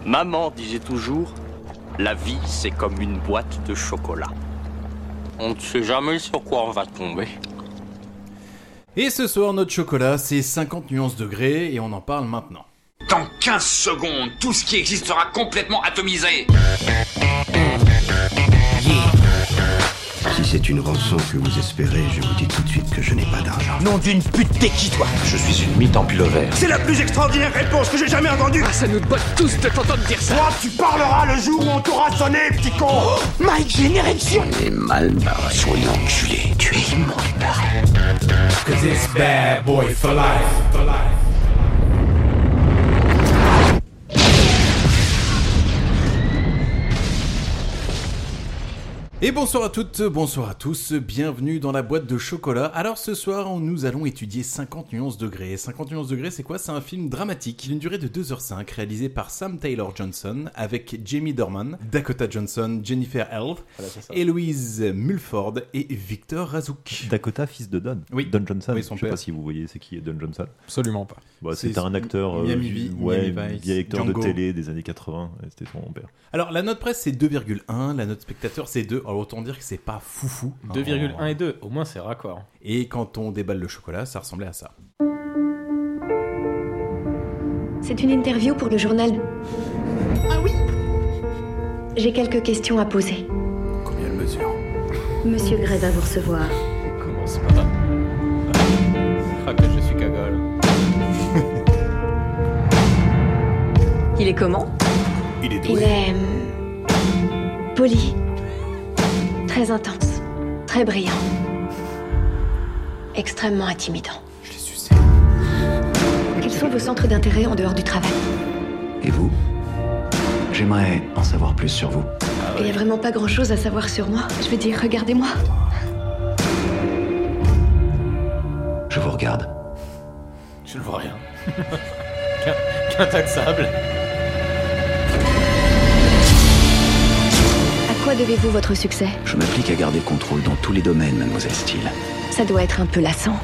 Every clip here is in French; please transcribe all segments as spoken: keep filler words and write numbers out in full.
Maman disait toujours, la vie c'est comme une boîte de chocolat. On ne sait jamais sur quoi on va tomber. Et ce soir, notre chocolat, c'est cinquante nuances degrés et on en parle maintenant. Dans quinze secondes, tout ce qui existe sera complètement atomisé. Si c'est une rançon que vous espérez, je vous dis tout de suite que je n'ai pas d'argent. Nom d'une pute, t'es qui toi? Je suis une mythe en pullover. C'est la plus extraordinaire réponse que j'ai jamais entendue. Ah, ça nous botte tous de t'entendre dire ça. Toi, tu parleras le jour où on t'aura sonné, petit con. Oh, Mike, j'ai une érection. On est mal barré. Soyez enculé, tu es immonde. Cause it's bad boy for life, for life. Et bonsoir à toutes, bonsoir à tous, bienvenue dans la boîte de chocolat. Alors ce soir, nous allons étudier cinquante nuances degrés. cinquante nuances degrés, c'est quoi? C'est un film dramatique d'une durée de deux heures cinq, réalisé par Sam Taylor Johnson, avec Jamie Dornan, Dakota Johnson, Jennifer Ehle, voilà, Héloïse Mulford et Victor Razouk. Dakota, fils de Don. Oui. Don Johnson. Oui, son Je sais père. pas si vous voyez c'est qui est Don Johnson. Absolument pas. Bon, C'est c'était un acteur, euh, Miami V, ouais, Miami Vice, vieil acteur Django. de télé des années quatre-vingts. et C'était son père. Alors la note presse c'est deux virgule un, la note spectateur c'est deux, alors autant dire que c'est pas foufou. deux virgule un et deux, au moins c'est raccord. Et quand on déballe le chocolat, ça ressemblait à ça. C'est une interview pour le journal. Ah oui. J'ai quelques questions à poser. Combien elle mesure? Monsieur Gray va vous recevoir. Commence pas. Ah que je suis cagole. Il est comment? Il est Il doué. est... hum, poli. Très intense. Très brillant. Extrêmement intimidant. Je l'ai sucé. Quels sont vos centres d'intérêt en dehors du travail? Et vous? J'aimerais en savoir plus sur vous. Il n'y a vraiment pas grand-chose à savoir sur moi. Je veux dire, regardez-moi. Je vous regarde. Je ne vois rien. Qu'intaxable. À quoi devez-vous votre succès? Je m'applique à garder le contrôle dans tous les domaines, mademoiselle Steele. Ça doit être un peu lassant.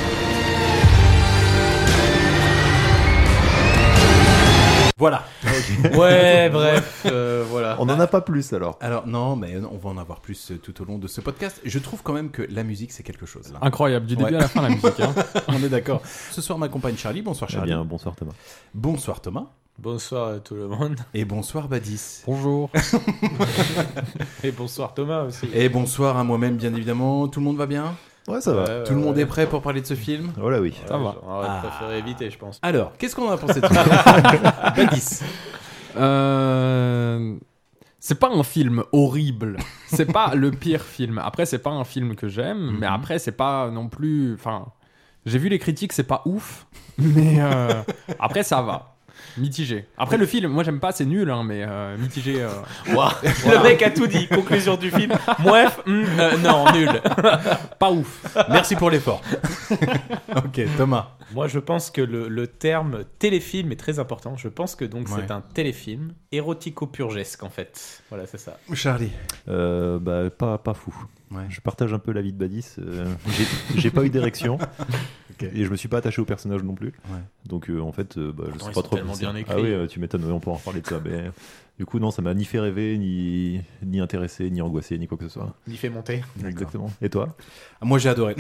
Voilà. Ouais, bref, euh, voilà. On n'en a pas plus alors. Alors non, mais on va en avoir plus tout au long de ce podcast. Je trouve quand même que la musique c'est quelque chose là. Incroyable, du début Ouais. à la fin la musique. Hein. On est d'accord. Ce soir m'accompagne Charlie. Bonsoir Eh Charlie. bien, bonsoir Thomas. Bonsoir Thomas. Bonsoir à tout le monde. Et bonsoir Badis. Bonjour. Et bonsoir Thomas aussi. Et bonsoir à moi-même bien évidemment. Tout le monde va bien? Ouais, ça va. Ouais, Tout le ouais, monde ouais. est prêt pour parler de ce film? Voilà, oui. Ça va. On aurait Ah. préféré éviter, je pense. Alors, qu'est-ce qu'on en a pensé de ce film? Badis. Euh... C'est pas un film horrible. C'est pas le pire film. Après, c'est pas un film que j'aime, mais après, c'est pas non plus. Enfin, j'ai vu les critiques, c'est pas ouf, mais euh... après, ça va. Mitigé. Après, le film, moi, j'aime pas, c'est nul, hein, mais euh, mitigé. Euh... Wow. Le mec a tout dit. Conclusion du film. Bref, mm, euh, non, nul. Pas ouf. Merci pour l'effort. Ok, Thomas. Moi, je pense que le, le terme téléfilm est très important. Je pense que donc Ouais. c'est un téléfilm érotico-purgesque, en fait. Voilà, c'est ça. Charlie. Euh, bah, pas, pas fou. Ouais. Je partage un peu l'avis de Badis. Euh, j'ai, j'ai pas eu d'érection. Ok. Et je me suis pas attaché au personnage non plus. Ouais. Donc euh, en fait, euh, bah, je Pourtant, sais ils pas sont trop. tellement bien écrits. Ah oui, euh, tu m'étonnes, ouais, on peut en reparler de ça. Mais du coup, non, ça m'a ni fait rêver, ni, ni intéressé, ni angoissé, ni quoi que ce soit. Il fait monter. Exactement. Et toi? Moi j'ai adoré.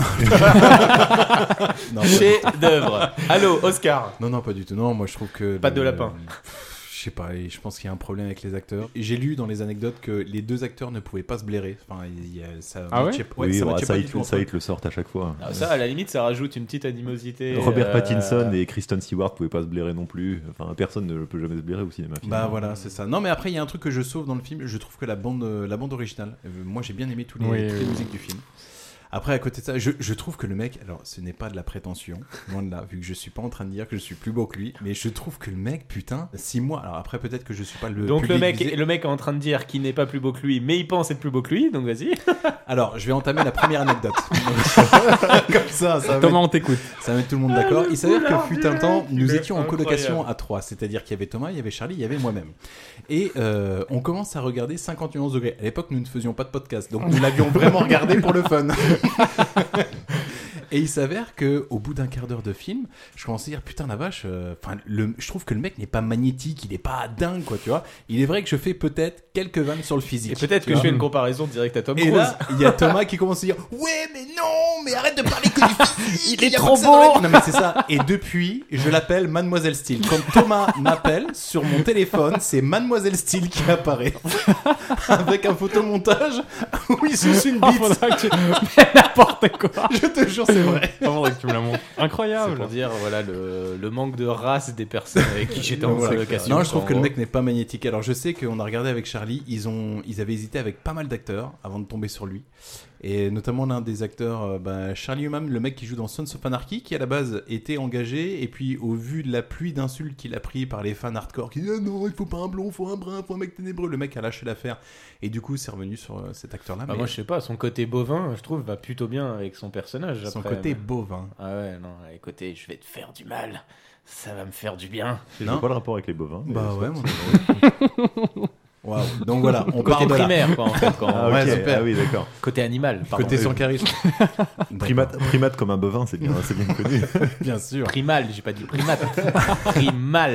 non, Chef d'œuvre. Allô, Oscar. non, non, pas du tout. Non, moi je trouve que. Patte de le- lapin. Je sais pas, je pense qu'il y a un problème avec les acteurs. Et j'ai lu dans les anecdotes que les deux acteurs ne pouvaient pas se blairer. Enfin, il y a, ça Ah ouais matchait- Oui, ça ouais, matchait ça, pas ils du te- tout ça, entre ils te le sortent à chaque fois. Ah, ça, à la limite, ça rajoute une petite animosité. Robert euh, Pattinson et Kristen Stewart pouvaient pas se blairer non plus. Enfin, personne ne peut jamais se blairer au cinéma. Bah finalement. voilà, c'est ça. Non, mais après, il y a un truc que je sauve dans le film. Je trouve que la bande, euh, la bande originale, euh, moi j'ai bien aimé tous les, Oui, toutes oui, les oui. musiques du film. Après, à côté de ça, je, je trouve que le mec, alors ce n'est pas de la prétention, loin de là, vu que je suis pas en train de dire que je suis plus beau que lui, mais je trouve que le mec, putain, six mois. Alors après, peut-être que je suis pas le. Donc le public mec, visé. le mec est en train de dire qu'il n'est pas plus beau que lui, mais il pense être plus beau que lui, donc vas-y. Alors, je vais entamer la première anecdote. Comme ça, ça va, Thomas, mettre, on t'écoute. ça va mettre tout le monde d'accord. Il s'avère que fut un temps, nous Il est étions en colocation incroyable. à trois, c'est-à-dire qu'il y avait Thomas, il y avait Charlie, il y avait moi-même. Et euh, on commence à regarder cinquante et onze degrés. À l'époque, nous ne faisions pas de podcast, donc nous l'avions vraiment regardé pour le fun. Et il s'avère que au bout d'un quart d'heure de film, je commence à dire putain la vache, enfin euh, je trouve que le mec n'est pas magnétique, il est pas dingue quoi, tu vois. Il est vrai que je fais peut-être quelques vannes sur le physique. Et peut-être que vois. je fais une comparaison directe à Tom Cruise. Et là, il y a Thomas qui commence à dire ouais mais non, mais arrête de parler que du physique. Il est y a trop pas que ça beau. dans la- Non mais c'est ça. Et depuis, je l'appelle Mademoiselle Steele. Quand Thomas m'appelle sur mon téléphone, c'est Mademoiselle Steele qui apparaît avec un photomontage où il suce une Oh, bite. faudra que tu... Mais n'importe quoi. Je te jure, c'est vrai. Oh, faudrait que tu me la montres. C'est Incroyable. pour dire voilà le, le manque de race des personnes avec qui j'étais en Voilà. colocation. Non, je trouve en que le gros. mec n'est pas magnétique. Alors, je sais qu'on a regardé avec Charlie, ils ont, ils avaient hésité avec pas mal d'acteurs avant de tomber sur lui. Et notamment l'un des acteurs, euh, bah, Charlie Hunnam, le mec qui joue dans Sons of Anarchy, qui à la base était engagé, et puis au vu de la pluie d'insultes qu'il a pris par les fans hardcore, qui disent ah non, il faut pas un blond, il faut un brun, il faut un mec ténébreux, le mec a lâché l'affaire, et du coup c'est revenu sur euh, cet acteur-là. Bah, mais moi je sais pas, son côté bovin, je trouve, va plutôt bien avec son personnage. son après, côté mais- bovin. Ah ouais, non, écoutez, je vais te faire du mal. Ça va me faire du bien. Je Non. vois pas le rapport avec les bovins. mais Bah soit. ouais, mon Waouh. Donc voilà, on Côté part de là. primaire, quoi, en fait. Quand... Ah, ok. Ouais, super. Ah oui, d'accord. Côté animal, pardon. Côté sans charisme. Primate, primate comme un bovin, c'est bien, c'est bien connu. Bien sûr. Primal, j'ai pas dit primate. Primal.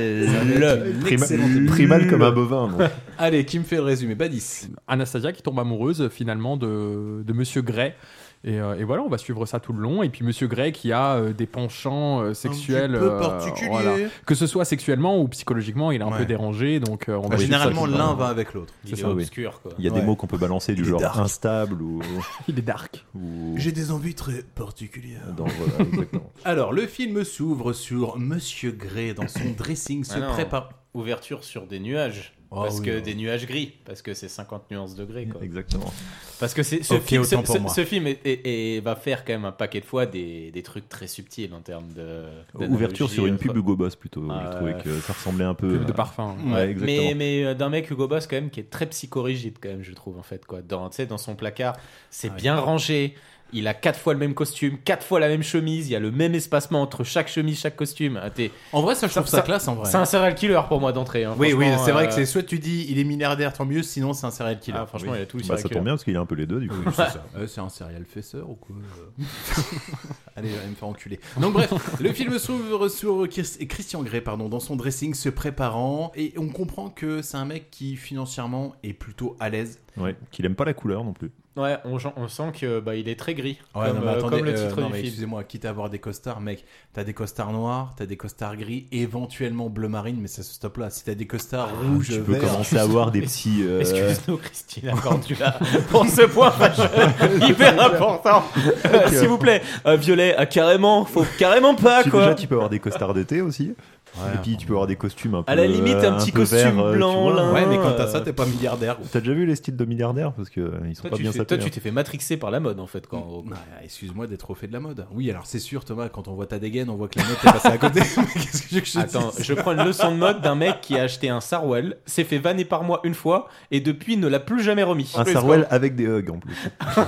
Prima- Excellent. primal comme un bovin. Donc. Allez, qui me fait le résumé? Badis. Anastasia qui tombe amoureuse finalement de, de Monsieur Gray. Et, euh, et voilà, on va suivre ça tout le long. Et puis Monsieur Gray qui a euh, des penchants euh, sexuels, Un petit peu euh, particuliers. voilà. Que ce soit sexuellement ou psychologiquement, il est un Ouais. peu dérangé. Donc euh, on va Bah, suivre généralement, ça tout le l'un long. va avec l'autre. Il C'est est ça, oui. obscur, quoi. Il y a Ouais. des mots qu'on peut balancer du Il est genre dark. instable ou. Il est dark. ou... J'ai des envies très particulières. Dans, voilà, exactement. Alors, le film s'ouvre sur Monsieur Gray dans son dressing se Ah non. prépare. Ouverture sur des nuages. Oh parce oui, que ouais. des nuages gris. Parce que c'est cinquante nuances de gris, quoi. Exactement. Parce que c'est, ce, Ok, film, autant ce, pour ce- moi. ce film est- est- est- va faire quand même un paquet de fois des, des trucs très subtils en termes de. d'analogie, Ouverture sur une pub enfin. Hugo Boss plutôt. Ah, je trouvais ouais. que ça ressemblait un peu. Pub de à- parfum. Ouais, Ouais, exactement. mais, mais euh, d'un mec Hugo Boss quand même qui est très psychorigide quand même, je trouve, en fait, quoi. Dans, tu sais, dans son placard, c'est Ah, bien rangé. Il a quatre fois le même costume, quatre fois la même chemise. Il y a le même espacement entre chaque chemise, chaque costume. Ah, t'es- En vrai, ça, je trouve ça, Ça- classe en vrai. C'est un serial killer pour moi d'entrée. Hein, Oui, oui, franchement, c'est vrai euh, que c'est soit tu dis il est milliardaire, tant mieux, sinon c'est un serial killer. Ah, franchement, Oui. il a tout. le Bah, serial ça killer. tombe bien parce qu'il a un peu les deux du coup. Oui, c'est ça. Euh, c'est un serial fesseur ou quoi euh Allez, allez me faire enculer. Donc bref, le film s'ouvre sur Chris- Christian Grey pardon, dans son dressing se préparant et on comprend que c'est un mec qui financièrement est plutôt à l'aise. Ouais, qu'il aime pas la couleur non plus. Ouais, on, on sent que bah, il est très gris, Ouais, comme, non, mais euh, attendez, comme le euh, titre non, du mais film. excusez-moi, quitte à avoir des costards, mec, t'as des costards noirs, t'as des costards gris, éventuellement bleu marine, mais ça se stoppe là. Si t'as des costards rouges, Tu peux verts, commencer à avoir des petits. euh, Excuse-nous, Christine, accorde-tu-la pour ce point fâcheux, hyper important. Euh, S'il vous plaît, euh, violet, euh, carrément, faut carrément pas, tu- quoi. Déjà, tu peux avoir des costards d'été aussi. Ouais, Et puis, tu peux avoir des costumes un peu. À la limite, un euh, petit peu costume verts, euh, tu blanc, vois. là. ouais, mais quand t'as ça, t'es pas milliardaire. T'as déjà vu les styles de milliardaires parce que euh, ils sont Toi, pas tu bien fais- sapés. toi, tu hein. t'es fait matrixer par la mode, en fait, quand. Ouais, excuse-moi d'être au fait de la mode. Oui, alors c'est sûr, Thomas, quand on voit ta dégaine, on voit que la mode est passée à côté. Mais qu'est-ce que je, que je Attends, dise je prends une leçon de mode d'un mec qui a acheté un Sarwell, s'est fait vanner par mois une fois, et depuis ne l'a plus jamais remis. Un Sarwell avec des hugs en plus.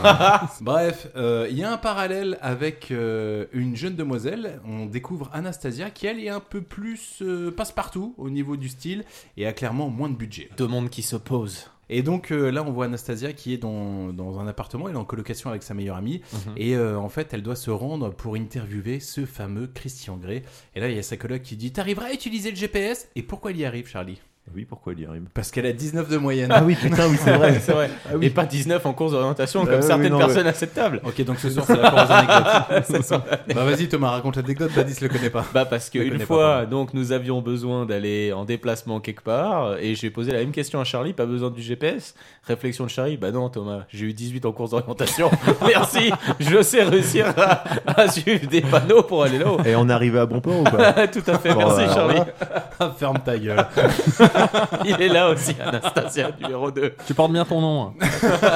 Bref, euh, il y a un parallèle avec euh, une jeune demoiselle. On découvre Anastasia qui, elle, est un peu plus euh, passe-partout au niveau du style et a clairement moins de budget. Deux mondes qui s'opposent. Et donc euh, là, on voit Anastasia qui est dans, dans un appartement. Elle est en colocation avec sa meilleure amie. Mhm. Et euh, en fait, elle doit se rendre pour interviewer ce fameux Christian Grey. Et là, il y a sa coloc qui dit « T'arriveras à utiliser le G P S ?» Et pourquoi elle y arrive, Charlie? Oui, pourquoi il y arrive? Parce qu'elle a dix-neuf de moyenne. Ah oui, putain, oui, c'est vrai. C'est vrai. Ah oui. Et pas dix-neuf en cours d'orientation Bah comme oui, certaines non, personnes à cette table. Ok, donc ce soir, c'est la course anecdote. C'est ça. Bah vas-y Thomas, raconte l'anecdote, Badis le connaît pas. Bah parce Je le qu'une connais fois, pas, donc nous avions besoin d'aller en déplacement quelque part, et j'ai posé la même question à Charlie, pas besoin du G P S. Réflexion de Charlie, bah non Thomas, j'ai eu dix-huit en cours d'orientation. Merci, je sais réussir à, à suivre des panneaux pour aller là-haut. Et on est arrivé à bon port ou pas? Tout à fait, Bon, merci alors Charlie. Ah, ferme ta gueule. Il est là aussi, Anastasia, numéro deux. Tu portes bien ton nom. hein.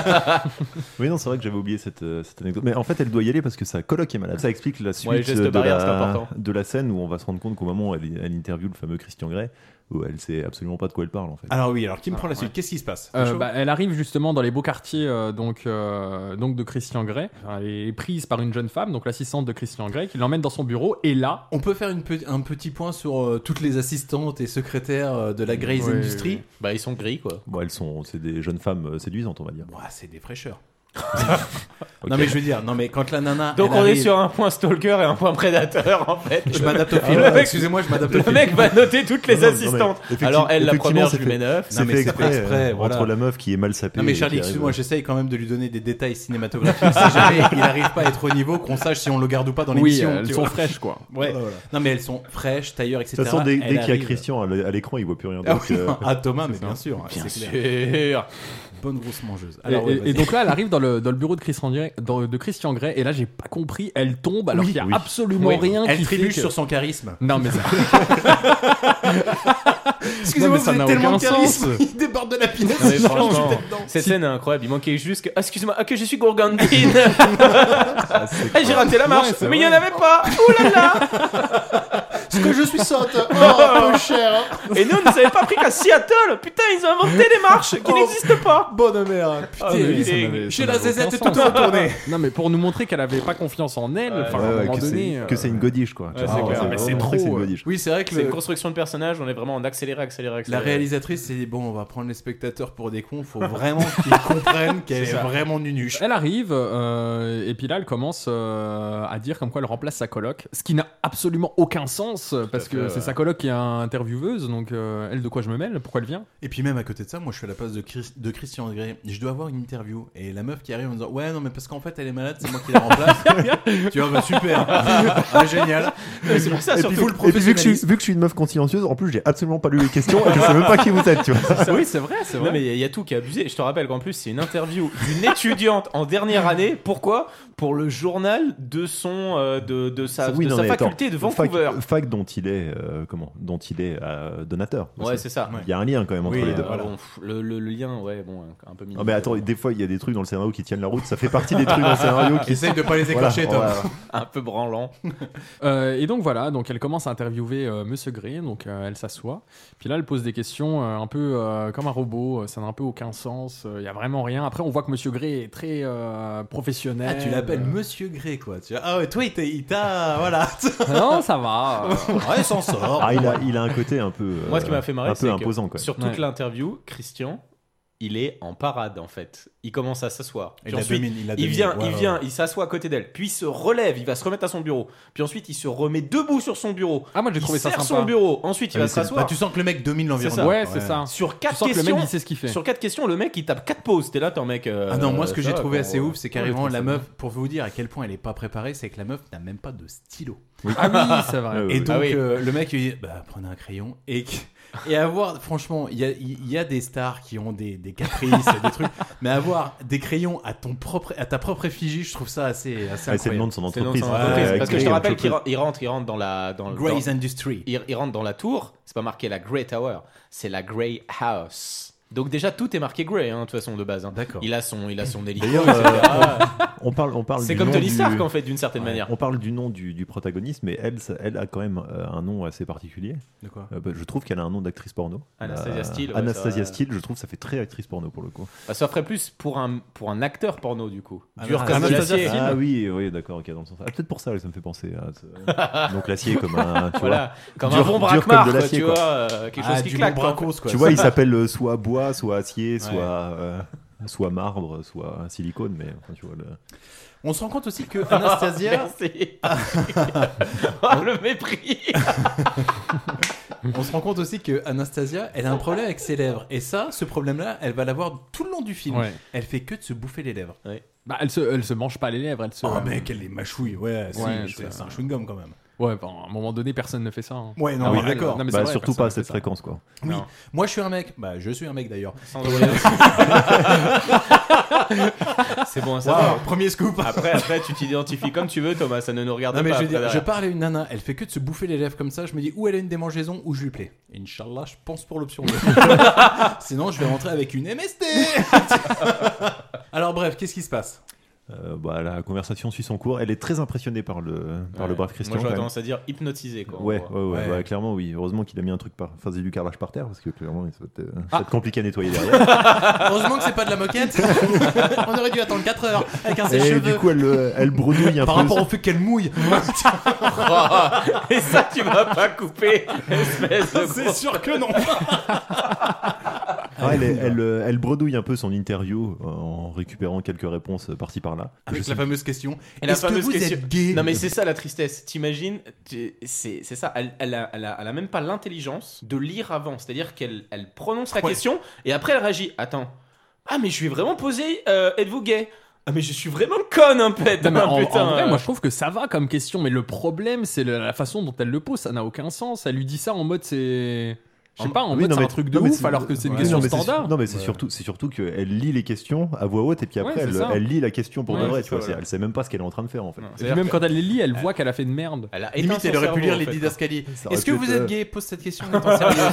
Oui, non, c'est vrai que j'avais oublié cette, euh, cette anecdote. Mais en fait, elle doit y aller parce que sa coloc est malade. Ça explique la suite Ouais, geste de, barrière, c'est la, important. de la scène où on va se rendre compte qu'au moment où elle, elle interviewe le fameux Christian Grey, où elle sait absolument pas de quoi elle parle en fait. Alors oui, alors qui me Ah, prend la suite? ouais. Qu'est-ce qui se passe? Euh, Chaud bah, elle arrive justement dans les beaux quartiers euh, donc, euh, donc de Christian Grey. Enfin, elle est prise par une jeune femme, donc l'assistante de Christian Grey, qui l'emmène dans son bureau. Et là, On peut faire une pe- un petit point sur euh, toutes les assistantes et secrétaires euh, de la Grey's Oui, Industry. oui. Bah ils sont gris quoi. Bon, elles sont, c'est des jeunes femmes euh, séduisantes, on va dire. Ouah, c'est des fraîcheurs. Non mais je veux dire, non mais quand la nana. Donc elle on arrive... est sur un point stalker et un point prédateur en fait. Je m'adapte au film. Le mec- Excusez-moi, je m'adapte au Le film. mec va noter toutes les Non, non, non, assistantes. mais effecti- Alors elle, la effectivement, première, je c'est lui fait- mets neuf. C'est Non, mais fait c'est exprès, fait exprès, euh, voilà. entre la meuf qui est mal sapée. Non mais et Charlie, qui arrive- excuse-moi, j'essaye quand même de lui donner des détails cinématographiques. Si jamais il arrive pas à être au niveau, qu'on sache si on le garde ou pas dans Oui, l'émission. elles tu sont vois. fraîches quoi. Ouais. Voilà, voilà. Non mais elles sont fraîches, tailleurs, et cetera. De toute façon, dès, dès Elle qu'il y a arrive- Christian à l- à l'écran, il voit plus rien. Ah, Donc, oui, euh, ah, Thomas, mais c'est bien ça. sûr. Bien c'est clair. sûr. Bonne grosse mangeuse. Et, Alors, ouais, et- vas-y. et donc là, elle arrive dans le, dans le bureau de Christian Grey, dans- de Christian Grey, et là, j'ai pas compris, elle tombe alors Oui, qu'il y a oui. absolument Oui. rien Elle qui fait trébuche que... sur son charisme. Non mais ça... Excusez-moi, Non, mais ça vous n'a avez tellement aucun de charisme. sens. Il déborde de la pinaise. Non, mais je franchement, suis dedans. cette scène est incroyable. Il manquait juste que. Ah, excuse-moi, ah, que je suis gourgandine. Eh, j'ai raté la marche, Ouais, c'est mais il y en vrai. avait pas. Ouh là là. Parce que je suis sotte. Oh, peu cher. Et nous, on ne savait pas pris qu'à Seattle. Putain, ils ont inventé des marches qui Oh. n'existent pas. Bonne mère. Putain, Ah, mais oui, ça ça m'avait- m'avait- j'ai ça la n'avait zézette aucun toute sens. retournée. Non mais pour nous montrer qu'elle avait pas confiance en elle, enfin ouais, à un ouais, moment que donné... c'est- euh, que c'est une godiche quoi. Ouais, c'est Ah, clair. c'est Mais c'est vraiment trop, que c'est une ouais. godiche. Oui, c'est vrai que C'est le- une construction de personnage, on est vraiment en accéléré, accéléré, la accéléré. réalisatrice s'est dit bon, on va prendre les spectateurs pour des cons. Faut vraiment qu'ils comprennent qu'elle est, C'est ça. vraiment nunuche. Elle arrive, euh, et puis là, elle commence euh, à dire comme quoi elle remplace sa coloc, ce qui n'a absolument aucun sens, parce fait, que ouais. c'est sa coloc qui est intervieweuse, donc euh, elle, de quoi je me mêle, pourquoi elle vient? Et puis même à côté de ça, moi je suis à la place de, Chris- de Christian Grey. Je dois avoir une interview et la meuf qui arrive en me disant ouais non mais parce qu'en fait elle est malade, c'est moi qui la remplace. Tu vois, bah, super, ah, génial. C'est pour ça, Et puis surtout. vous le Et puis vu que, je suis, professionnalisme. vu que je suis une meuf consciencieuse, en plus j'ai absolument pas lu les questions et je sais même pas qui vous êtes, tu vois. Oui, c'est vrai, c'est vrai. Non mais il y a tout qui est abusé. Je te rappelle qu'en plus c'est une interview d'une étudiante en dernière année. Pourquoi? Pour le journal de son euh, de, de sa, Oui, de non, sa mais attends, faculté de fac- Vancouver. Fac, dont il est euh, comment dont il est euh, donateur. Ouais, c'est ça. Il y a un lien quand même entre Oui, les deux. euh, voilà. Bon, pff, le, le- le lien, ouais, bon, un peu minime. Ah mais attends, des fois il y a des trucs dans le scénario qui tiennent la route, ça fait partie des trucs dans le scénario qui Essaye de pas les Voilà, écorcher, on Tom. va- Un peu branlant. Euh, et donc voilà, donc elle commence à interviewer euh, Monsieur Grey, donc euh, elle s'assoit. Puis là, elle pose des questions euh, un peu euh, comme un robot, euh, ça n'a un peu aucun sens, il y a vraiment rien. Après, on voit que Monsieur Grey est très euh, professionnel. Ah, tu l'appelles euh, Monsieur Grey quoi. Tu vois, ah ouais, toi il t'a, il t'a- voilà. Non, ça va. euh, Ouais, il s'en sort. Ah, il a, il a un côté un peu euh, Moi, ce qui m'a fait marrer, un c'est peu que imposant quoi. sur toute Ouais. l'interview, Christian, il est en parade en fait. Il commence à s'asseoir. Il Puis la ensuite, domine, il la il domine. vient, Ouais, il ouais, vient, ouais. il s'assoit à côté d'elle. Puis il se relève, il va se remettre à son bureau. Puis ensuite, il se remet debout sur son bureau. Ah, moi j'ai Il trouvé ça serre sympa. son bureau. Ensuite, il Ah, va mais c'est- s'asseoir. bah, tu sens que le mec domine l'environnement. Ouais, c'est ça. Sur Tu quatre sens que le questions. mec il sait ce qu'il fait. Sur quatre questions, le mec il tape quatre pauses. T'es là, t'es en mec. euh, Ah non, moi ce que ça j'ai va, trouvé quoi. assez ouf, c'est Ouais, carrément je la trouve ça meuf, pour vous dire à quel point elle est pas préparée, c'est que la meuf n'a même pas de stylo. Ah oui, c'est vrai. Ouais, ouais, Et ouais. donc Ah oui. euh, le mec lui dit bah prenez un crayon et et avoir franchement il y a, il y a des stars qui ont des, des caprices et des trucs, mais avoir des crayons à ton propre à ta propre effigie, je trouve ça assez assez Ah, c'est le nom incroyable. de son C'est le nom de entreprise. son Ouais, entreprise. ouais, Parce que je Grey te rappelle qu'il Entreprise. ren- il rentre, il rentre dans la. Dans, Grey's dans- Industry. il, il rentre dans la tour, c'est pas marqué la Grey Tower, c'est la Grey House. Donc déjà tout est marqué Grey hein, de toute façon de base. Hein. D'accord. Il a son, il a son hélico, D'ailleurs, et cetera. On parle, on parle. C'est du comme nom Tony du- Stark en fait d'une certaine Ouais. manière. On parle du nom du, du protagoniste, mais elle, ça- elle a quand même euh, un nom assez particulier. De quoi Euh, bah, je trouve qu'elle a un nom d'actrice porno. Anastasia Euh, Steele, ouais, Anastasia ça- Steele, je trouve que ça fait très actrice porno pour le coup. Bah, ça ferait plus pour un, pour un acteur porno du coup. Ah, Dur ah, comme de Anastasia l'acier. Steele. Ah oui, oui, d'accord, ok, dans le sens. Ah, peut-être pour ça, ça me fait penser à. ce- Donc l'acier comme un. Tu Voilà, comme Dur- un bon dur comme braquemar, de quoi, l'acier, tu quoi. vois, euh, quelque Ah, chose qui du claque. bon quoi. bracos, quoi. vois, tu vois, il s'appelle euh, soit bois, soit acier, Ouais. soit. euh, soit marbre, soit silicone, mais enfin, tu vois. Le... On se rend compte aussi que Anastasia Merci. Oh, le mépris. on se rend compte aussi que Anastasia, elle a un problème avec ses lèvres. Et ça, ce problème-là, elle va l'avoir tout le long du film. Ouais. Elle fait que de se bouffer les lèvres. Bah, elle se, elle se mange pas les lèvres, elle se. Oh mec, elle les mâchouille. Ouais, si, Ouais, c'est, c'est- c'est un chewing-gum quand même. Ouais, bah, à un moment donné, personne ne fait ça. hein. Ouais, non, Ah mais ouais, d'accord. non, mais c'est Bah, vrai, surtout personne pas ne à cette fait ça. fréquence, quoi. Oui, Non. moi je suis un mec. Bah, je suis un mec d'ailleurs. Sans doute. C'est bon à Waouh, savoir. premier scoop. Après, après, tu t'identifies comme tu veux, Thomas. Ça ne nous regarde Non mais pas. je veux après, dire, je derrière. parle à une nana, elle fait que de se bouffer les lèvres comme ça, je me dis ou elle a une démangeaison ou je lui plais. Inch'Allah, je pense pour l'option deux. Sinon, je vais rentrer avec une M S T. Alors bref, qu'est-ce qui se passe? Euh, bah, la conversation suit son cours. Elle est très impressionnée par le, par le Ouais. brave Christian. Moi, j'aurais quand même. tendance à dire hypnotisé, quoi. en Ouais, gros. ouais, ouais, Ouais. bah, clairement, oui. Heureusement qu'il a mis un truc par. Enfin, c'est du carrelage par terre parce que clairement, ça va être, euh, ça Ah. va être compliqué à nettoyer derrière. Heureusement que c'est pas de la moquette. On aurait dû attendre quatre heures avec un Et sèche-cheveux. du coup, elle, euh, elle bredouille un Par peu. rapport au fait qu'elle mouille. Oh, et ça, tu vas pas couper, espèce de C'est gros- sûr que non. Ah, elle, elle, elle, elle bredouille un peu son interview en récupérant quelques réponses par-ci par-là. Avec la fameuse question. Et la Est-ce fameuse que vous question... êtes gay? Non mais c'est ça la tristesse. T'imagines, tu- c'est, c'est ça. Elle, elle, a, elle, a, elle a même pas l'intelligence de lire avant. C'est-à-dire qu'elle elle prononce la Ouais. question et après elle réagit. Attends. Ah mais je lui ai vraiment posé. Euh, êtes-vous gay? Ah mais je suis vraiment conne un peu. Non, mais en, putain. en vrai, moi je trouve que ça va comme question, mais le problème c'est le- la façon dont elle le pose, ça n'a aucun sens. Elle lui dit ça en mode c'est. Je sais pas, en Oui, mode non, c'est mais- un truc de non, mais ouf c'est- alors que c'est une ouais, question non, mais c'est- standard. Non mais c'est Ouais. surtout, c'est surtout qu'elle lit les questions à voix haute et puis après Ouais, elle, c'est ça. elle lit la question pour Ouais, de vrai. c'est Tu vois, ça, c'est- voilà. elle sait même pas ce qu'elle est en train de faire en fait. Non, Et puis c'est-à-dire même que- quand elle les lit, elle voit qu'elle a fait de merde. Elle a éteint Limite, son elle aurait pu cerveau, lire en les fait. didascaliers. Ça aurait Est-ce que pu vous être, êtes euh, gay? Pose cette question en étant sérieux.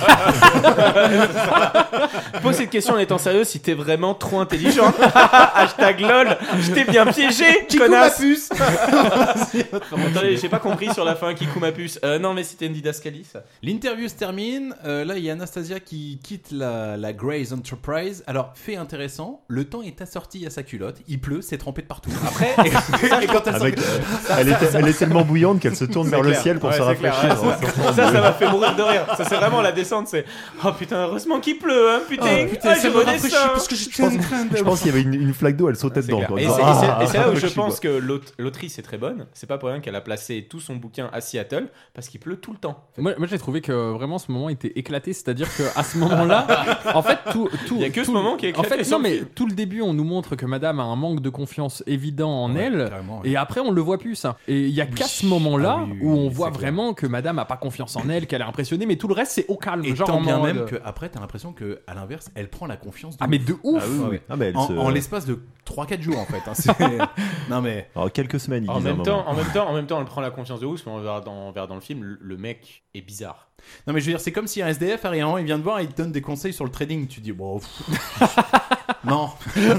Pose cette question en étant sérieux si t'es vraiment trop intelligent. Hashtag lol. Je t'ai bien piégé, connasse. puce. Attendez, j'ai pas compris sur la fin qui coud ma puce. Euh, non mais c'était une didascalie ça. L'interview se termine. Euh, là, il y a Anastasia qui quitte la, la Grey's Enterprise. Alors, fait intéressant, le temps est assorti à sa culotte. Il pleut, c'est trempé de partout. Après, et, et quand elle Avec, sort- euh, elle, est, elle est tellement bouillante qu'elle se tourne vers le clair. ciel pour Ouais, se c'est clair, rafraîchir. ouais, ça, ça, ça m'a fait mourir de rire. Ça, c'est vraiment la descente. C'est oh putain, heureusement qu'il pleut, hein, putain. Oh, putain, Ah, ça je me redescends. rafraîchit parce que j'étais en train de. Je pense qu'il y avait une, une flaque d'eau, elle sautait C'est dedans. clair. Quoi. Et Genre, c'est, et ah, c'est- et c'est là où je rafraîchi, pense quoi. que l'aute- l'autrice est très bonne. C'est pas pour rien qu'elle a placé tout son bouquin à Seattle parce qu'il pleut tout le temps. Moi, moi j'ai trouvé que vraiment ce moment était éclaté, c'est-à-dire qu'à ce moment-là, en fait, tout, tout, Il y a que ce tout- moment qui est En éclaté fait, sur non, le mais film. tout le début, on nous montre que Madame a un manque de confiance évident en Ouais, elle, carrément, ouais. et après on le voit plus ça. Et il y a Oui. qu'à ce moment-là Ah oui, oui, où on oui, voit c'est clair. vraiment que Madame a pas confiance en elle, qu'elle est impressionnée, mais tout le reste c'est au calme. Et genre tant en bien mode- même que après, t'as l'impression que à l'inverse, elle prend la confiance. De Ah mais ouf. de ouf. Ah oui, oui, oui. Ah, mais elle En, se- en l'espace de trois quatre jours en fait. hein. C'est- non mais. Alors, quelques semaines, ils En disent à un même, moment. temps, en, même temps, en même temps, elle prend la confiance de ouf, mais on verra dans, on verra dans le film, le, le mec est bizarre. Non mais je veux dire, c'est comme si un S D F arrive, il vient te voir et il te donne des conseils sur le trading. Tu dis bon. pff. non.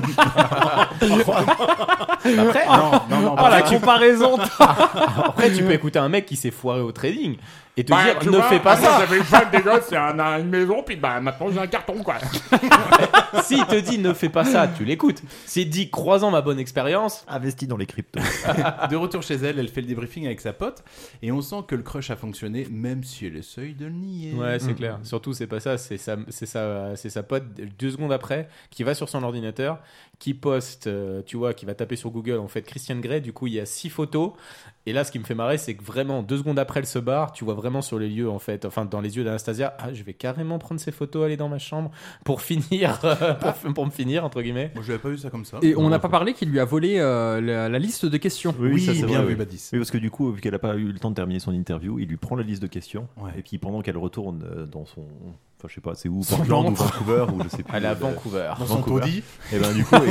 Après, non, non, non. Oh la après, tu- comparaison. après, tu peux écouter un mec qui s'est foiré au trading et te dire ne fais pas ça. J'avais une femme des gosses, c'est un- une maison, puis bah maintenant j'ai un carton quoi. S'il te dit ne fais pas ça, tu l'écoutes. S'il te dit croisant ma bonne expérience, Investi dans les cryptos. De retour chez elle, elle fait le débriefing avec sa pote et on sent que le crush a fonctionné, même si elle essaye de le nier. ouais, c'est clair. Surtout, c'est pas ça. C'est sa, c'est sa, c'est sa pote deux secondes après qui va sur son ordinateur, qui poste, euh, tu vois, qui va taper sur Google en fait Christian Grey. Du coup, il y a six photos. Et là, ce qui me fait marrer, c'est que vraiment deux secondes après, elle se barre. Tu vois vraiment sur les lieux en fait, enfin dans les yeux d'Anastasia. Ah, je vais carrément prendre ces photos, aller dans ma chambre pour finir, euh, pour, pour me finir entre guillemets. Moi, je n'avais pas vu ça comme ça. Et on Non, n'a pas parlé qu'il lui a volé euh, la, la liste de questions. Oui, ça, c'est bien vrai, vu, oui. Badis. Oui, parce que du coup, vu qu'elle n'a pas eu le temps de terminer son interview, il lui prend la liste de questions. Ouais. Et puis pendant qu'elle retourne euh, dans son. Enfin, je sais pas, c'est où Son Portland ou ventre. Vancouver ou je sais plus. Elle est à euh, Vancouver. Dans son Vancouver. taudis, Et ben du coup,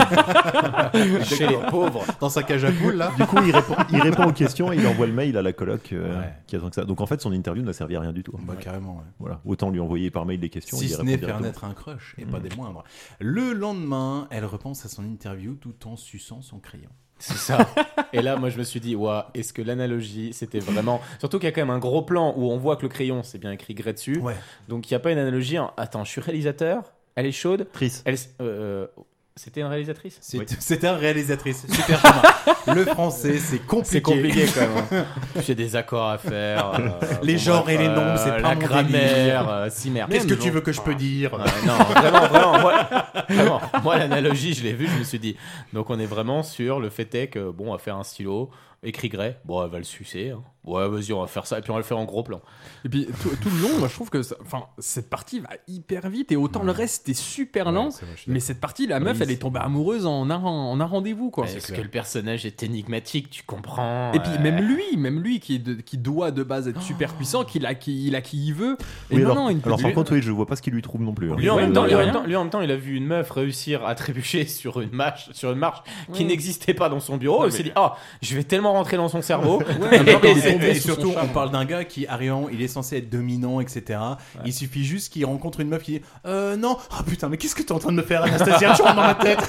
il, Chez les pauvres. dans sa cage à poules là. du coup, il répond, il répond aux questions et il envoie le mail à la coloc euh, Ouais. qui attend que ça. Donc en fait, son interview n'a servi à rien du tout. Bah, carrément, ouais. Voilà. Autant lui envoyer par mail des questions. Si il y ce répond n'est faire directement. naître un crush, et pas des moindres. Le lendemain, elle repense à son interview tout en suçant son crayon. C'est ça. Et là, moi, je me suis dit, waouh, est-ce que l'analogie, c'était vraiment. Surtout qu'il y a quand même un gros plan où on voit que le crayon, c'est bien écrit Grey dessus. Ouais. Donc, il n'y a pas une analogie. En... Attends, je suis réalisateur. Elle est chaude. Tris. Elle... euh, C'était une réalisatrice. C'est Oui. C'était un réalisatrice. Super Thomas. Le français, c'est compliqué. C'est compliqué quand même. hein. J'ai des accords à faire. euh, Les bon, genres bref, et les nombres, c'est euh, pas la mon grammaire, euh, si merde. Qu'est-ce que Même, tu genre- veux que je peux dire Ouais, non, vraiment, vraiment, moi, vraiment, moi, l'analogie, je l'ai vue, je me suis dit, donc on est vraiment sur le fait est que, bon, on va faire un stylo, écrit Grey, bon, elle va le sucer, hein. Ouais, vas-y, on va faire ça, et puis on va le faire en gros plan. Et puis tout, tout le long, moi je trouve que ça- enfin cette partie va hyper vite et autant le reste est super lent. Ouais, c'est vrai, je suis Mais cette partie, la meuf, Oui, elle est c'est- tombée amoureuse en un, en un rendez-vous quoi. Est-ce que le personnage est énigmatique, tu comprends Et puis euh, même lui, même lui qui, est de- qui doit de base être super puissant, qu'il a qui il a qui il veut. Et Oui, non alors, non, une alors par petite- contre, oui, je vois pas ce qui lui trouble non plus. hein. Lui en, Ouais, même non, temps, y lui, a en même rien. temps, lui, en même temps, il a vu une meuf réussir à trébucher sur une marche, sur une marche qui Ouais. n'existait pas dans son bureau. Ouais, il s'est mais- dit, ah, je vais tellement rentrer dans son cerveau. Ouais, mais Et, il est tombé et sous son surtout, charme. on parle d'un gars qui, arrivant, il est censé être dominant, et cetera. Il suffit juste qu'il rencontre une meuf qui dit Euh, non, oh putain, mais qu'est-ce que t'es en train de me faire, Anastasia? Tu rentres dans ma tête.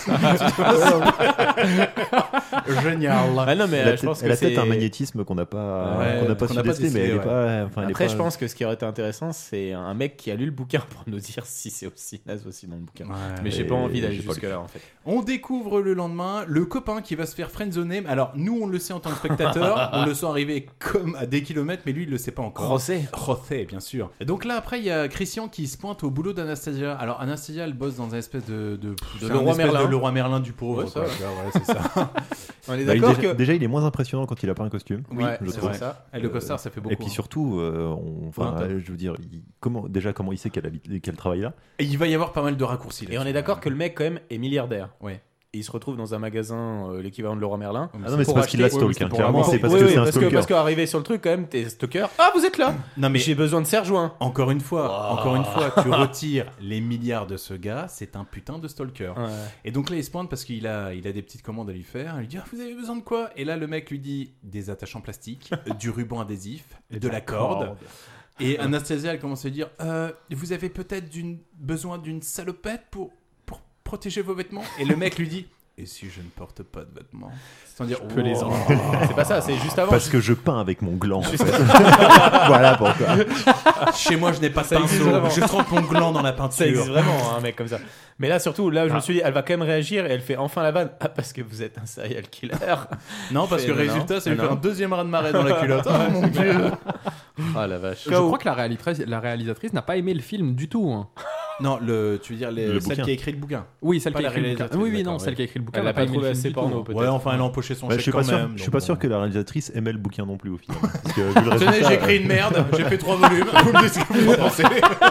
Génial. Ah non, mais Elle a euh, je pense peut-être elle que a peut-être c'est un magnétisme qu'on n'a pas, Ouais, qu'on n'a pas qu'on n'a pas sous-estimé, mais décelé, elle est ouais. pas. Enfin, elle est Après, pas- je pense que ce qui aurait été intéressant, c'est un mec qui a lu le bouquin pour nous dire si c'est aussi naze aussi dans le bouquin. Ouais. Mais j'ai Et pas envie d'aller j'ai pas jusque là en fait. On découvre le lendemain le copain qui va se faire friendzoner. Alors, nous, on le sait en tant tant que spectateur, on le sent arriver comme à des kilomètres, mais lui, il le sait pas encore. José. José, bien sûr. Et donc là, après, il y a Christian qui se pointe au boulot d'Anastasia. Alors, Anastasia, elle bosse dans un espèce de... De, De c'est Leroy un espèce Merlin. de Leroy Merlin du pauvre. Ouais, ça, quoi, ouais. tu vois, ouais, c'est ça. On est Bah, il- d'accord déjà, que. déjà, il est moins impressionnant quand il a pas un costume. Oui, Ouais, je c'est trouve. vrai ça. Et le costard, ça fait beaucoup. Et puis surtout, euh, on- enfin, Ouais, euh, je veux dire, il- comment, déjà, comment il sait qu'elle, habite, qu'elle travaille là Et il va y avoir pas mal de raccourcis. Et on est d'accord que le mec, quand même, est milliardaire. Ouais. Et il se retrouve dans un magasin, euh, l'équivalent de Leroy Merlin. Ah non, mais c'est pour parce qu'il la acheter- stalk, Oui, oui, hein, c'est pour clairement, avoir- c'est parce Oui, que oui, c'est un parce que, stalker. parce qu'arrivé sur le truc, quand même, t'es stalker. Ah, vous êtes là Non, mais J'ai besoin de Serge Join. encore une fois, encore une fois, tu retires les milliards de ce gars, c'est un putain de stalker. Ouais. Et donc là, il se pointe parce qu'il a, il a des petites commandes à lui faire. Il lui dit ah, vous avez besoin de quoi? Et là, le mec lui dit des attachants plastiques, du ruban adhésif, de la corde. Et Anastasia, elle commence à lui dire euh, vous avez peut-être d'une- besoin d'une salopette pour, pour protéger vos vêtements? Et le mec lui dit et si je ne porte pas de vêtements? Sans dire peux les oh. C'est pas ça, c'est juste avant. Parce que je peins avec mon gland. en fait. Voilà pourquoi. Chez moi, je n'ai pas de Ça existe pinceau. vraiment. Je trempe mon gland dans la Ça peinture. existe vraiment, hein, un mec comme ça. Mais là, surtout, là, je Ah. me suis dit, elle va quand même réagir et elle fait enfin la vanne. Ah, parce que vous êtes un serial killer. Non, parce que Non, non, résultat, ça lui non, fait non. un deuxième raz de marée dans la culotte. Oh mon dieu. Ah la vache. Je crois que la réalisatrice, la réalisatrice n'a pas aimé le film du tout. hein. Non, le, tu veux dire les, Le celle bouquin. qui a écrit le bouquin. Oui, celle Pas qui a la écrit le bouquin. réalisatrice, Oui, oui, non, d'accord, celle ouais. qui a écrit le bouquin. Elle n'a a pas aimé le trouvé film assez du porno, tout. peut-être. Ouais, enfin, elle a empoché son Ouais, je chèque suis pas quand sûr, même. je suis donc pas sûr bon. que la réalisatrice aimait le bouquin non plus au final. Parce que vu le Tenez, résultat, j'ai écrit une merde, j'ai fait trois volumes. Vous me dites ce que vous en pensez.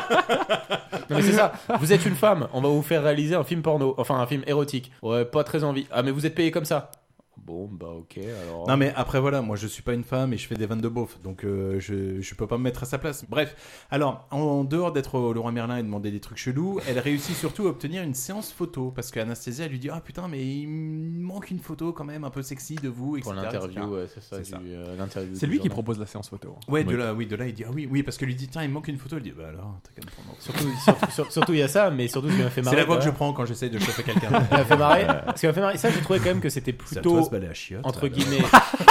Non, mais c'est ça. Vous êtes une femme, on va vous faire réaliser un film porno. Enfin, un film érotique. Ouais, pas très envie. Ah, mais vous êtes payé comme ça. Bon, bah ok, alors. Non, mais après, voilà, moi je suis pas une femme et je fais des vannes de beauf. Donc euh, je, je peux pas me mettre à sa place. Bref, alors, en, en dehors d'être au Leroy Merlin et demander des trucs chelous, elle réussit surtout à obtenir une séance photo. Parce qu'Anastasia, elle lui dit ah putain, mais il me manque une photo quand même un peu sexy de vous, et Pour cetera, l'interview, et cetera. ouais, c'est ça. C'est du, ça. euh, l'interview C'est du lui qui journal. propose la séance photo. Ouais, de Oui. là, oui, de là, il dit ah oui, oui, parce que lui dit tiens, il me manque une photo. Elle dit bah alors, t'as qu'à me prendre. Surtout, surtout, sur- surtout, il y a ça, mais surtout, ce qui m'a fait marrer. C'est la voix que je ouais. prends quand j'essaye de chauffer quelqu'un. Elle m'a fait marrer. Ce qui m'a fait marrer, ça, j'ai trouvé quand même que c'était C'est à toi, plutôt. ce balai à chiottes, Entre là. guillemets.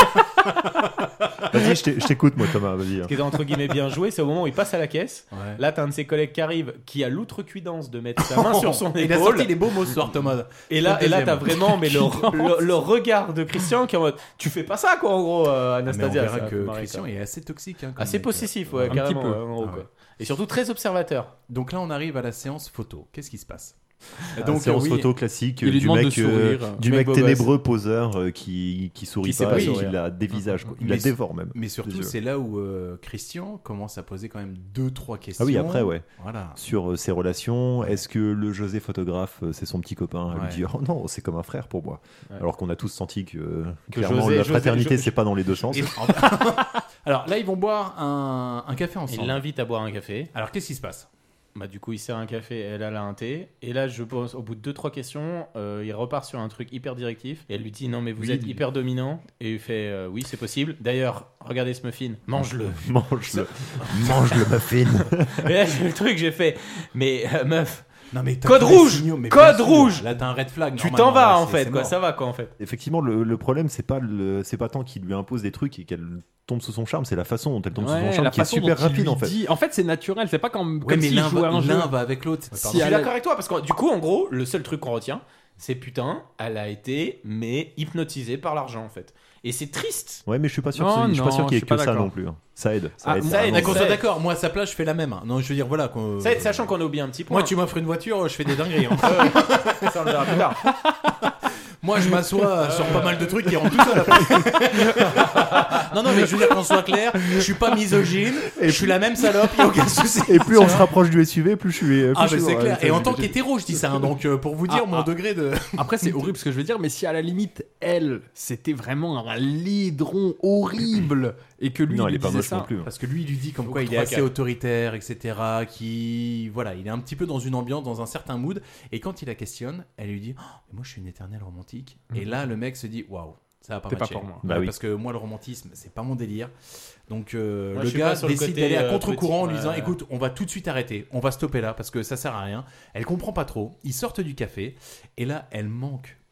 vas-y, je t'ai- je t'écoute, moi, Thomas, vas-y. hein. Ce qui était entre guillemets bien joué, c'est au moment où il passe à la caisse. Ouais. Là, t'as un de ses collègues qui arrive, qui a l'outrecuidance de mettre sa main sur son Il a épaule. sorti les beaux mots ce soir, Thomas. Et là, et là, Deuxième. t'as vraiment mais le, le, le regard de Christian qui est en mode, tu fais pas ça quoi, en gros, euh, Ah, mais on Anastasia. verra ça m'a fait que marrer, Christian quoi. est assez toxique. Hein, comme Assez mec. possessif, ouais, Un carrément. petit peu. ouais, en gros, Ah quoi. ouais. Et surtout très observateur. Donc là, on arrive à la séance photo. Qu'est-ce qui se passe Donc, Donc, séance oui, photo classique Il lui du demande de mec, euh, sourire. du Mec mec beau ténébreux poseur euh, qui, qui sourit Qui sait pas, pas et sourire. qui la dévisage, quoi. Il Mais la dévore même. Mais surtout, Des yeux. c'est là où euh, Christian commence à poser quand même deux, trois questions. Ah oui, après, ouais. Voilà. Sur euh, ses relations, est-ce que le José photographe, euh, c'est son petit copain? Elle Ouais. lui dit oh non, c'est comme un frère pour moi. Ouais. Alors qu'on a tous senti que, euh, Que clairement José- la José- fraternité, Jo- c'est pas dans les deux sens. Et- Alors là, ils vont boire un, un café Il ensemble. l'invite à boire un café. Alors qu'est-ce qui se passe? Bah, du coup, il sert un café, elle a un thé. Et là, je pense, au bout de deux trois questions, euh, il repart sur un truc hyper directif. Et elle lui dit non, mais vous Oui. êtes hyper dominant. Et il fait euh, oui, c'est possible. D'ailleurs, regardez ce muffin, mange-le. Mange-le, mange-le muffin. Et là, j'ai eu le truc, j'ai fait mais euh, meuf. Non mais t'as Code tous les rouge signaux, mais Code bien sûr. rouge Là, t'as un red flag. Tu normalement, t'en vas là, en c'est- fait, c'est quoi. mort. Ça va quoi en fait. Effectivement, le, le problème, c'est pas le, c'est pas tant qu'il lui impose des trucs et qu'elle tombe sous son charme, c'est la façon dont elle tombe sous Ouais, son charme la qui est façon super dont il rapide lui en fait. dit- En fait, c'est naturel. C'est pas comme, Ouais, comme mais s'il l'un jouait va, un jeu. l'un va avec l'autre. Si Je suis elle- d'accord avec toi parce que du coup, en gros, le seul truc qu'on retient, c'est putain, elle a été mais hypnotisée par l'argent en fait. Et c'est triste. Ouais, mais je suis pas sûr, Non, que c'est- je suis pas non, sûr qu'il y je ait suis que pas ça d'accord. non plus. hein. Ça aide. Ça Ah, aide. ça vraiment. aide, d'accord, Ça aide. d'accord. Moi, à sa place, je fais la même. Non, je veux dire, voilà. qu'on- Ça- Sachant qu'on a oublié un petit point. Moi, tu m'offres une voiture, je fais des dingueries. hein. Ça, on le verra plus tard. Moi, je m'assois sur pas mal de trucs qui rentrent tout seul après. Non, non, mais je veux dire qu'on soit clair, je suis pas misogyne, et je suis la même salope, y a aucun souci. Et plus on se rapproche du S U V, plus je suis. plus Ah, je mais suis- c'est ouais, clair. ça, Et en j'ai- tant j'ai- qu'hétéro, je dis ça. hein, donc, euh, pour vous dire Ah, mon ah. degré de. Après, c'est horrible ce que je veux dire, mais si à la limite, elle, c'était vraiment un laidron horrible et que lui, Non, il elle est lui pas disait moche ça. non plus. hein. Parce que lui, il lui dit comme Ou quoi il est trois, assez quatre. autoritaire, et cetera. Qui, voilà, il est un petit peu dans une ambiance, dans un certain mood. Et quand il la questionne, elle lui dit oh, mais moi, je suis une éternelle romantique. Et là, le mec se dit waouh, ça va pas T'es pas matcher. pour moi. Bah Ouais, oui. Parce que moi, le romantisme, c'est pas mon délire. Donc, euh, Moi, le je suis gars pas sur le décide côté, d'aller à euh, contre-courant en petit, lui disant ouais. écoute, on va tout de suite arrêter, on va stopper là parce que ça sert à rien. Elle comprend pas trop. Ils sortent du café et là, elle manque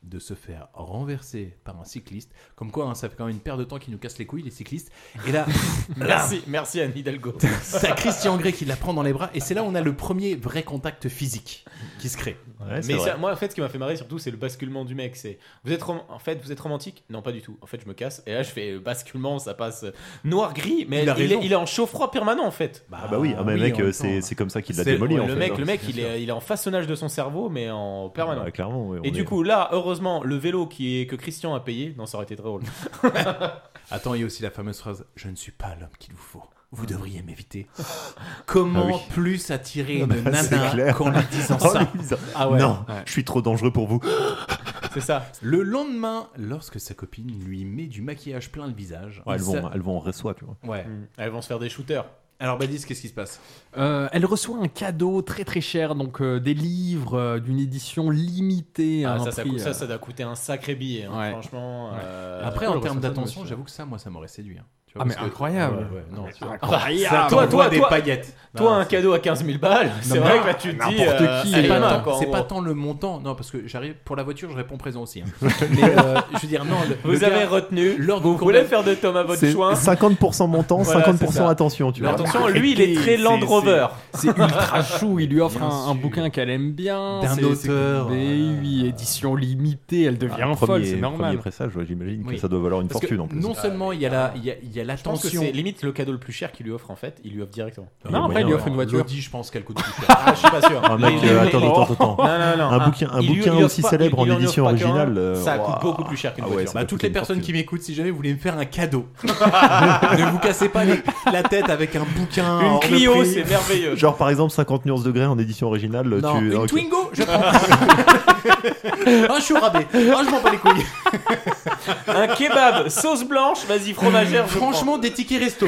de se faire renverser par un cycliste. Comme quoi, hein, ça fait quand même une paire de temps qu'ils nous cassent les couilles, les cyclistes. Et là, merci, merci Anne Hidalgo. c'est Christian Grey qui la prend dans les bras. Et c'est là où on a le premier vrai contact physique qui se crée. Ouais, c'est mais vrai. ça, moi, en fait, ce qui m'a fait marrer surtout, c'est le basculement du mec. C'est, vous êtes, rom- en fait, vous êtes romantique ? Non, pas du tout. En fait, je me casse. Et là, je fais euh, basculement, ça passe noir-gris. Mais Il il, a il, raison. est, il est en chaud-froid permanent, en fait. Ah bah oui, ah, mais oui, mec, en même euh, c'est, temps. c'est comme ça qu'il l'a C'est- démoli Ouais, en le fait. mec, hein. le mec, bien il sûr. est, il est en façonnage de son cerveau, mais en permanent. Ouais, clairement, ouais, Et on du est- coup, là, heureusement, le vélo qui est, que Christian a payé, non, ça aurait été très drôle. Attends, il y a aussi la fameuse phrase « Je ne suis pas l'homme qu'il vous faut. Vous devriez m'éviter. » Comment Ah oui. plus attirer Ah une bah, c'est nana clair. qu'en lui disant En ça? lui disant, Ah ouais. non, Ouais. je suis trop dangereux pour vous. C'est ça. Le lendemain, lorsque sa copine lui met du maquillage plein le visage... Ouais, elles, il vont, s'a- elles vont en reçoit, tu vois. Ouais. Mm. Elles vont se faire des shooters. Alors Badis, qu'est-ce qui se passe? Euh, elle reçoit un cadeau très très cher, donc euh, des livres euh, d'une édition limitée. à Ah, un ça, ça, prix, coûte- ça, euh, ça doit coûter un sacré billet. hein. Ouais. Franchement. Ouais. euh, Après, euh, en le termes ressenti, d'attention, monsieur. j'avoue que ça, moi, ça m'aurait séduit. hein. Tu Ah, vois, mais parce que- incroyable. Ouais, ouais, non, tu vois. Incroyable. Ça Toi, t'envoie toi, des toi- paillettes. Toi, Non, un c'est- cadeau à quinze mille balles, c'est Non, vrai mais que là, tu te dis. n'importe euh, qui, elle est C'est pas pas, mal, tant, quoi, en c'est pas gros. tant le montant, non, parce que j'arrive pour la voiture, je réponds présent aussi. hein. Mais euh, je veux dire, non, le, Vous le avez gars- retenu. lors Vous du voulez condam- faire de Thomas votre C'est choix. cinquante pour cent montant, Voilà, cinquante c'est pour cent ça. attention, tu Mais vois. attention, lui, il est très Land c'est- Rover. C'est ultra chou, il lui offre Bien un, un sûr. bouquin qu'elle aime bien. D'un c'est- c'est- auteur, Mais voilà. oui, édition limitée, elle devient Ah, folle, premier, c'est premier normal. pressage, ouais, j'imagine Oui. que ça doit valoir une Parce que fortune en plus. non seulement il y a la, il y a, il y a Je pense que l'attention. c'est limite le cadeau le plus cher qu'il lui offre en fait. Il lui offre directement. Il y a Non, après, moyen, il lui ouais. offre une voiture. L'Audi, je pense qu'elle coûte plus cher. Ah, je suis pas sûr. Ah, mec, Mais- euh, mais- attends, attends, attends. Non, non, non. Un Ah, bouquin, un il lui- bouquin il lui aussi offre pas- célèbre il- en il en offre édition pas qu'un, originale. euh, Ça coûte ouah. beaucoup plus cher qu'une Ah ouais, voiture. ça Bah, doit toutes coûter les une personnes fortune. qui m'écoutent, si jamais vous voulez me faire un cadeau, ne vous cassez pas les- la tête avec un bouquin. Une hors de Clio, prix. c'est merveilleux. Genre par exemple cinquante nuances degrés en édition originale. Non, tu... une ok. Twingo, je prends. Ah, je suis au rabais. Ah, je m'en bats les couilles. Un kebab, sauce blanche, vas-y, fromagère. je Franchement, des tickets resto.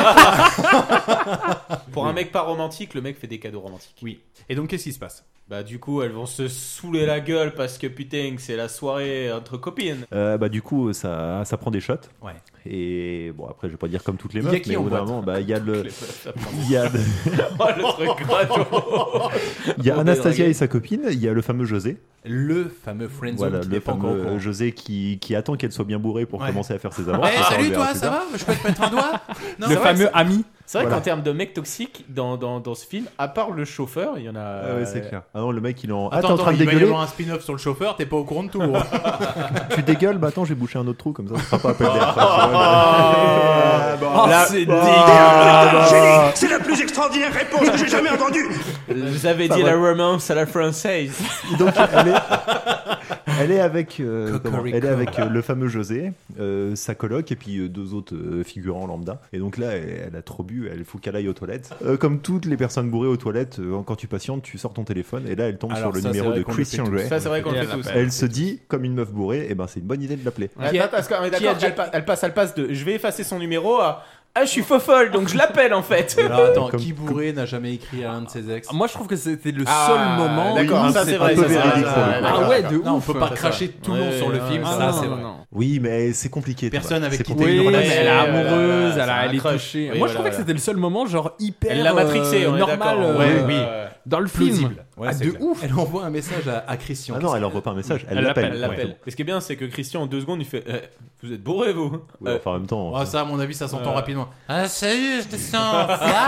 prends. Pour un mec pas romantique, le mec fait des cadeaux romantiques. Oui. Et donc, qu'est-ce qui se passe? Bah, du coup, elles vont se saouler la gueule parce que putain, c'est la soirée entre copines. Euh, bah du coup ça, ça prend des shots. Ouais. Et bon après je vais pas dire comme toutes les Il y a meufs, qui mais en au bout d'un boîte moment bah il y a le, Les meufs, ça prend- il y a, le- Oh, le truc gratos. il y a Pour Anastasia dédraguer. et sa copine, il y a le fameux José. Le fameux friendzone Voilà, qui le n'est pas encore au fameux courant. José qui, qui attend qu'elle soit bien bourrée pour Ouais. commencer à faire ses avances. Eh, Ça, on salut le verra toi, plus ça tard. va? Je peux te mettre un doigt? Non, Le c'est vrai fameux que ami. C'est vrai Voilà. qu'en termes de mecs toxiques, dans, dans, dans ce film, à part le chauffeur, il y en a. Ah ouais, c'est clair. Ah non, le mec il est en. Ah, Attends, t'es en attends, train de il va y dégueuler. avoir un spin-off sur le chauffeur, t'es pas au courant de tout. hein. Tu dégueules, bah attends, j'ai bouché un autre trou comme ça, ça sera pas appel d'air. Ah, Oh, là- c'est Ah, Génie, c'est la plus extraordinaire réponse que j'ai jamais entendue. Vous avez Ça dit va. la romance à la française. Donc elle est, elle est avec, euh, comment Cocorico. elle est avec euh, le fameux José, euh, sa coloc et puis euh, deux autres euh, figurants lambda. Et donc là, elle, elle a trop bu, elle faut qu'elle aille aux toilettes. Euh, comme toutes les personnes bourrées aux toilettes, euh, quand tu patientes, tu sors ton téléphone et là, elle tombe Alors sur le ça, c'est numéro vrai de qu'on le Christian fait tous. Grey. Ça, c'est vrai qu'on le Et fait elle tous. appelle. Elle se dit, comme une meuf bourrée, et ben c'est une bonne idée de l'appeler. Qui a- parce que, mais qui a d'accord, déjà- elle, pa- elle passe, elle passe de je vais effacer son numéro à ah, je suis faux folle, donc je l'appelle en fait. Alors attends, Comme- qui bourré n'a jamais écrit à l'un de ses ex? Moi, je trouve que c'était le Ah, seul moment. d'accord, où ça, c'est c'était vrai, un peu ça, c'est vrai, véridique ça, pour le ouais, coup. d'accord, Ah ouais, de d'accord. Non, on ouf. peut pas ça, cracher ça. tout le long Ouais, sur le ouais, film, ouais, ça Ah, c'est non, vrai. non. Oui, mais c'est compliqué. Thomas. Personne avec C'est qui compliqué. t'as eu une Oui, relation. elle est Ouais, amoureuse, voilà, elle, a, c'est elle est un crush. touchée. Oui, Moi, je voilà, trouvais que voilà. c'était le seul moment, genre hyper Elle l'a matrixé, euh, on est normal d'accord. euh, Ouais, oui. ouais. dans le film. Plausible. Ouais, Ah, c'est de clair. ouf. Elle envoie un message à, à Christian. Ah non, elle envoie pas un message, elle Elle l'appelle. Elle l'appelle. Et ce qui est bien, c'est que Christian, en deux secondes, il fait eh, vous êtes bourré, vous Ouais, Euh, enfin, en même temps. Ah, ça, à mon avis, ça s'entend Ouais. rapidement. Ah, salut, je te sens.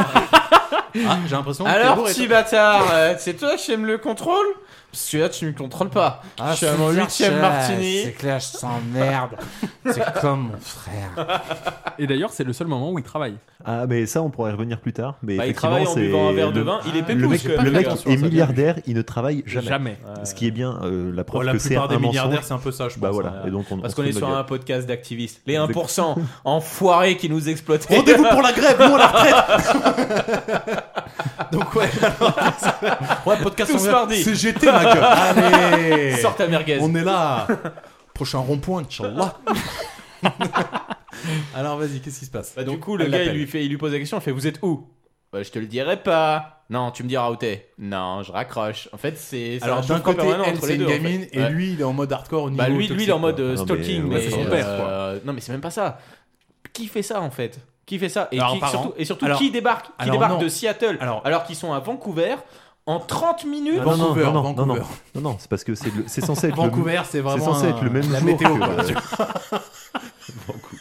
Ah, j'ai l'impression que t'es Alors, bourré, petit toi. bâtard, euh, c'est toi qui aimes le contrôle Parce que là, tu me contrôles pas. Ah, je suis à mon huitième martini. C'est clair, je sens merde. C'est comme mon frère. Et d'ailleurs, c'est le seul moment où il travaille. Ah, mais ça, on pourrait y revenir plus tard. Mais Bah, il effectivement, travaille en c'est buvant un verre de le- vin. Il est Le pépouze, mec, quand même, le mec gars. est milliardaire, il ne travaille jamais. Jamais. Ce qui est bien euh, la preuve Oh, la que c'est plupart un des milliardaires, mensonge. c'est un peu ça, je pense. Bah voilà. hein. Et donc on, Parce on qu'on se est fout de sur notre un podcast d'activistes. Les un pour cent enfoirés qui nous exploitent. Rendez-vous pour la grève, nous on la retraite. Donc ouais, alors, ouais, podcast Tous en mardi. C G T ma gueule. Allez, Sors ta merguez. on est là. Prochain rond-point, Inch'Allah. Alors vas-y, qu'est-ce qui se passe? Bah, du Donc, coup, le elle gars, il l'appelle. lui, fait, il lui pose la question, il fait vous êtes où Bah, je te le dirai pas. Non, tu me diras où t'es. Non, je raccroche. En fait, c'est. c'est Alors un d'un chauffeur côté, permanent elle entre c'est les une deux, en gamine fait. et Ouais. lui il est en mode hardcore au niveau Bah, lui, lui, il est en mode toxique, euh, Non, stalking, mais, mais. ouais, c'est son père, euh, Non, mais c'est même pas ça. Qui fait ça en fait Qui fait ça Et Alors, qui- pardon. surtout, et surtout Alors- qui débarque Qui alors, débarque non. de Seattle Alors- alors qu'ils sont à Vancouver en trente minutes. Ah, non, non, Vancouver, non, non, Vancouver. non, non, non, non, c'est parce que c'est, le- c'est censé être Vancouver, le, c'est vraiment c'est censé un- être le même la jour météo, que, quoi. euh, Vancouver.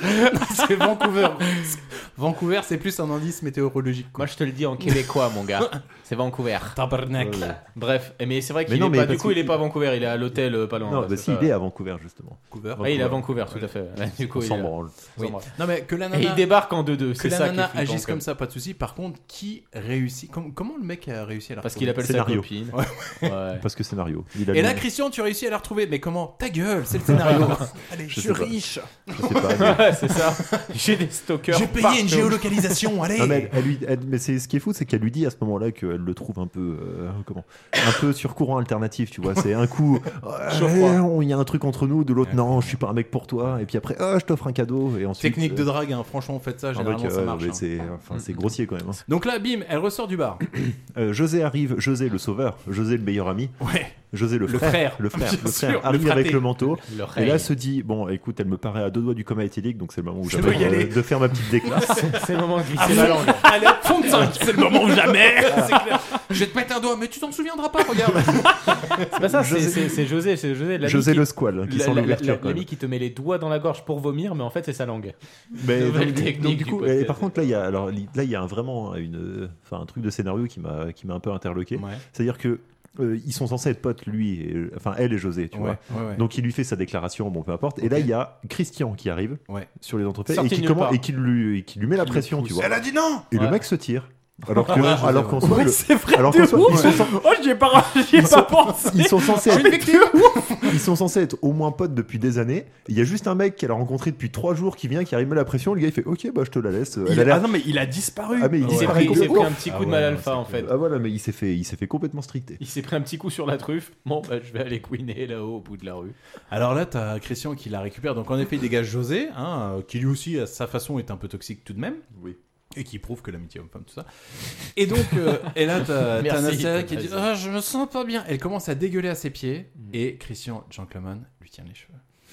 C'est Vancouver. Vancouver, c'est plus un indice météorologique. Moi, je te le dis en québécois, mon gars. C'est Vancouver. Tabarnak. Ouais, ouais. Bref, mais c'est vrai Mais qu'il non, est mais pas. Du parce coup, que- il est pas à Vancouver. Il est à l'hôtel euh, pas loin. Non, ouais, bah c'est si, ça. il est à Vancouver justement. Vancouver. Ah, il est à Vancouver, tout à fait. Ouais, du coup, On il s'en est là. branle. Oui. Sans branle. Non mais que la Et nana, il débarque en deux deux. que C'est la ça qui est nana flippant, agisse quand même. comme ça, pas de souci. Par contre, qui réussit com- Comment le mec a réussi à la Parce retrouver qu'il appelle sa Scénario. copine. Ouais. Ouais. Parce que scénario. Il a Et lu- là, Christian, tu as réussi à la retrouver. Mais comment? Ta gueule, c'est le scénario. Allez, je, Je suis sais pas. riche. je sais pas. mais- Ouais, c'est ça. J'ai des stalkers. J'ai payé partout. une géolocalisation. Allez. Non, mais, elle, elle lui, elle- mais c'est ce qui est fou, c'est qu'elle lui dit à ce moment-là qu'elle le trouve un peu, euh, comment, un peu sur courant alternatif, tu vois. C'est un coup, Chaud-froid. ouais, il y a un truc entre nous, de l'autre, non, je suis pas un mec pour toi. Et puis après, ah, je t'offre un cadeau. Et ensuite, Technique de euh, drague, hein. Franchement, faites ça, un généralement mec, ça ouais, marche. mais hein. c'est, enfin, c'est grossier quand même. hein. Donc là, bim, elle ressort du bar. Euh, José arrive, José le sauveur, José le meilleur ami, Ouais. José le Le frère, frère. le frère, Bien le sûr, frère le arrive fraté. avec le manteau. Le Et règne. là se dit, bon, écoute, elle me paraît à deux doigts du coma éthylique, donc c'est le moment où Je j'avais peux y aller. de faire ma petite déclasse. C'est le moment de Ah, glisser la langue. Allez, hop, fond de cinq. C'est le moment ou jamais. C'est clair. Je vais te mettre un doigt, mais tu t'en souviendras pas, regarde. C'est pas ça, c'est- José- c'est c'est José. C'est José, l'ami José qui- le squal, qui la- sent la- l'ouverture. la- quand même. L'ami qui te met les doigts dans la gorge pour vomir, mais en fait, c'est sa langue. Mais Nouvelle donc, du- technique donc, du du coup, podcast. et par contre là il y a alors li- là il y a un- vraiment une enfin un truc de scénario qui m'a qui m'a un peu interloqué. Ouais. C'est-à-dire que euh, ils sont censés être potes lui et, enfin elle et José, tu Ouais, vois. ouais, ouais. Donc il lui fait sa déclaration, bon peu importe. Et Ok. là il y a Christian qui arrive Ouais. sur les entreprises Sorti et qui nulle comment part. et qui lui et qui lui met la Qui le pression, pousse. tu vois. Elle a dit non. Et Ouais. le mec se tire. Alors que Ouais, je sais, alors ouais. qu'en soi Ouais, le- c'est vrai. alors de qu'en soi, ouf. ils sont, cen- Oh, j'y ai pas, j'y ai Ils pas sont- pensé. ils sont censés Je suis une être, victime. ils sont censés être au moins potes depuis des années. Il y a juste un mec qu'elle a rencontré depuis trois jours qui vient, qui arrive met la pression. Le gars il fait OK, bah je te la laisse. Elle Il- a l'air- Ah non, mais il a disparu. Ah, mais il Il s'est s'est pris, il s'est complètement- pris un petit coup Ah de ouais, mal non, alpha, c'est en clair. fait. Ah voilà, mais il s'est fait, il s'est fait complètement stricter. Il s'est pris un petit coup sur la truffe. Bon, bah, je vais aller couiner là-haut au bout de la rue. Alors là, t'as Christian qui la récupère. Donc en effet, il dégage José, hein, euh, qui lui aussi, à sa façon, est un peu toxique tout de même. Oui. Et qui prouve que l'amitié homme-femme, tout ça. Et donc, euh, et là, t'as, t'as Merci, Anastasia qui dit vas-y. ah, je me sens pas bien. Elle commence à dégueuler à ses pieds. Et Christian Gentleman lui tient les cheveux.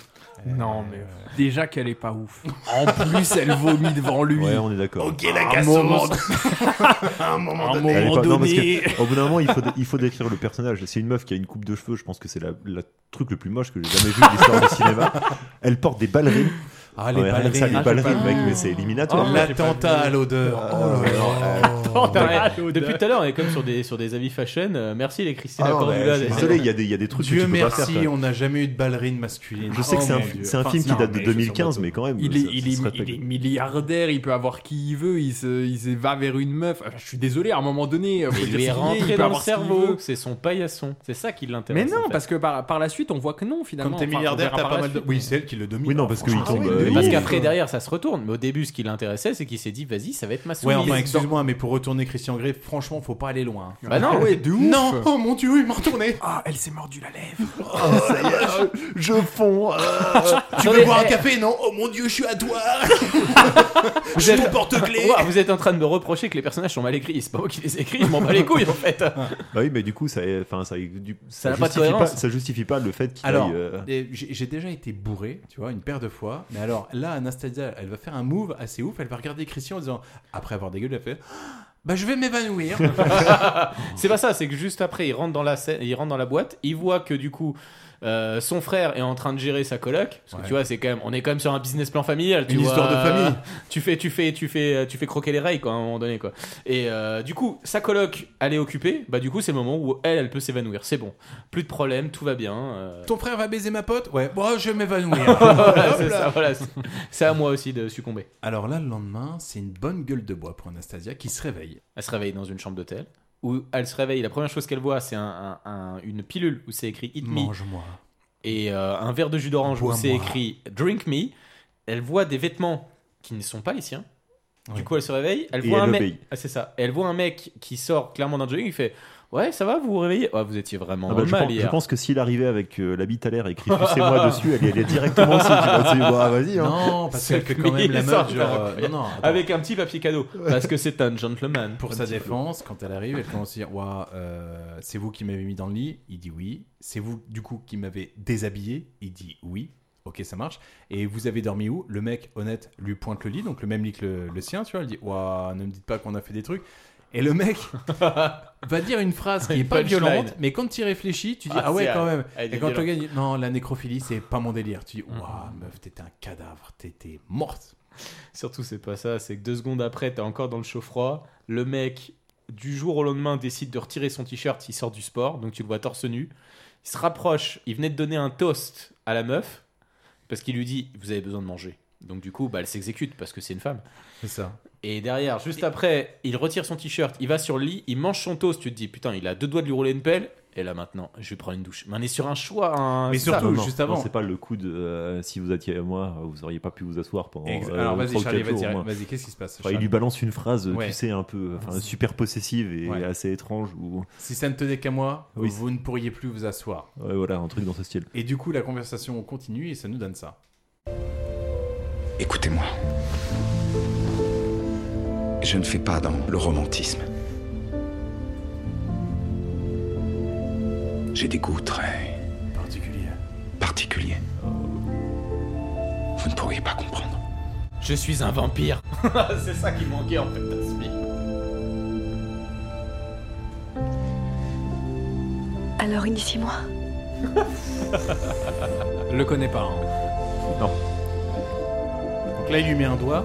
Non, Euh, mais déjà qu'elle est pas ouf. En plus, elle vomit devant lui. Ouais, on est d'accord. Ok, la Un casse moment- À un moment un donné. Elle est moment pas- non, parce donné. que, au bout d'un moment, il faut, il faut décrire le personnage. C'est une meuf qui a une coupe de cheveux. Je pense que c'est la, la truc le plus moche que j'ai jamais vu de l'histoire du cinéma. Elle porte des ballerines. Ah, les Ouais, rien que ça, ballerines. les Ah, ballerines, j'ai pas mec, vu. mais c'est éliminatoire. Oh, L'attentat à l'odeur. Ah, Oh là ouais, là. non, Attends, Ouais, arrête, Odeur. depuis tout à l'heure, on est comme sur des, sur des avis fashion. Euh, merci les Christina Ah non, Cordula. mais je suis des- désolé, il y a des, il y a des trucs Dieu que tu peux pas faire. merci, quand même. on n'a jamais eu de ballerine masculine. Je sais que Oh c'est un, mon Dieu. c'est un Enfin, film qui non, date de mais je suis deux mille quinze, sur mais quand même. Il ça- est, ça il, se est, respecte. il est milliardaire, il peut avoir qui il veut, il se, il se va vers une meuf. Enfin, je suis désolé, à un moment donné, faut Mais il dire lui est ce qu'il rentré il peut dans le avoir ce qu'il cerveau. veut. C'est son paillasson. C'est ça qui l'intéresse. Mais non, en fait. parce que par, par la suite, on voit que non, finalement. Comme t'es Enfin, on milliardaire, verra t'as par pas la mal de. suite. Oui, c'est elle qui le domine. Oui, non, parce qu'il Franchement, tombe. oui, euh, oui. Parce il- qu'après, derrière, ça se retourne. Mais au début, ce qui l'intéressait, c'est qu'il s'est dit, vas-y, ça va être ma Ouais, soumise. enfin, excuse-moi, mais pour retourner Christian Grey, franchement, faut pas aller loin. Bah non. Ah ouais, de ouf. Non, oh mon Dieu, il m'a retourné. Ah, elle s'est mordue la lèvre. Oh, ça y est, je fonds. euh, Tu veux boire un café? Non. Oh mon Dieu, je suis à toi. Vous Je suis êtes- au porte-clés. Ouah, vous êtes en train de me reprocher que les personnages sont mal écrits. C'est pas moi qui les écris, je m'en bats les couilles en fait. Bah oui, mais du coup, ça, enfin, ça, du- ça, n'a pas de justifie pas, cohérence. ça justifie pas le fait qu'il Alors, aille. euh, et j'ai j'ai déjà été bourré, tu vois, une paire de fois. Mais alors, là, Anastasia, elle va faire un move assez ouf. Elle va regarder Christian en disant, après avoir dégueulé, elle fait, bah je vais m'évanouir. C'est pas ça, c'est que juste après, il rentre dans la scène, il rentre dans la boîte, il voit que du coup. euh, son frère est en train de gérer sa coloc parce que Ouais. tu vois c'est quand même on est quand même sur un business plan familial tu Une vois, histoire de euh, famille. tu fais tu fais tu fais tu fais croquer les rails quoi à un moment donné quoi et euh, du coup sa coloc elle est occupée bah du coup c'est le moment où elle elle peut s'évanouir c'est bon plus de problème tout va bien euh. Ton frère va baiser ma pote? Ouais, bon, je vais m'évanouir. Voilà, Hop c'est là. ça, voilà, c'est- c'est à moi aussi de succomber. Alors là, le lendemain, c'est une bonne gueule de bois pour Anastasia qui se réveille. Elle se réveille dans une chambre d'hôtel où elle se réveille la première chose qu'elle voit c'est un, un- un- une pilule où c'est écrit Eat Me Mange-moi. et euh, un verre de jus d'orange où Bois-moi. c'est écrit Drink Me. Elle voit des vêtements qui ne sont pas les siens. Du Ouais. coup, elle se réveille. Elle Et voit elle un mec. obéit. Ah, c'est ça. Elle voit un mec qui sort clairement d'un jogging. Il fait ouais, ça va, vous vous réveillez? Ouais, vous étiez vraiment ah dans bah, le je, mal pense, je hier. pense que s'il arrivait avec euh, la bite à l'air écrit sucez-moi dessus, elle y allait directement aussi. Tu vois, tu dis, bah, vas-y. Hein. Non, parce C'est qu'elle fait quand même la lui, meuf, ça, genre. ça, euh, non, non, attends. Avec un petit papier cadeau. Parce que c'est un gentleman. Pour Un sa petit peu. défense, quand elle arrive, elle commence à dire Ouah, euh, c'est vous qui m'avez mis dans le lit? Il dit oui. C'est vous, du coup, qui m'avez déshabillé? Il dit oui. Ok, ça marche. Et vous avez dormi où? Le mec, honnête, lui pointe le lit, donc le même lit que le, le sien, tu vois. Elle dit Ouah, ne me dites pas qu'on a fait des trucs. Et le mec va dire une phrase qui est Une pas punchline. violente, mais quand tu y réfléchis, tu dis Ah, ah ouais c'est- quand même. elle est Et quand le violente. gars dit non, la nécrophilie c'est pas mon délire, tu dis waouh meuf, t'étais un cadavre, t'étais morte. Surtout, c'est pas ça. C'est que deux secondes après, t'es encore dans le chaud froid. Le mec, du jour au lendemain, décide de retirer son t-shirt. Il sort du sport, donc tu le vois torse nu. Il se rapproche. Il venait de donner un toast à la meuf parce qu'il lui dit vous avez besoin de manger. Donc du coup, bah, elle s'exécute parce que c'est une femme. C'est ça. Et derrière, juste après, il retire son t-shirt, il va sur le lit, il mange son toast. Tu te dis putain, il a deux doigts de lui rouler une pelle. Et là maintenant, je vais prendre une douche. Mais on est sur un choix. Un... Mais c'est ça. surtout, Non, juste non, avant. c'est pas le coup de euh, si vous étiez à moi, vous auriez pas pu vous asseoir pendant. Ex- euh, Alors trois vas-y ou Charlie, quatre jours, vas-y, au moins. vas-y, qu'est-ce qui se passe Enfin, il Charlie lui balance une phrase, Ouais. tu sais, un peu, enfin, super possessive et Ouais. assez étrange. Ou Si ça ne tenait qu'à moi, Oui, vous ne pourriez plus vous asseoir. ouais, voilà, un truc dans ce style. Et du coup, la conversation continue et ça nous donne ça. Écoutez-moi. Je ne fais pas dans le romantisme. J'ai des goûts très Particulier. particuliers. Vous ne pourriez pas comprendre. Je suis un vampire. C'est ça qui manquait en fait dans ce film. Alors initiez-moi. Le connais pas. hein. Non. Donc là, il lui met un doigt.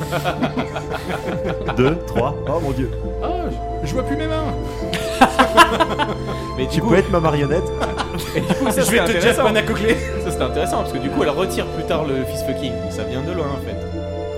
Deux, trois. Oh mon dieu. Ah, je, je vois plus mes mains. Mais du Tu coup, peux être ma marionnette. et du coup, ça, Je c'est vais te dire intéressant. pas Nacoclé. Ça c'était intéressant parce que du coup elle retire plus tard le fist fucking. Donc ça vient de loin en fait.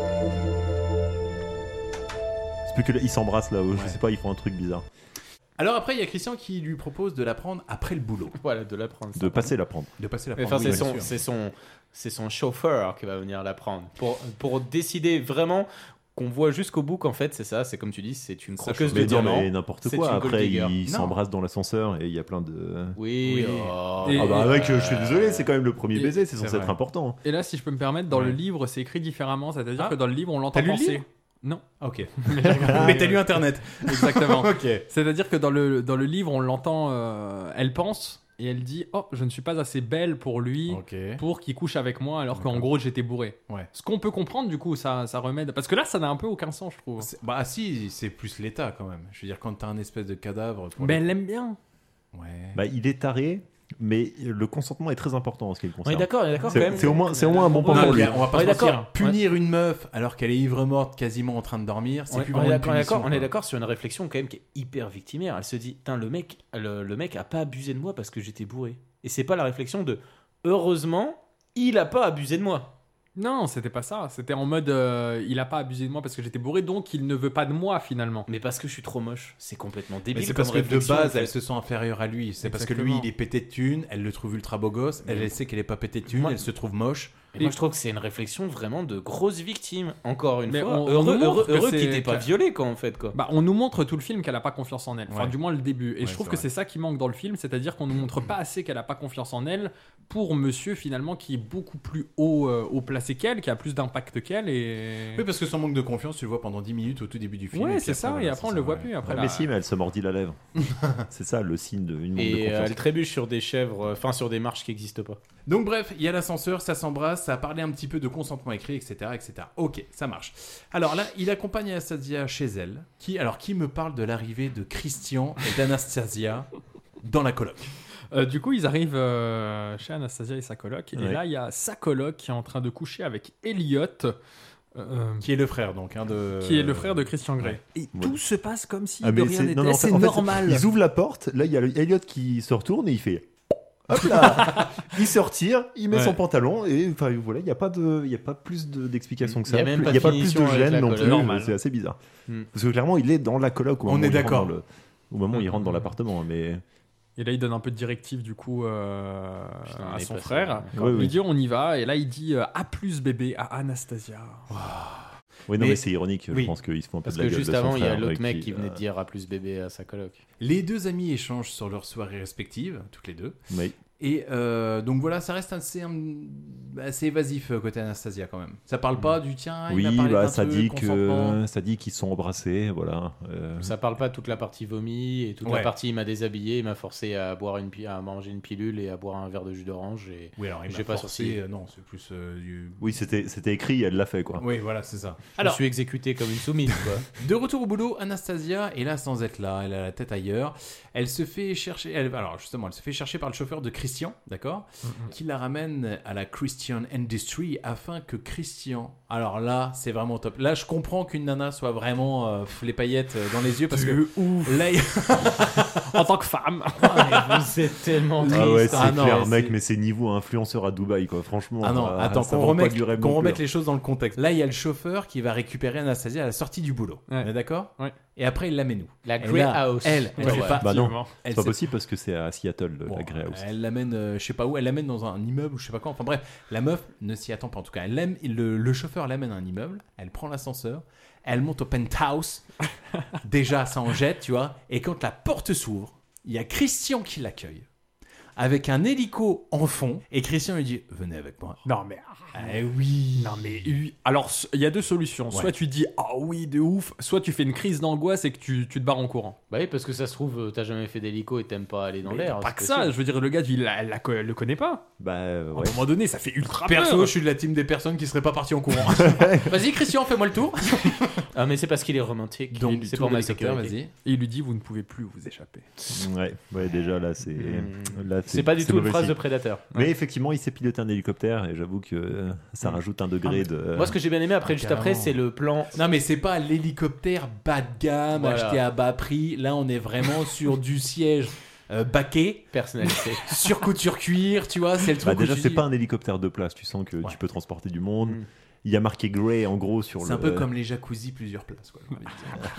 C'est plus que là, ils s'embrassent là. Je Ouais. sais pas, ils font un truc bizarre. Alors après, il y a Christian qui lui propose de la prendre après le boulot. Voilà, de la prendre. De passer la prendre. De passer la Mais prendre. enfin, oui, c'est bien son, sûr. c'est son, c'est son chauffeur qui va venir la prendre pour pour décider vraiment qu'on voit jusqu'au bout qu'en fait c'est ça, c'est comme tu dis, c'est une croqueuse de Mais non, diamants. mais n'importe C'est quoi. une gold Après, digger. ils Non. s'embrassent dans l'ascenseur et il y a plein de. Oui. Oui. oh. Et- Ah bah et- mec, je suis désolé, c'est quand même le premier Et- baiser, c'est c'est censé vrai. être important. Et là, si je peux me permettre, dans Ouais. le livre, c'est écrit différemment. C'est-à-dire Ah. que dans le livre, on l'entend T'as lu le penser. livre Non, Ah, ok. Mais t'as lu Internet. exactement. Ok. C'est-à-dire que dans le, dans le livre, on l'entend, euh, elle pense et elle dit « Oh, je ne suis pas assez belle pour lui, Ok. pour qu'il couche avec moi, alors qu'en D'accord. gros, j'étais bourré. Ouais. » Ce qu'on peut comprendre, du coup, ça, ça remet... Parce que là, ça n'a un peu aucun sens, je trouve. C'est- Bah si, c'est plus l'État quand même. Je veux dire, quand t'as un espèce de cadavre. pour Mais le- elle l'aime bien. Ouais. Bah, il est taré, mais le consentement est très important en ce qui le On est concerne. d'accord, on est d'accord quand C'est même. c'est au moins, c'est au moins un bon point Non, pour lui. mais on va pas On se est mentir. d'accord. Punir une meuf alors qu'elle est ivre morte, quasiment en train de dormir, c'est On, plus on est vraiment une d'accord, on est punition. d'accord, on est quoi. d'accord sur une réflexion quand même qui est hyper victimaire. Elle se dit, putain, le mec, le, le mec a pas abusé de moi parce que j'étais bourré. Et c'est pas la réflexion de, heureusement, il a pas abusé de moi. Non, c'était pas ça. C'était en mode euh, il a pas abusé de moi parce que j'étais bourré, donc il ne veut pas de moi finalement. Mais parce que je suis trop moche. C'est complètement débile. Mais c'est comme parce que de réflexion, base, en fait. elle se sent inférieure à lui. C'est parce que lui, Exactement. il est pété de thunes, elle le trouve ultra beau gosse, elle, elle sait qu'elle est pas pété de thunes, Moi- elle se trouve moche. Et moi, je trouve que c'est une réflexion vraiment de grosse victime. Encore une Mais fois, on- on heureux, nous montre heureux, que heureux c'est- qu'il t'ait pas que- violé, quoi, en fait, quoi. Bah, on nous montre tout le film qu'elle a pas confiance en elle. Enfin, Ouais. du moins le début. Et Ouais, je trouve c'est que vrai. c'est ça qui manque dans le film, c'est-à-dire qu'on nous montre pas assez qu'elle a pas confiance en elle pour monsieur finalement qui est beaucoup plus haut, euh, haut placé qu'elle, qui a plus d'impact qu'elle. Et... Oui, parce que son manque de confiance, tu le vois pendant dix minutes au tout début du film. Ouais, puis c'est ça, voilà, et après on c'est le ça, voit ouais. plus. Après, Ah, là- mais si, mais elle se mordit la lèvre. C'est ça le signe d'une manque de Et euh, confiance. elle trébuche sur des chèvres, euh, enfin sur des marches qui n'existent pas. Donc bref, il y a l'ascenseur, ça s'embrasse, ça a parlé un petit peu de consentement écrit, et cetera, et cetera. Ok, ça marche. Alors là, il accompagne Anastasia chez elle, qui, alors qui me parle de l'arrivée de Christian et d'Anastasia dans la coloc. Euh, du coup, ils arrivent euh, chez Anastasia et sa coloc. Et Ouais. là, il y a sa coloc qui est en train de coucher avec Elliot, euh, Qui est le frère donc, hein, de... qui est le frère de Christian Grey. Ouais. Et Ouais. tout se passe comme si Ah, de mais rien c'est- n'était. non, non, en fait- C'est en fait, normal. Ils ouvrent la porte, là il y a le Elliot qui se retourne et il fait hop là, il se retire, il met Ouais. son pantalon et enfin voilà, il n'y a pas de, il y a pas plus de- d'explication que Il y ça. a même pas Il y a de pas plus finition de avec gêne la non coloc. plus. Normal. C'est assez bizarre. Hmm. Parce que clairement il est dans la coloc au On moment est où il rentre d'accord. dans le- au moment où il rentre dans l'appartement, mais Et là, il donne un peu de directive du coup euh, Putain, à on est son passé- frère. Ouais, Il oui. dit on y va. Et là, il dit euh, A plus bébé à Anastasia. oui non Mais- mais c'est ironique. oui. Je pense qu'ils se font un peu Parce de la que gueule juste de son avant, il y a frère, l'autre euh, mec qui venait euh, de dire à plus bébé à sa coloc. Les deux amis échangent sur leurs soirées respectives, toutes les deux. oui. Et euh, donc voilà, ça reste assez, assez évasif côté Anastasia quand même. Ça parle pas du tiens, oui, il m'a parlé bah, d'un ça truc, dit consentement. que ça dit qu'ils sont embrassés, voilà. Euh... Ça parle pas toute la partie vomi et toute Ouais. la partie il m'a déshabillé, il m'a forcé à boire une pi- à manger une pilule et à boire un verre de jus d'orange et Oui, alors il j'ai m'a pas forcé, sorti. euh, non, c'est plus euh, du... Oui, c'était c'était écrit, elle l'a fait quoi. Oui, voilà, c'est ça. Je Alors, me suis exécuté comme une soumise quoi. de retour au boulot, Anastasia est là sans être là, elle a la tête ailleurs. Elle se fait chercher, elle- alors justement, elle se fait chercher par le chauffeur de Christian, d'accord, Mm-hmm. qui la ramène à la Christian Industry afin que Christian. Alors là, c'est vraiment top. Là, je comprends qu'une nana soit vraiment euh, les paillettes euh, dans les yeux parce que ouf. là, il- En tant que femme. Ah, vous êtes tellement triste. Ah ouais, c'est Ah non, clair, mais mec, c'est- mais c'est niveau influenceur à Dubaï quoi, franchement. Ah non, euh, attends, ça qu'on vend pas remette, du rêve qu'on non plus, remette hein. les choses dans le contexte. Là, il y a le chauffeur qui va récupérer Anastasia à la sortie du boulot. Ouais. On est d'accord Ouais. Et après, il l'amène où La Et Grey là, House. Elle, elle Ouais, fait ouais. pas. Bah non, Elle c'est pas sait- possible parce que c'est à Seattle, Bon, la Grey House. elle l'amène, euh, je sais pas où, elle l'amène dans un immeuble ou je sais pas quoi. Enfin bref, la meuf ne s'y attend pas en tout cas. Elle l'aime, le, le chauffeur l'amène à un immeuble, elle prend l'ascenseur, elle monte au penthouse. Déjà, ça en jette, tu vois. Et quand la porte s'ouvre, il y a Christian qui l'accueille avec un hélico en fond. Et Christian lui dit venez avec moi. Non mais Eh oui. non mais oui. Alors il y a deux solutions. Soit Ouais. tu dis ah oui de ouf, soit tu fais une crise d'angoisse et que tu, tu te barres en courant. Bah oui, parce que ça se trouve, euh, t'as jamais fait d'hélico et t'aimes pas aller dans Mais l'air. pas c'est que ça. possible. Je veux dire le gars il, la- elle, la co- elle le connaît pas. Bah euh, À ouais. un moment donné ça fait ultra Perso, peur. je suis de la team des personnes qui seraient pas parties en courant. Vas-y Christian, fais-moi le tour. Ah, mais c'est parce qu'il est romantique. Donc c'est tout pour ma l'hélicoptère, sécurité. vas-y. Et il lui dit vous ne pouvez plus vous échapper. Ouais, ouais, déjà là c'est Hmm. là C'est pas du tout une mauvais phrase signe. de prédateur. Mais effectivement, il s'est piloté un hélicoptère et j'avoue que euh, ça rajoute un degré de. Moi, ce que j'ai bien aimé après, juste après, carrément. c'est le plan. Non mais c'est pas l'hélicoptère bas de gamme Voilà. acheté à bas prix. Là on est vraiment sur du siège euh, baquet, Personnalité. sur couture cuir, tu vois, c'est le truc. Bah, où déjà, tu c'est dis- pas un hélicoptère de place. Tu sens que Ouais. tu peux transporter du monde. Mm. Il y a marqué Grey en gros sur C'est le. un peu comme les jacuzzi plusieurs places. Quoi, j'ai envie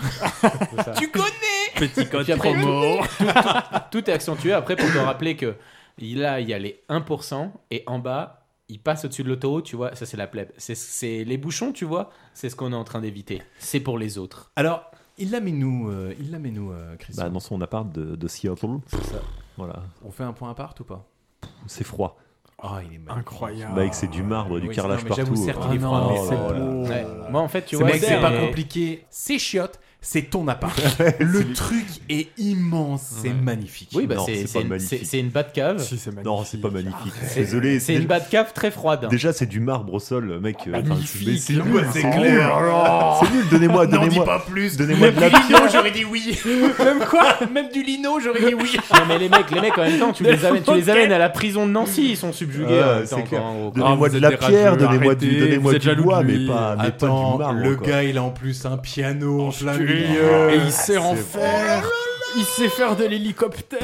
de dire. tu connais. Petit code Puis après, promo. Tout est accentué après pour te rappeler que là, il y a les un pour cent et en bas, il passe au-dessus de l'autoroute, tu vois. Ça, c'est la plèbe. C'est, c'est les bouchons, tu vois. C'est ce qu'on est en train d'éviter. C'est pour les autres. Alors il la met nous, euh, il la met nous, euh, Christian. Bah, dans son appart de, de Seattle. C'est ça. Voilà. On fait un point à part ou pas? C'est froid. Ah il est magnifique. Incroyable. Bah, avec c'est du marbre, du Oui, carrelage non, mais j'avoue, partout. certes, Ah il est non, froid, mais oh c'est là là. beau. Ouais. Moi, en fait, tu Ce vois, mec, c'est pas mais- compliqué. C'est chiottes, c'est ton appart. Le truc est immense, c'est magnifique. Oui, bah Non, c'est, c'est c'est pas une, magnifique. c'est, c'est une Batcave. Si, c'est magnifique. Non, c'est pas magnifique. C'est, Désolé. c'est une Batcave très froide. Déjà, c'est du marbre au sol, mec. euh, enfin, Magnifique. mais c'est Non, nul, c'est c'est clair. nul. C'est nul. Donnez-moi, N'en dis donnez-moi. pas plus. Donnez-moi Même de la du lino, pierre. j'aurais dit oui. Même quoi? Même du lino, j'aurais dit oui. Non, mais les mecs, les mecs, en même temps, tu les amènes, tu les Ok. amènes à la prison de Nancy. Ils sont subjugués. Ah, en même c'est temps, clair. quoi, en gros. Donnez-moi Ah, de vous la êtes des pierre, rageux, donnez-moi du, arrêtez, donnez-moi vous êtes du jaloux bois, de mais lui. pas, mais pas du Attends, marbre. le quoi. gars, il a en plus un piano en plein Et milieu. il sait en faire. Il sait faire de l'hélicoptère.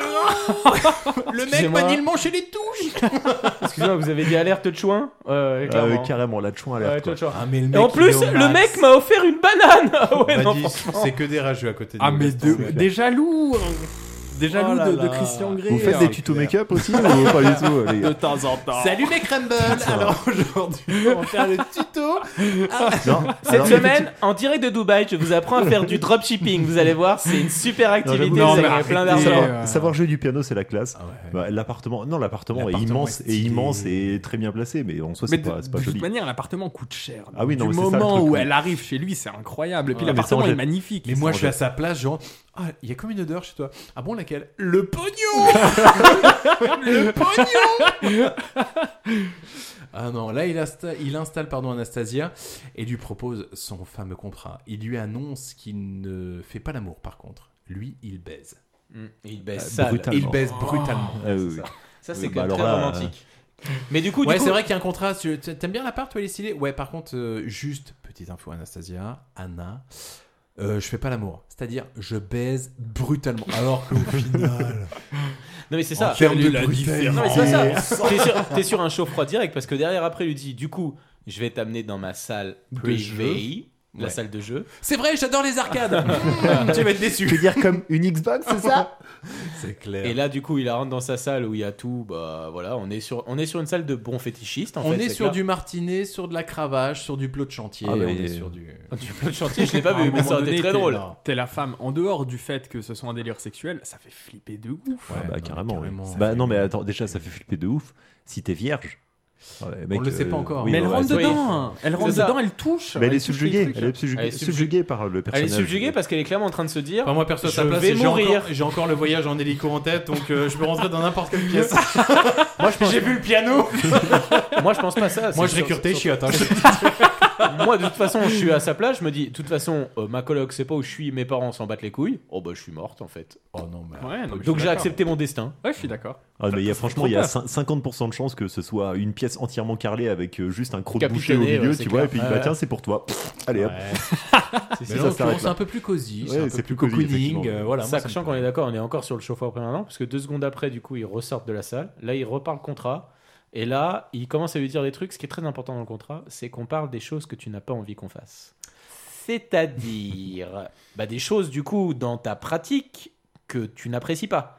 Le mec Excusez-moi. manie le manche et les touches. Excusez-moi, vous avez dit alerte de chouin euh, Ah, clairement. ouais, carrément, la chouin à Ouais, l'air. tu vois, tu vois. Ah, mais le Et mec, en il plus, est au le max. mec m'a offert une banane. Ah ouais, non, Badis, franchement. c'est que des rageux à côté de Ah nous, mais laisse de, tomber. des jaloux. Des jaloux Oh là de, de là. Christian Grey. Vous faites des tutos make-up aussi ou pas du tout les de gars temps en temps. Salut mes crumbles. Alors aujourd'hui, on va faire le tuto. Non, Cette alors, semaine, en direct de Dubaï, je vous apprends à faire du dropshipping. Vous allez voir, c'est une super activité. j'avoue, Vous non, allez mais gagner plein arrêtez. d'argent. Savoir, savoir jouer du piano, c'est la classe. Ah ouais. Bah, l'appartement, non, l'appartement est L'appartement immense, est et stylé. immense et très bien placé, mais en soi, Mais c'est de, pas, c'est pas de toute joli. manière, l'appartement coûte cher. Ah oui, non, du mais c'est ça, le moment truc, où oui. elle arrive chez lui, c'est incroyable. Et puis Ouais, mais l'appartement ça, en est fait- magnifique. Mais moi, je suis en à sa place, genre, ah, il y a comme une odeur chez toi. Ah bon, laquelle? Le pognon. Le pognon. Ah non, là, il, insta- il installe pardon Anastasia et lui propose son fameux contrat. Il lui annonce qu'il ne fait pas l'amour, par contre. Lui, il baise. Mm. Et il baisse Euh, sale. brutalement. Il baise brutalement. Ah oui, oui. Ça, c'est Oui, quand bah même alors très là, romantique. Mais du coup, du Ouais, coup- c'est vrai qu'il y a un contrat. Tu- T'aimes bien l'appart, toi, il est stylé? Ouais, par contre, euh, juste, petite info, Anastasia, Anna, euh, je fais pas l'amour. C'est-à-dire, je baise brutalement. Alors qu'au final... Non mais c'est ça. En termes de la brutalité. Non mais c'est pas ça. T'es sur, t'es sur un chaud froid direct parce que derrière après il lui dit du coup je vais t'amener dans ma salle privée la Ouais. salle de jeu. C'est vrai, j'adore les arcades. Mmh, tu vas être déçu. Tu veux dire comme une Xbox, c'est ça? C'est clair. Et là, du coup, il rentre dans sa salle où il y a tout. Bah voilà, on est sur, on est sur une salle de bons fétichistes. En on fait, est c'est sur clair. du martinet, sur de la cravache, sur du plot de chantier. Ah, bah, on et- est sur du. Du peu de chantier, je l'ai pas À un vu, mais moment ça aurait été donné, très t'es- drôle. T'es la femme. En dehors du fait que ce soit un délire sexuel, ça fait flipper de ouf. Ouais, Ah bah non, carrément. carrément. oui. Ça Bah fait- non mais attends, déjà ça fait flipper de ouf. Si t'es vierge. Ouais, mec, le sait pas encore. oui, mais elle ouais, rentre ouais, dedans. Elle rentre C'est ça. dedans, elle touche. Mais elle est touche les subjuguée. trucs. Elle est subjuguée, Elle est subjuguée. subjuguée par le Elle personnage. est subjuguée parce qu'elle est clairement en train de se dire Enfin, moi perso à sa je place, vais j'ai mourir. encore, j'ai encore le voyage en hélico en tête, donc euh, je peux rentrer dans n'importe quelle pièce. Moi, je pense, J'ai vu le piano. moi, je pense pas ça. Moi, C'est je sur- récurtais sur- chiottes. Hein. Moi, de toute façon, je suis à sa place. Je me dis, de toute façon, euh, ma coloc, c'est pas où je suis, mes parents s'en battent les couilles. Oh, bah, je suis morte, en fait. Oh non, mais. Ouais, non, mais je suis Donc, j'ai d'accord. accepté mon destin. Ouais, je suis d'accord. Ah, mais il y a, Ça franchement, fait il y a trop cin- cinquante pour cent de chances que ce soit une pièce entièrement carrelée avec euh, juste un croc de boucher Capitonné, au milieu, ouais, c'est tu vois, clair. et puis Ouais, bah ouais. tiens, c'est pour toi. Allez hop. Mais Si, là, ça en s'arrête l'occurrence, c'est là. un peu plus cosy, c'est Ouais, un peu c'est plus plus cosy, cocooning. effectivement. euh, voilà, moi, ça me Sachant qu'on est d'accord, on est encore sur le chauffeur permanent, parce que deux secondes après, du coup, ils ressortent de la salle. Là, il repart le contrat. Et là, il commence à lui dire des trucs. Ce qui est très important dans le contrat, c'est qu'on parle des choses que tu n'as pas envie qu'on fasse. C'est-à-dire bah, des choses, du coup, dans ta pratique que tu n'apprécies pas.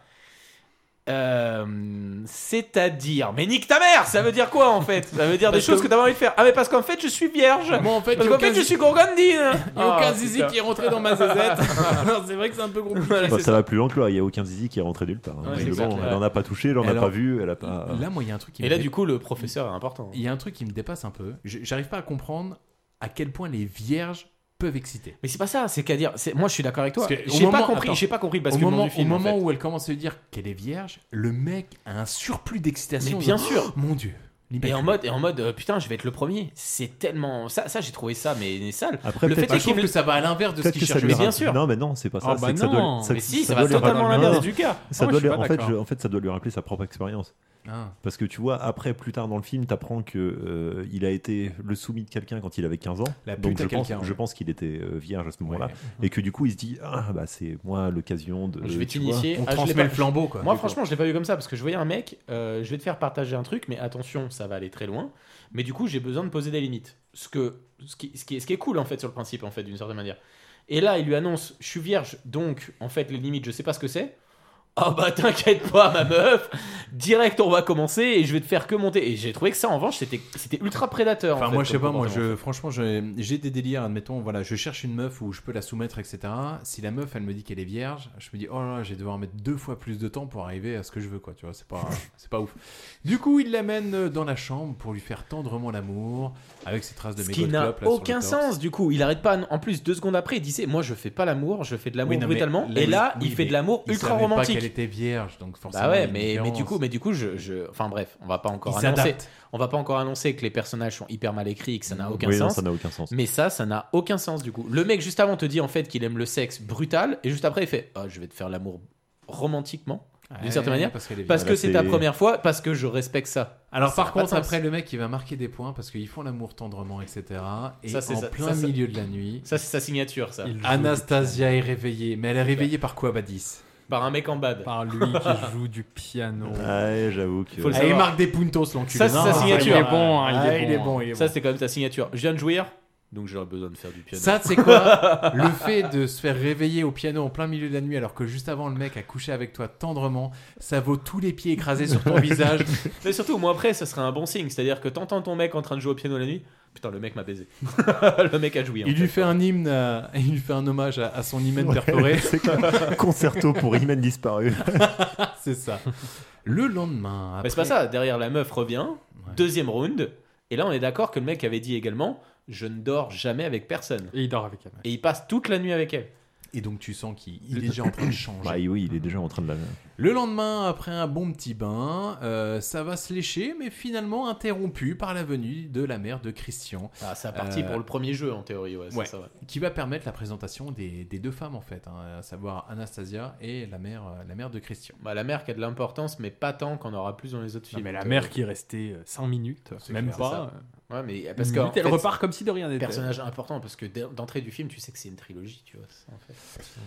Euh, c'est-à-dire, mais nique ta mère, ça veut dire quoi en fait? Ça veut dire des Parce choses que- que t'as pas envie de faire. Ah, mais parce qu'en fait, je suis vierge. Moi, en fait, Parce il y a qu'en fait, aucun- je suis gourgandine. Il n'y a aucun Ah, zizi putain. qui est rentré dans ma zézette. Alors, c'est vrai que c'est un peu compliqué. Bah, ça va plus loin que là, il y a aucun zizi qui est rentré nulle part. hein. Ouais, Mais c'est bon, clair. elle en a pas touché, elle en a Alors, pas vu, elle a pas. Là, moi, il y a un truc qui Et me là, dé- du coup, le professeur est important. il y a un truc qui me dépasse un peu. Je- J'arrive pas à comprendre à quel point les vierges peuvent exciter. Mais c'est pas ça, c'est qu'à dire. c'est- Moi, je suis d'accord avec toi. Parce que au J'ai pas moment- compris. attends. J'ai pas compris le Au basculement moment, du film. au en moment fait. où elle commence à lui dire qu'elle est vierge, le mec a un surplus d'excitation. Mais bien Genre, sûr. oh, mon Dieu. Et en mode, et en mode, euh, putain, je vais être le premier. C'est tellement ça, ça j'ai trouvé ça, mais, mais sale. Après, le peut-être- fait Bah, est je trouve qu'il que ça va à l'inverse de ce Peut-être qu'il que ça cherche. lui Mais ra- bien sûr. Non, mais non, c'est pas ça. Ah, c'est bah que ça doit, non. ça- Mais si, ça, doit va lui totalement rappeler- l'inverse non, du cas. Ça Moi, doit je lui- suis pas en, fait, d'accord. je- en fait, ça doit lui rappeler sa propre expérience. Ah. Parce que tu vois, après, plus tard dans le film, t'apprends que euh, il a été le soumis de quelqu'un quand il avait quinze ans. La Donc pute à je pense, quelqu'un, je ouais. pense qu'il était euh, vierge à ce moment-là. Ouais. Et que du coup, il se dit, ah bah c'est moi l'occasion de. Je vais tu vois. t'initier. On Ah, je l'ai transmet pas- le flambeau, quoi. Moi, du coup. franchement, je l'ai pas vu comme ça parce que je voyais un mec. euh, je vais te faire partager un truc, mais attention, ça va aller très loin. Mais du coup, j'ai besoin de poser des limites. Ce que, ce qui, ce qui est, ce qui est cool en fait sur le principe, en fait, d'une certaine manière. Et là, il lui annonce, je suis vierge, donc en fait, les limites, je sais pas ce que c'est. Ah bah t'inquiète pas ma meuf, direct on va commencer et je vais te faire que monter. Et j'ai trouvé que ça en revanche c'était c'était ultra prédateur. Enfin, en fait, moi, je sais comme pas, moi, comportement. je, franchement, je- j'ai des délires, admettons, voilà, je cherche une meuf où je peux la soumettre, et cetera. Si la meuf, elle me dit qu'elle est vierge, je me dis, oh là là, je vais devoir mettre deux fois plus de temps pour arriver à ce que je veux, quoi, tu vois, c'est pas, c'est pas ouf. Du coup, il l'amène dans la chambre pour lui faire tendrement l'amour, avec ses traces de Ce mégots qui de n'a clope, là, sur le aucun torse. sens du coup. Il arrête pas. En plus, deux secondes après, il disait moi je fais pas l'amour, je fais de l'amour Oui, non, mais brutalement. là, et là, oui, il fait mais de l'amour il ultra savait romantique. pas qu'elle était vierge, donc forcément. Bah il y a ouais, une mais, mais différence. du coup, mais du coup, je, je, enfin bref, on va pas encore Il annoncer. s'adapte. On va pas encore annoncer que les personnages sont hyper mal écrits et que ça n'a aucun Oui, non, sens. ça n'a aucun sens. Mais ça, ça n'a aucun sens du coup. Le mec juste avant te dit en fait qu'il aime le sexe brutal et juste après il fait ah je vais te faire l'amour romantiquement d'une Ouais, certaine manière parce qu'elle est parce vierge. que c'est c'est- ta première fois parce que je respecte ça. Alors Ça par a pas de contre, sens. après, le mec, il va marquer des points parce qu'ils font l'amour tendrement, et cetera. Et Ça, c'est en ça- plein ça, ça- milieu de la nuit, Ça c'est sa signature ça. Il joue Anastasia est réveillée. Mais elle est réveillée par quoi, Badis? Par un mec en bad. Par lui qui joue du piano. Ouais, j'avoue que. Faut le Ah, il savoir. marque des puntos, l'enculé. Ça, c'est Non, sa signature. Il est bon, hein, il Ah, est il est bon, bon, il est Ça bon. c'est quand même ta signature. Je viens de jouir donc j'aurais besoin de faire du piano. Ça, c'est quoi? Le fait de se faire réveiller au piano en plein milieu de la nuit alors que juste avant le mec a couché avec toi tendrement, ça vaut tous les pieds écrasés sur ton visage. Mais surtout, moi après, ça serait un bon signe. C'est-à-dire que t'entends ton mec en train de jouer au piano la nuit. Putain, le mec m'a baisé. Le mec a joué. en Il lui fait. fait un hymne, à- il lui fait un hommage à, à son hymen perforé. C'est comme concerto pour Hymen disparu. C'est ça. Le lendemain, Mais après... c'est pas ça. Derrière, la meuf revient. Deuxième round. Et là, on est d'accord que le mec avait dit également je ne dors jamais avec personne. Et il dort avec elle. Et il passe toute la nuit avec elle. Et donc tu sens qu'il il est déjà en train de changer. Bah oui, il est déjà en train de la. Le lendemain, après un bon petit bain, euh, ça va se lécher, mais finalement interrompu par la venue de la mère de Christian, Ah, c'est parti Euh, pour le premier jeu en théorie. Ouais, c'est ouais. ça, ouais. qui va permettre la présentation des, des deux femmes en fait, hein, à savoir Anastasia et la mère, euh, la mère de Christian. Bah, la mère qui a de l'importance, mais pas tant qu'on aura plus dans les autres Non, films. mais la Donc, mère qui est restée cinq minutes, C'est même clair, c'est pas. Ouais, mais Parce parce que qu'en elle fait, repart comme si de rien n'était. personnage important parce que d'entrée du film, tu sais que c'est une trilogie, tu vois. ça, en fait.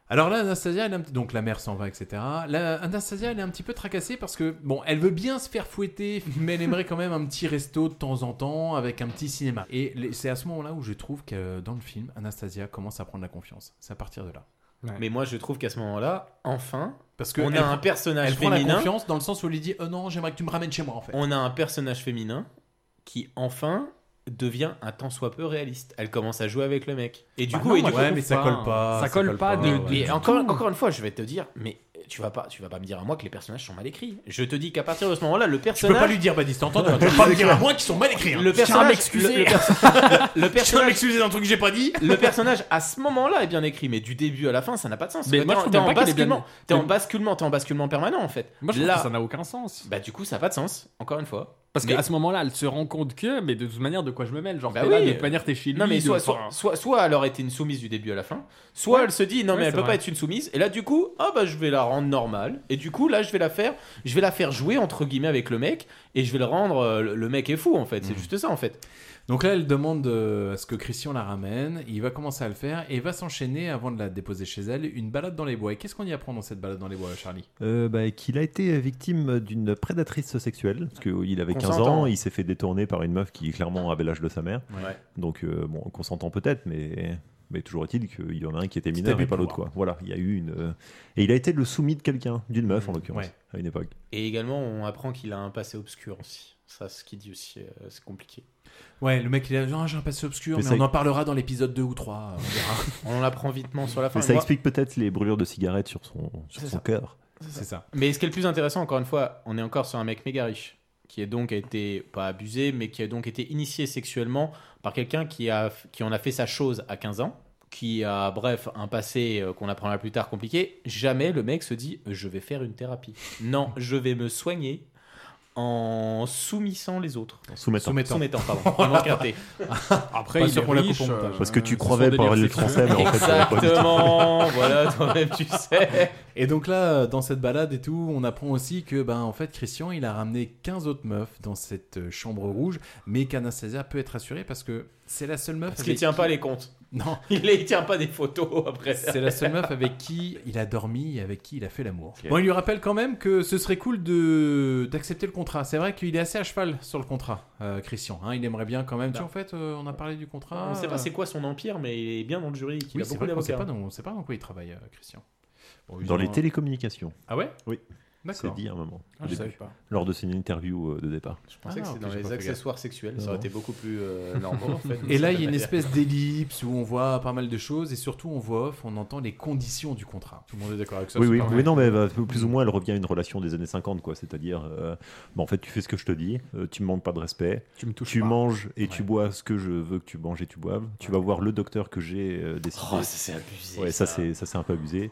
Alors là, Anastasia, elle est un petit- donc la mère s'en va, et cetera. Là, Anastasia, elle est un petit peu tracassée parce que, bon, elle veut bien se faire fouetter, mais elle aimerait quand même un petit resto de temps en temps avec un petit cinéma. Et les- c'est à ce moment-là où je trouve que dans le film, Anastasia commence à prendre la confiance. C'est à partir de là. Ouais. Mais moi, je trouve qu'à ce moment-là, enfin, Parce que on elle a prend- un personnage Elle prend la féminin. confiance dans le sens où elle lui dit oh non, j'aimerais que tu me ramènes chez moi en fait. On a un personnage féminin qui, enfin, devient un tant soit peu réaliste. Elle commence à jouer avec le mec. Et du Bah coup, non, et moi, du je coup, Ouais, mais ça colle pas. Ça colle pas de- ouais. Et encore, encore une fois, je vais te dire, mais tu vas pas, tu vas pas me dire à moi que les personnages sont mal écrits. Je te dis qu'à partir de ce moment-là, le Tu peux personnage, pas lui dire, Baptiste, t'entends Tu peux pas me dire à moi qu'ils sont mal écrits. hein. le Je tiens à personnage, m'excuser. le, le perso- le Je tiens à personnage, m'excuser d'un truc que j'ai pas dit. le personnage à ce moment-là est bien écrit, mais du début à la fin, ça n'a pas de sens. Mais T'es moi, je en- trouve t'es même en pas qu'il est bien- basculement, t'es en basculement, t'es en basculement permanent en fait. Moi, je trouve Là, que ça n'a aucun sens. bah du coup, ça n'a pas de sens. Encore une fois. Parce Mais- qu'à ce moment-là, elle se rend compte que, mais de toute manière, de quoi je me mêle. Genre, Bah t'es là, oui. de toute manière, t'es chez lui. Non mais de- soit, soit, enfin, soit, soit elle aurait été une soumise du début à la fin, soit Ouais. elle se dit non Ouais, mais elle c'est peut vrai. pas être une soumise, et là du coup ah bah je vais la rendre normale, et du coup là je vais la faire, je vais la faire jouer entre guillemets avec le mec, et je vais le rendre, euh, le, le mec est fou en fait, c'est juste ça en fait. Donc là, elle demande euh, à ce que Christian la ramène. Il va commencer à le faire et il va s'enchaîner avant de la déposer chez elle une balade dans les bois. Et qu'est-ce qu'on y apprend dans cette balade dans les bois, Charlie? Euh, bah, qu'il a été victime d'une prédatrice sexuelle, parce qu'il avait quinze Consentant. ans, il s'est fait détourner par une meuf qui clairement avait l'âge de sa mère. Ouais. Donc, euh, bon, consentant peut-être, mais, mais toujours est-il qu'il y en a un qui était Qui mineur t'avait et pas pu l'autre, voir. quoi. Voilà, il y a eu une. euh, Et il a été le soumis de quelqu'un, d'une meuf en l'occurrence, Ouais. à une époque. Et également on apprend qu'il a un passé obscur aussi, ça ce qu'il dit aussi, euh, c'est compliqué. Ouais, le mec il a genre j'ai un passé obscur, Mais mais, ça- on en parlera dans l'épisode deux ou trois. On verra. On l'apprend vitement sur la fin. Mais ça Moi- explique peut-être les brûlures de cigarettes sur son, sur C'est son ça. cœur. C'est ça. Mais ce qui est le plus intéressant, encore une fois, on est encore sur un mec méga riche, qui est donc été, pas abusé, mais qui a donc été initié sexuellement par quelqu'un qui, a, qui en a fait sa chose à quinze ans, qui a, bref, un passé euh, qu'on apprendra plus tard compliqué. Jamais le mec se dit « je vais faire une thérapie ». Non, je vais me soigner en soumissant les autres. En soumettant. Soumettant. Soumettant, pardon. Il manque un T. Après, Pas il sûr est qu'on la riche, coupe au montage. euh, Parce que tu son croyais délire parler le sexuel. français, mais en fait, ça va pas du tout. Exactement. Voilà, toi-même tu sais. Et donc là, dans cette balade et tout, on apprend aussi que, ben, en fait, Christian, il a ramené quinze autres meufs dans cette euh, chambre rouge, mais qu'Anastasia peut être rassurée parce que c'est la seule meuf. Parce qu'il avec tient qui- pas les comptes. Non, Il, il tient pas des photos après. c'est la seule meuf avec qui il a dormi et avec qui il a fait l'amour. Ok. Bon, il lui rappelle quand même que ce serait cool de d'accepter le contrat. C'est vrai qu'il est assez à cheval sur le contrat, euh, Christian. hein. Il aimerait bien quand même. Tu sais, en fait, euh, on a parlé du contrat. On sait euh, pas c'est quoi son empire, mais il est bien dans le jury. Il Oui, a c'est beaucoup vrai qu'on sait d'avocats. pas, dans, on sait pas dans quoi il travaille, euh, Christian. Bon, ils Dans ont les un- télécommunications, Ah ouais Oui. c'est D'accord. dit à un moment, Ah, au je début, savais pas. lors de son interview euh, de départ. Je pensais Ah, que ok, c'était dans j'ai les pas fait accessoires sexuels. Ça Non. aurait été beaucoup plus euh, normal en fait. Et là, il y a une espèce d'ellipse où on voit pas mal de choses et surtout on voit off, on entend les conditions du contrat. Tout le monde est d'accord avec ça Oui, c'est oui, pas oui, vrai. non, mais bah, plus ou moins, elle revient à une relation des années cinquante, quoi. C'est-à-dire, euh, bah, en fait, tu fais ce que je te dis, euh, tu me manques pas de respect, Tu me touches tu pas. manges et tu Ouais. bois ce que je veux que tu manges et tu boives. Tu vas voir le docteur que j'ai euh, décidé. Oh, ça c'est abusé. ouais, ça, c'est ça, c'est un peu abusé.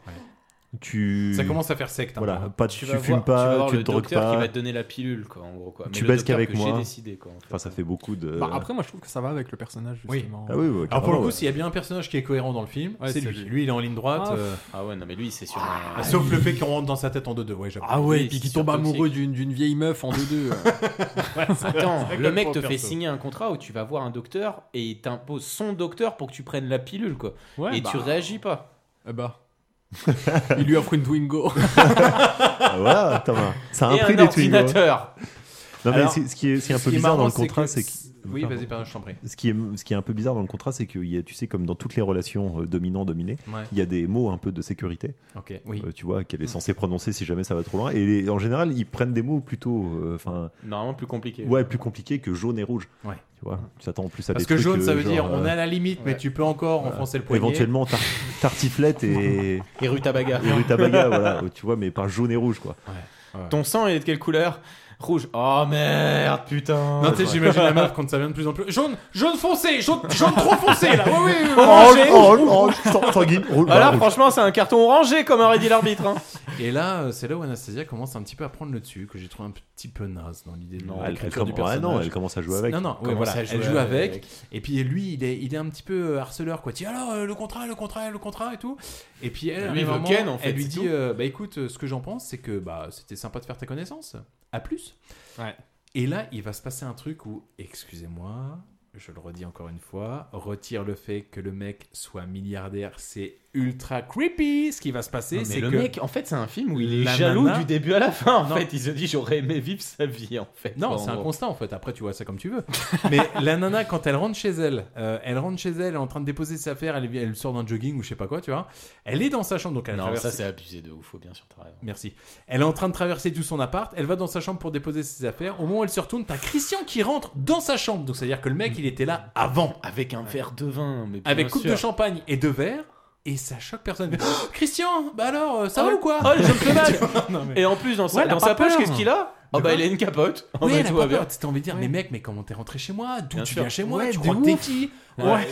Tu Ça commence à faire secte. hein, voilà, pour moi. pas, Tu, tu, vas fumes voir, tu vas pas, voir tu le te drogues docteur qui pas. va te donner la pilule, quoi, en gros. Quoi. Mais Tu le baisses docteur qu'avec que moi. J'ai décidé, quoi. en fait. Enfin, ça fait beaucoup de. Bah, après, moi, je trouve que ça va avec le personnage, Oui. justement. Ah oui, oui, Alors pour le carrément, coup, ouais. s'il y a bien un personnage qui est cohérent dans le film, Ouais, c'est c'est lui. lui. Lui, il est en ligne droite. Ah, euh, Ah ouais, non, mais lui, c'est sur ah, un. sauf le fait qu'on rentre dans sa tête en deux-deux. Ouais, j'avoue. Ah ouais, Oui, et puis qui c'est tombe surtoxique. amoureux d'une d'une vieille meuf en deux-deux. Attends, le mec te fait perso. signer un contrat où tu vas voir un docteur et il t'impose son docteur pour que tu prennes la pilule, quoi. Ouais, et bah, tu réagis pas. Eh bah. Il lui offre une Twingo. Ah, voilà, Thomas. Ça a un et prix un des Twingo. ordinateur. Non, mais Alors, c'est- ce qui est, ce qui est un Ce peu qui est bizarre dans marrant, le c'est contrat, que- c'est que. Oui, Pardon. vas-y, pardon, je t'en prie. Ce qui, est, ce qui est un peu bizarre dans le contrat, c'est qu'il y a, tu sais, comme dans toutes les relations euh, dominant-dominé, Ouais. il y a des mots un peu de sécurité, Ok. Oui. euh, tu vois, qu'elle est censée prononcer si jamais ça va trop loin. Et les- en général, ils prennent des mots plutôt, euh, enfin, Normalement, plus compliqué. ouais, plus compliqués que jaune et rouge. Ouais. Tu vois, tu t'attends plus à Parce des que trucs. jaune, ça euh, veut genre, dire on euh, est à la limite, mais ouais. tu peux encore voilà. enfoncer le poignet. Éventuellement tar- tartiflette et, Et rutabaga. et rutabaga, voilà, tu vois, mais pas jaune et rouge, quoi. Ouais. Ouais. Ton sang, il est de quelle couleur? Rouge. Oh merde, putain. Non, tu sais, j'imagine la meuf quand ça vient de plus en plus. Jaune, jaune foncé, jaune, jaune trop foncé là. Oui, oui, oui. Orange, Orangé. orange, orange, sang- sanguine, rouge. Voilà, rouge. franchement, c'est un carton orangé, comme aurait dit l'arbitre. Hein. Et là, euh, c'est là où Anastasia commence un petit peu à prendre le dessus, que j'ai trouvé un petit peu naze dans l'idée de Non, Elle, elle, l'écriture du commence- ouais, personnage. non, elle commence à jouer avec. Non, non, ouais, Commence voilà, à elle jouer joue avec. avec. Et puis lui, il est, il est un petit peu harceleur, quoi. Tiens, alors, euh, le contrat, le contrat, le contrat et tout. Et puis elle, Lui, à un il veut moment, Ken, en fait, elle lui c'est dit tout. euh, bah écoute, euh, ce que j'en pense, c'est que bah c'était sympa de faire ta connaissance. À plus. Ouais. Et là, il va se passer un truc où, excusez-moi, je le redis encore une fois, retire le fait que le mec soit milliardaire, c'est ultra creepy. Ce qui va se passer, Non, mais c'est le que mec, en fait, c'est un film où il est la jaloux nana- du début à la fin. En Non. fait, il se dit j'aurais aimé vivre sa vie. En fait, Non, en c'est un gros. constat en fait. Après, tu vois ça comme tu veux. Mais la nana, quand elle rentre chez elle, euh, elle rentre chez elle, elle est en train de déposer ses affaires, elle, elle sort d'un jogging ou je sais pas quoi, tu vois. Elle est dans sa chambre, donc elle Non, traverse- ça c'est abusé de ouf. Faut bien sûr, t'as raison. Merci. Elle est en train de traverser tout son appart. Elle va dans sa chambre pour déposer ses affaires. Au moment où elle se retourne, t'as Christian qui rentre dans sa chambre. Donc, c'est-à-dire que le mec, il était là avant. Avec un verre de vin, mais bien Avec coupe sûr. de champagne et deux verres. Et ça choque personne. Elle fait, oh, Christian, bah alors, euh, ça Oh, va ou quoi Oh, les jambes de bague. Non, mais- Et en plus, dans sa, Ouais, elle a dans pas sa poche, peur. qu'est-ce qu'il a Oh De bah quoi il a une capote. Oh Oui, bah elle a tout pas va bien. peur. T'as envie de dire, mais mec, mais comment t'es rentré chez moi? D'où Bien tu sûr. viens chez moi? Ouais, Tu de crois que t'es ouf. qui? Ouais. Ouais.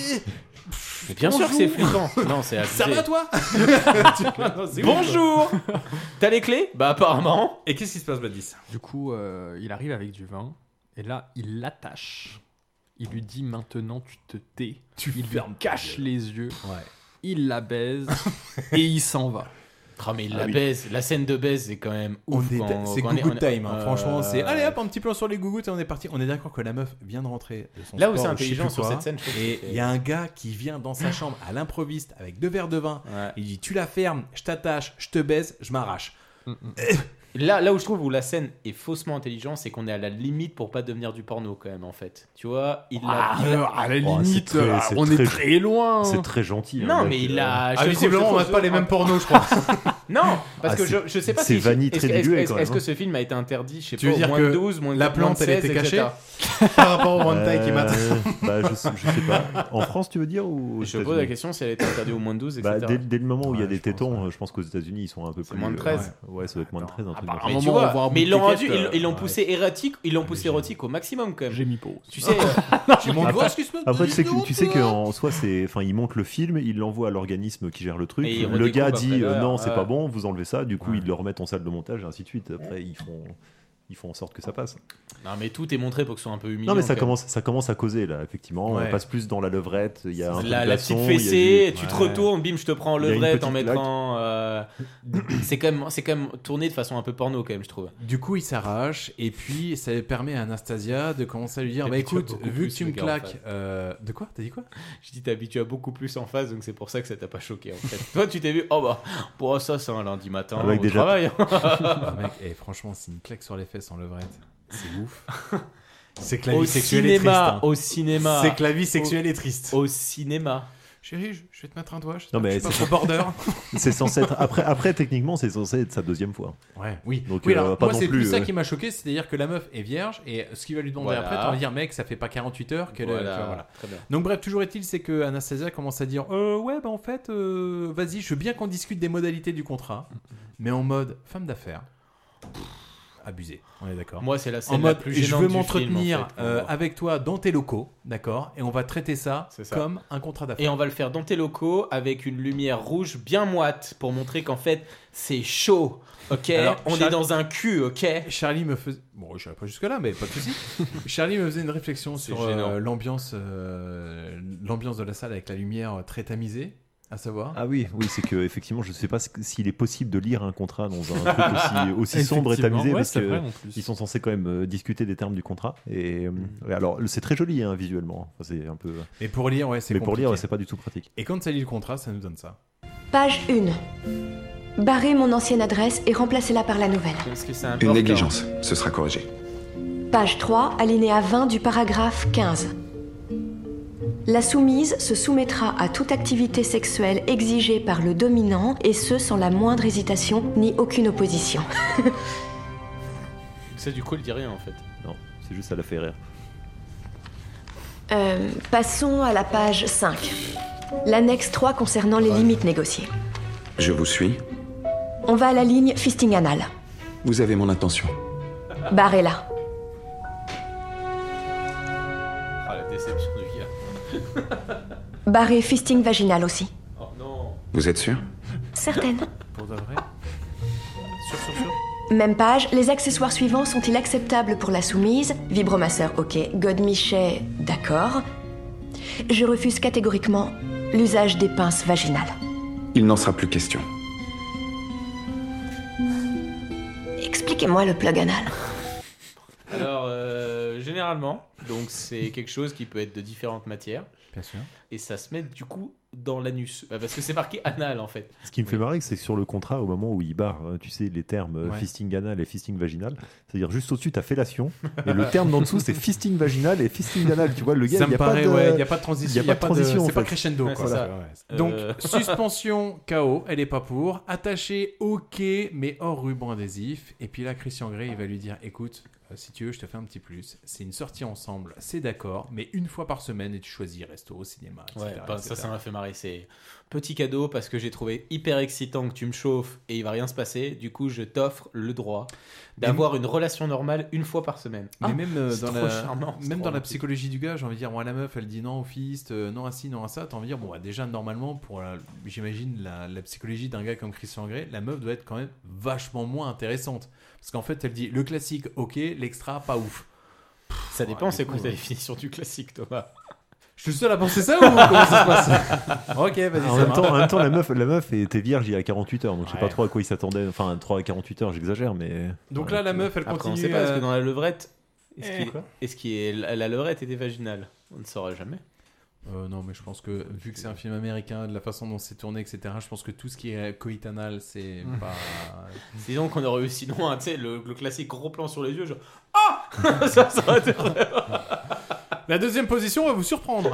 Mais bien sûr que c'est flippant. Non, c'est abusé. Ça va toi? Non, c'est ouf. Bonjour. T'as les clés? Bah apparemment. Et qu'est-ce qui se passe, Badis? Du coup, euh, il arrive avec du vin et là, il l'attache. Il lui dit maintenant tu te tais. Tu il lui fermes ta cache gueule. les yeux. Ouais. Il la baise et il s'en va. Ah mais il Ah la oui. baise. La scène de baise c'est quand même On ouf. est- quand- c'est quand on est- gougout on est- time, hein. euh, Franchement, c'est allez hop, un petit plan sur les gougouttes et on est parti. On est d'accord que la meuf vient de rentrer de son Là où sport, c'est je sais intelligent plus sur quoi. cette scène, je trouve que Et c'est- il y a un gars qui vient dans sa chambre à l'improviste avec deux verres de vin. Ouais. Il dit tu la fermes, je t'attache, je te baise, je m'arrache. Là, là où je trouve où la scène est faussement intelligente, c'est qu'on est à la limite pour pas devenir du porno quand même en fait. Tu vois, il Ah, a. il a- alors, à la Oh, c'est limite, très- euh, c'est on très- est très loin. C'est très gentil. hein, Non mec. mais il a. Ah, je trouve- visiblement, je on trouve- mate pas les mêmes pornos, je crois. Non, parce Ah, que je, c'est- je sais pas c'est si. vanille est-ce très que- est-ce- diluée, est-ce- quand Est-ce même, que ce film a été interdit, je sais Tu pas, veux dire au moins que de douze, moins de la moins de plante, elle seize, était et cetera. cachée par rapport au hentai qui mate. Euh, bah, je, sais- je sais pas. En France, tu veux dire ou aux Je pose États-Unis la question si elle était interdite au moins de douze, et cetera. Bah, dès, dès le moment où il y a Ouais, des je pense, tétons, ouais. je pense qu'aux États-Unis ils sont un peu C'est plus. moins de treize. Ouais, ouais, ça doit être moins de treize. Un truc bah, comme à ça. un Mais moment, tu on va vois, voir un mais bout ils de l'ont rendu, kékette, ils, ils l'ont ouais. poussé érotique, ils l'ont poussé érotique au maximum quand même. J'ai mis pause. Tu sais, Tu montres voir ce qui se passe. Après, tu sais, que- dedans, tu sais toi. qu'en soi, c'est, enfin, il monte le film, il l'envoie à l'organisme qui gère le truc. Et il Le redécoupe gars après dit euh, l'heure, non, c'est ouais. pas bon, vous enlevez ça. Du coup, Ouais. ils le remettent en salle de montage et ainsi de suite. Après, ils font, ils font en sorte que ça passe. non mais tout est montré pour que ce soit un peu humiliant. Non, mais ça quand commence, ça commence à causer là, effectivement. Ouais. On passe plus dans la levrette. Il y a un même. peu La, de la glaçon, petite il y a fessée, du- tu te Ouais. retournes, bim, je te prends en Il y a une levrette en petite mettant. euh, c'est quand même, c'est quand même tourné de façon un peu porno quand même, je trouve. Du coup, il s'arrache et puis ça permet à Anastasia de commencer à lui dire Et bah puis tu as écoute, beaucoup vu que plus tu le me gars en claques, face. euh, de quoi? T'as dit quoi? Je dis t'es habitué à beaucoup plus en face, donc c'est pour ça que ça t'a pas choqué en fait. Toi, tu t'es vu, oh bah, pour ça, c'est un lundi matin Avec au déjà- travail. Ah, mec, et franchement, c'est une claque sur les fesses en levrette. C'est ouf. C'est que la Au vie sexuelle est triste. cinéma, hein. au cinéma, C'est que la vie sexuelle est triste. au cinéma. Chérie, je, je vais te mettre un doigt. Je, Non, mais je suis pas c'est- trop border. C'est censé être. Après, après, techniquement, c'est censé être sa deuxième fois. Ouais, oui. Donc, oui, euh, alors, pas moi, non c'est plus, plus, ça euh. qui m'a choqué, c'est-à-dire que la meuf est vierge et ce qu'il va lui demander Voilà. après, tu vas dire, mec, ça fait pas quarante-huit heures qu'elle Voilà. tu vois, voilà. Très bien. Donc, bref, toujours est-il, c'est que Anastasia commence à dire, euh, ouais, bah en fait, euh, vas-y, je veux bien qu'on discute des modalités du contrat, mais en mode femme d'affaires. Pff, Abusé, on est d'accord. Moi, c'est la scène En la mode, plus je gênante veux du film, m'entretenir en fait, pour euh, moi. avec toi dans tes locaux, d'accord, et on va traiter ça, C'est ça. comme un contrat d'affaires. Et on va le faire dans tes locaux avec une lumière rouge bien moite pour montrer qu'en fait c'est chaud. Ok, Alors, on Charles- est dans un cul. Ok. Charlie me faisait. Bon, je n'irai pas jusque-là, mais pas de souci. Charlie me faisait une réflexion C'est sur gênant. euh, l'ambiance, euh, l'ambiance de la salle avec la lumière très tamisée, à savoir. Ah oui, oui, c'est que effectivement, je sais pas ce que- s'il est possible de lire un contrat dans un truc aussi, aussi sombre et Effectivement, tamisé, ouais, parce c'est que vrai, en plus. ils sont censés quand même euh, discuter des termes du contrat. Et euh, ouais, alors, c'est très joli hein, visuellement. Enfin, c'est un peu. Mais pour lire, ouais, c'est Mais pour compliqué. lire, c'est pas du tout pratique. Et quand ça lit le contrat, ça nous donne ça. Page un. Barrez mon ancienne adresse et remplacez-la par la nouvelle. Parce que c'est un Une porteur. négligence, ce sera corrigé. Page trois, alinéa vingt du paragraphe quinze. La soumise se soumettra à toute activité sexuelle exigée par le dominant, et ce sans la moindre hésitation ni aucune opposition. Ça du coup, il dit rien en fait. Non, c'est juste ça la fait rire. Euh, passons à la page cinq. L'annexe trois concernant les limites négociées. Je vous suis. On va à la ligne fisting anal. Vous avez mon attention. Barrez-la. Ah la déception du gars. Barrez fisting vaginal aussi. Oh non. Vous êtes sûr? Certaines. Pour de vrai. Sûr, sûr, sûr. Même page, les accessoires suivants sont-ils acceptables pour la soumise? Vibromasseur, ok. Godemichet, d'accord. Je refuse catégoriquement l'usage des pinces vaginales. Il n'en sera plus question. Expliquez-moi le plug anal. Alors, euh, généralement. généralement. Donc c'est quelque chose qui peut être de différentes matières. Bien sûr. Et ça se met du coup dans l'anus. Bah, parce que c'est marqué anal en fait. Ce qui me fait Oui. marrer, c'est que sur le contrat, au moment où il barre, hein, tu sais, les termes euh, Ouais. fisting anal et fisting vaginal, c'est-à-dire juste au-dessus, t'as fellation, et le terme d'en dessous, c'est fisting vaginal et fisting anal. Tu vois, le gars, Ça il n'y me a, paraît, pas de... ouais, il y a pas de transition. il y a pas de transition, en C'est pas fait. crescendo. Ouais, quoi. c'est ça. Ouais, ouais. Donc, Euh. suspension K O, elle est pas pour. Attaché, ok, mais hors ruban adhésif. Et puis là, Christian Grey, il va lui dire écoute, euh, si tu veux, je te fais un petit plus. C'est une sortie ensemble, c'est d'accord, mais une fois par semaine et tu choisis resto, au cinéma, et cetera Ouais, bah, et ça, cetera. ça m'a fait marrer. C'est petit cadeau parce que j'ai trouvé hyper excitant que tu me chauffes et il va rien se passer. Du coup, je t'offre le droit d'avoir une relation normale une fois par semaine. Mais Ah, même euh, c'est dans trop la, charmant, c'est même trop dans la romantique. psychologie du gars, j'ai envie de dire, moi la meuf, elle dit non au fist, euh, non à ci, non à ça. T'as envie de dire, bon, bah, déjà normalement pour, la- j'imagine la, la psychologie d'un gars comme Christian Grey, la meuf doit être quand même vachement moins intéressante, parce qu'en fait, elle dit le classique, ok, l'extra, pas ouf. Ça dépend, Ouais, c'est du quoi coup, ta ouais. définition du classique, Thomas? Je suis le seul à penser ça ou comment ça se passe? Ok, vas-y. En ça même, va. temps, en même temps, la meuf, la meuf était vierge il y a quarante-huit heures, donc je sais Ouais. pas trop à quoi il s'attendait. Enfin, trois à quarante-huit heures, j'exagère, mais. Donc là, la meuf, elle Après, on continue. sait pas, parce à- que dans la levrette, est-ce Eh. qu'il est-ce qu'il est- la, la levrette était vaginale? On ne saura jamais. Euh, non, mais je pense que vu que c'est un film américain, de la façon dont c'est tourné, et cetera, je pense que tout ce qui est coïtanal, c'est Mm. pas. Sinon qu'on aurait eu sinon hein, tu sais, le, le classique gros plan sur les yeux, genre ah ça, ça aurait été vraiment- La deuxième position va vous surprendre.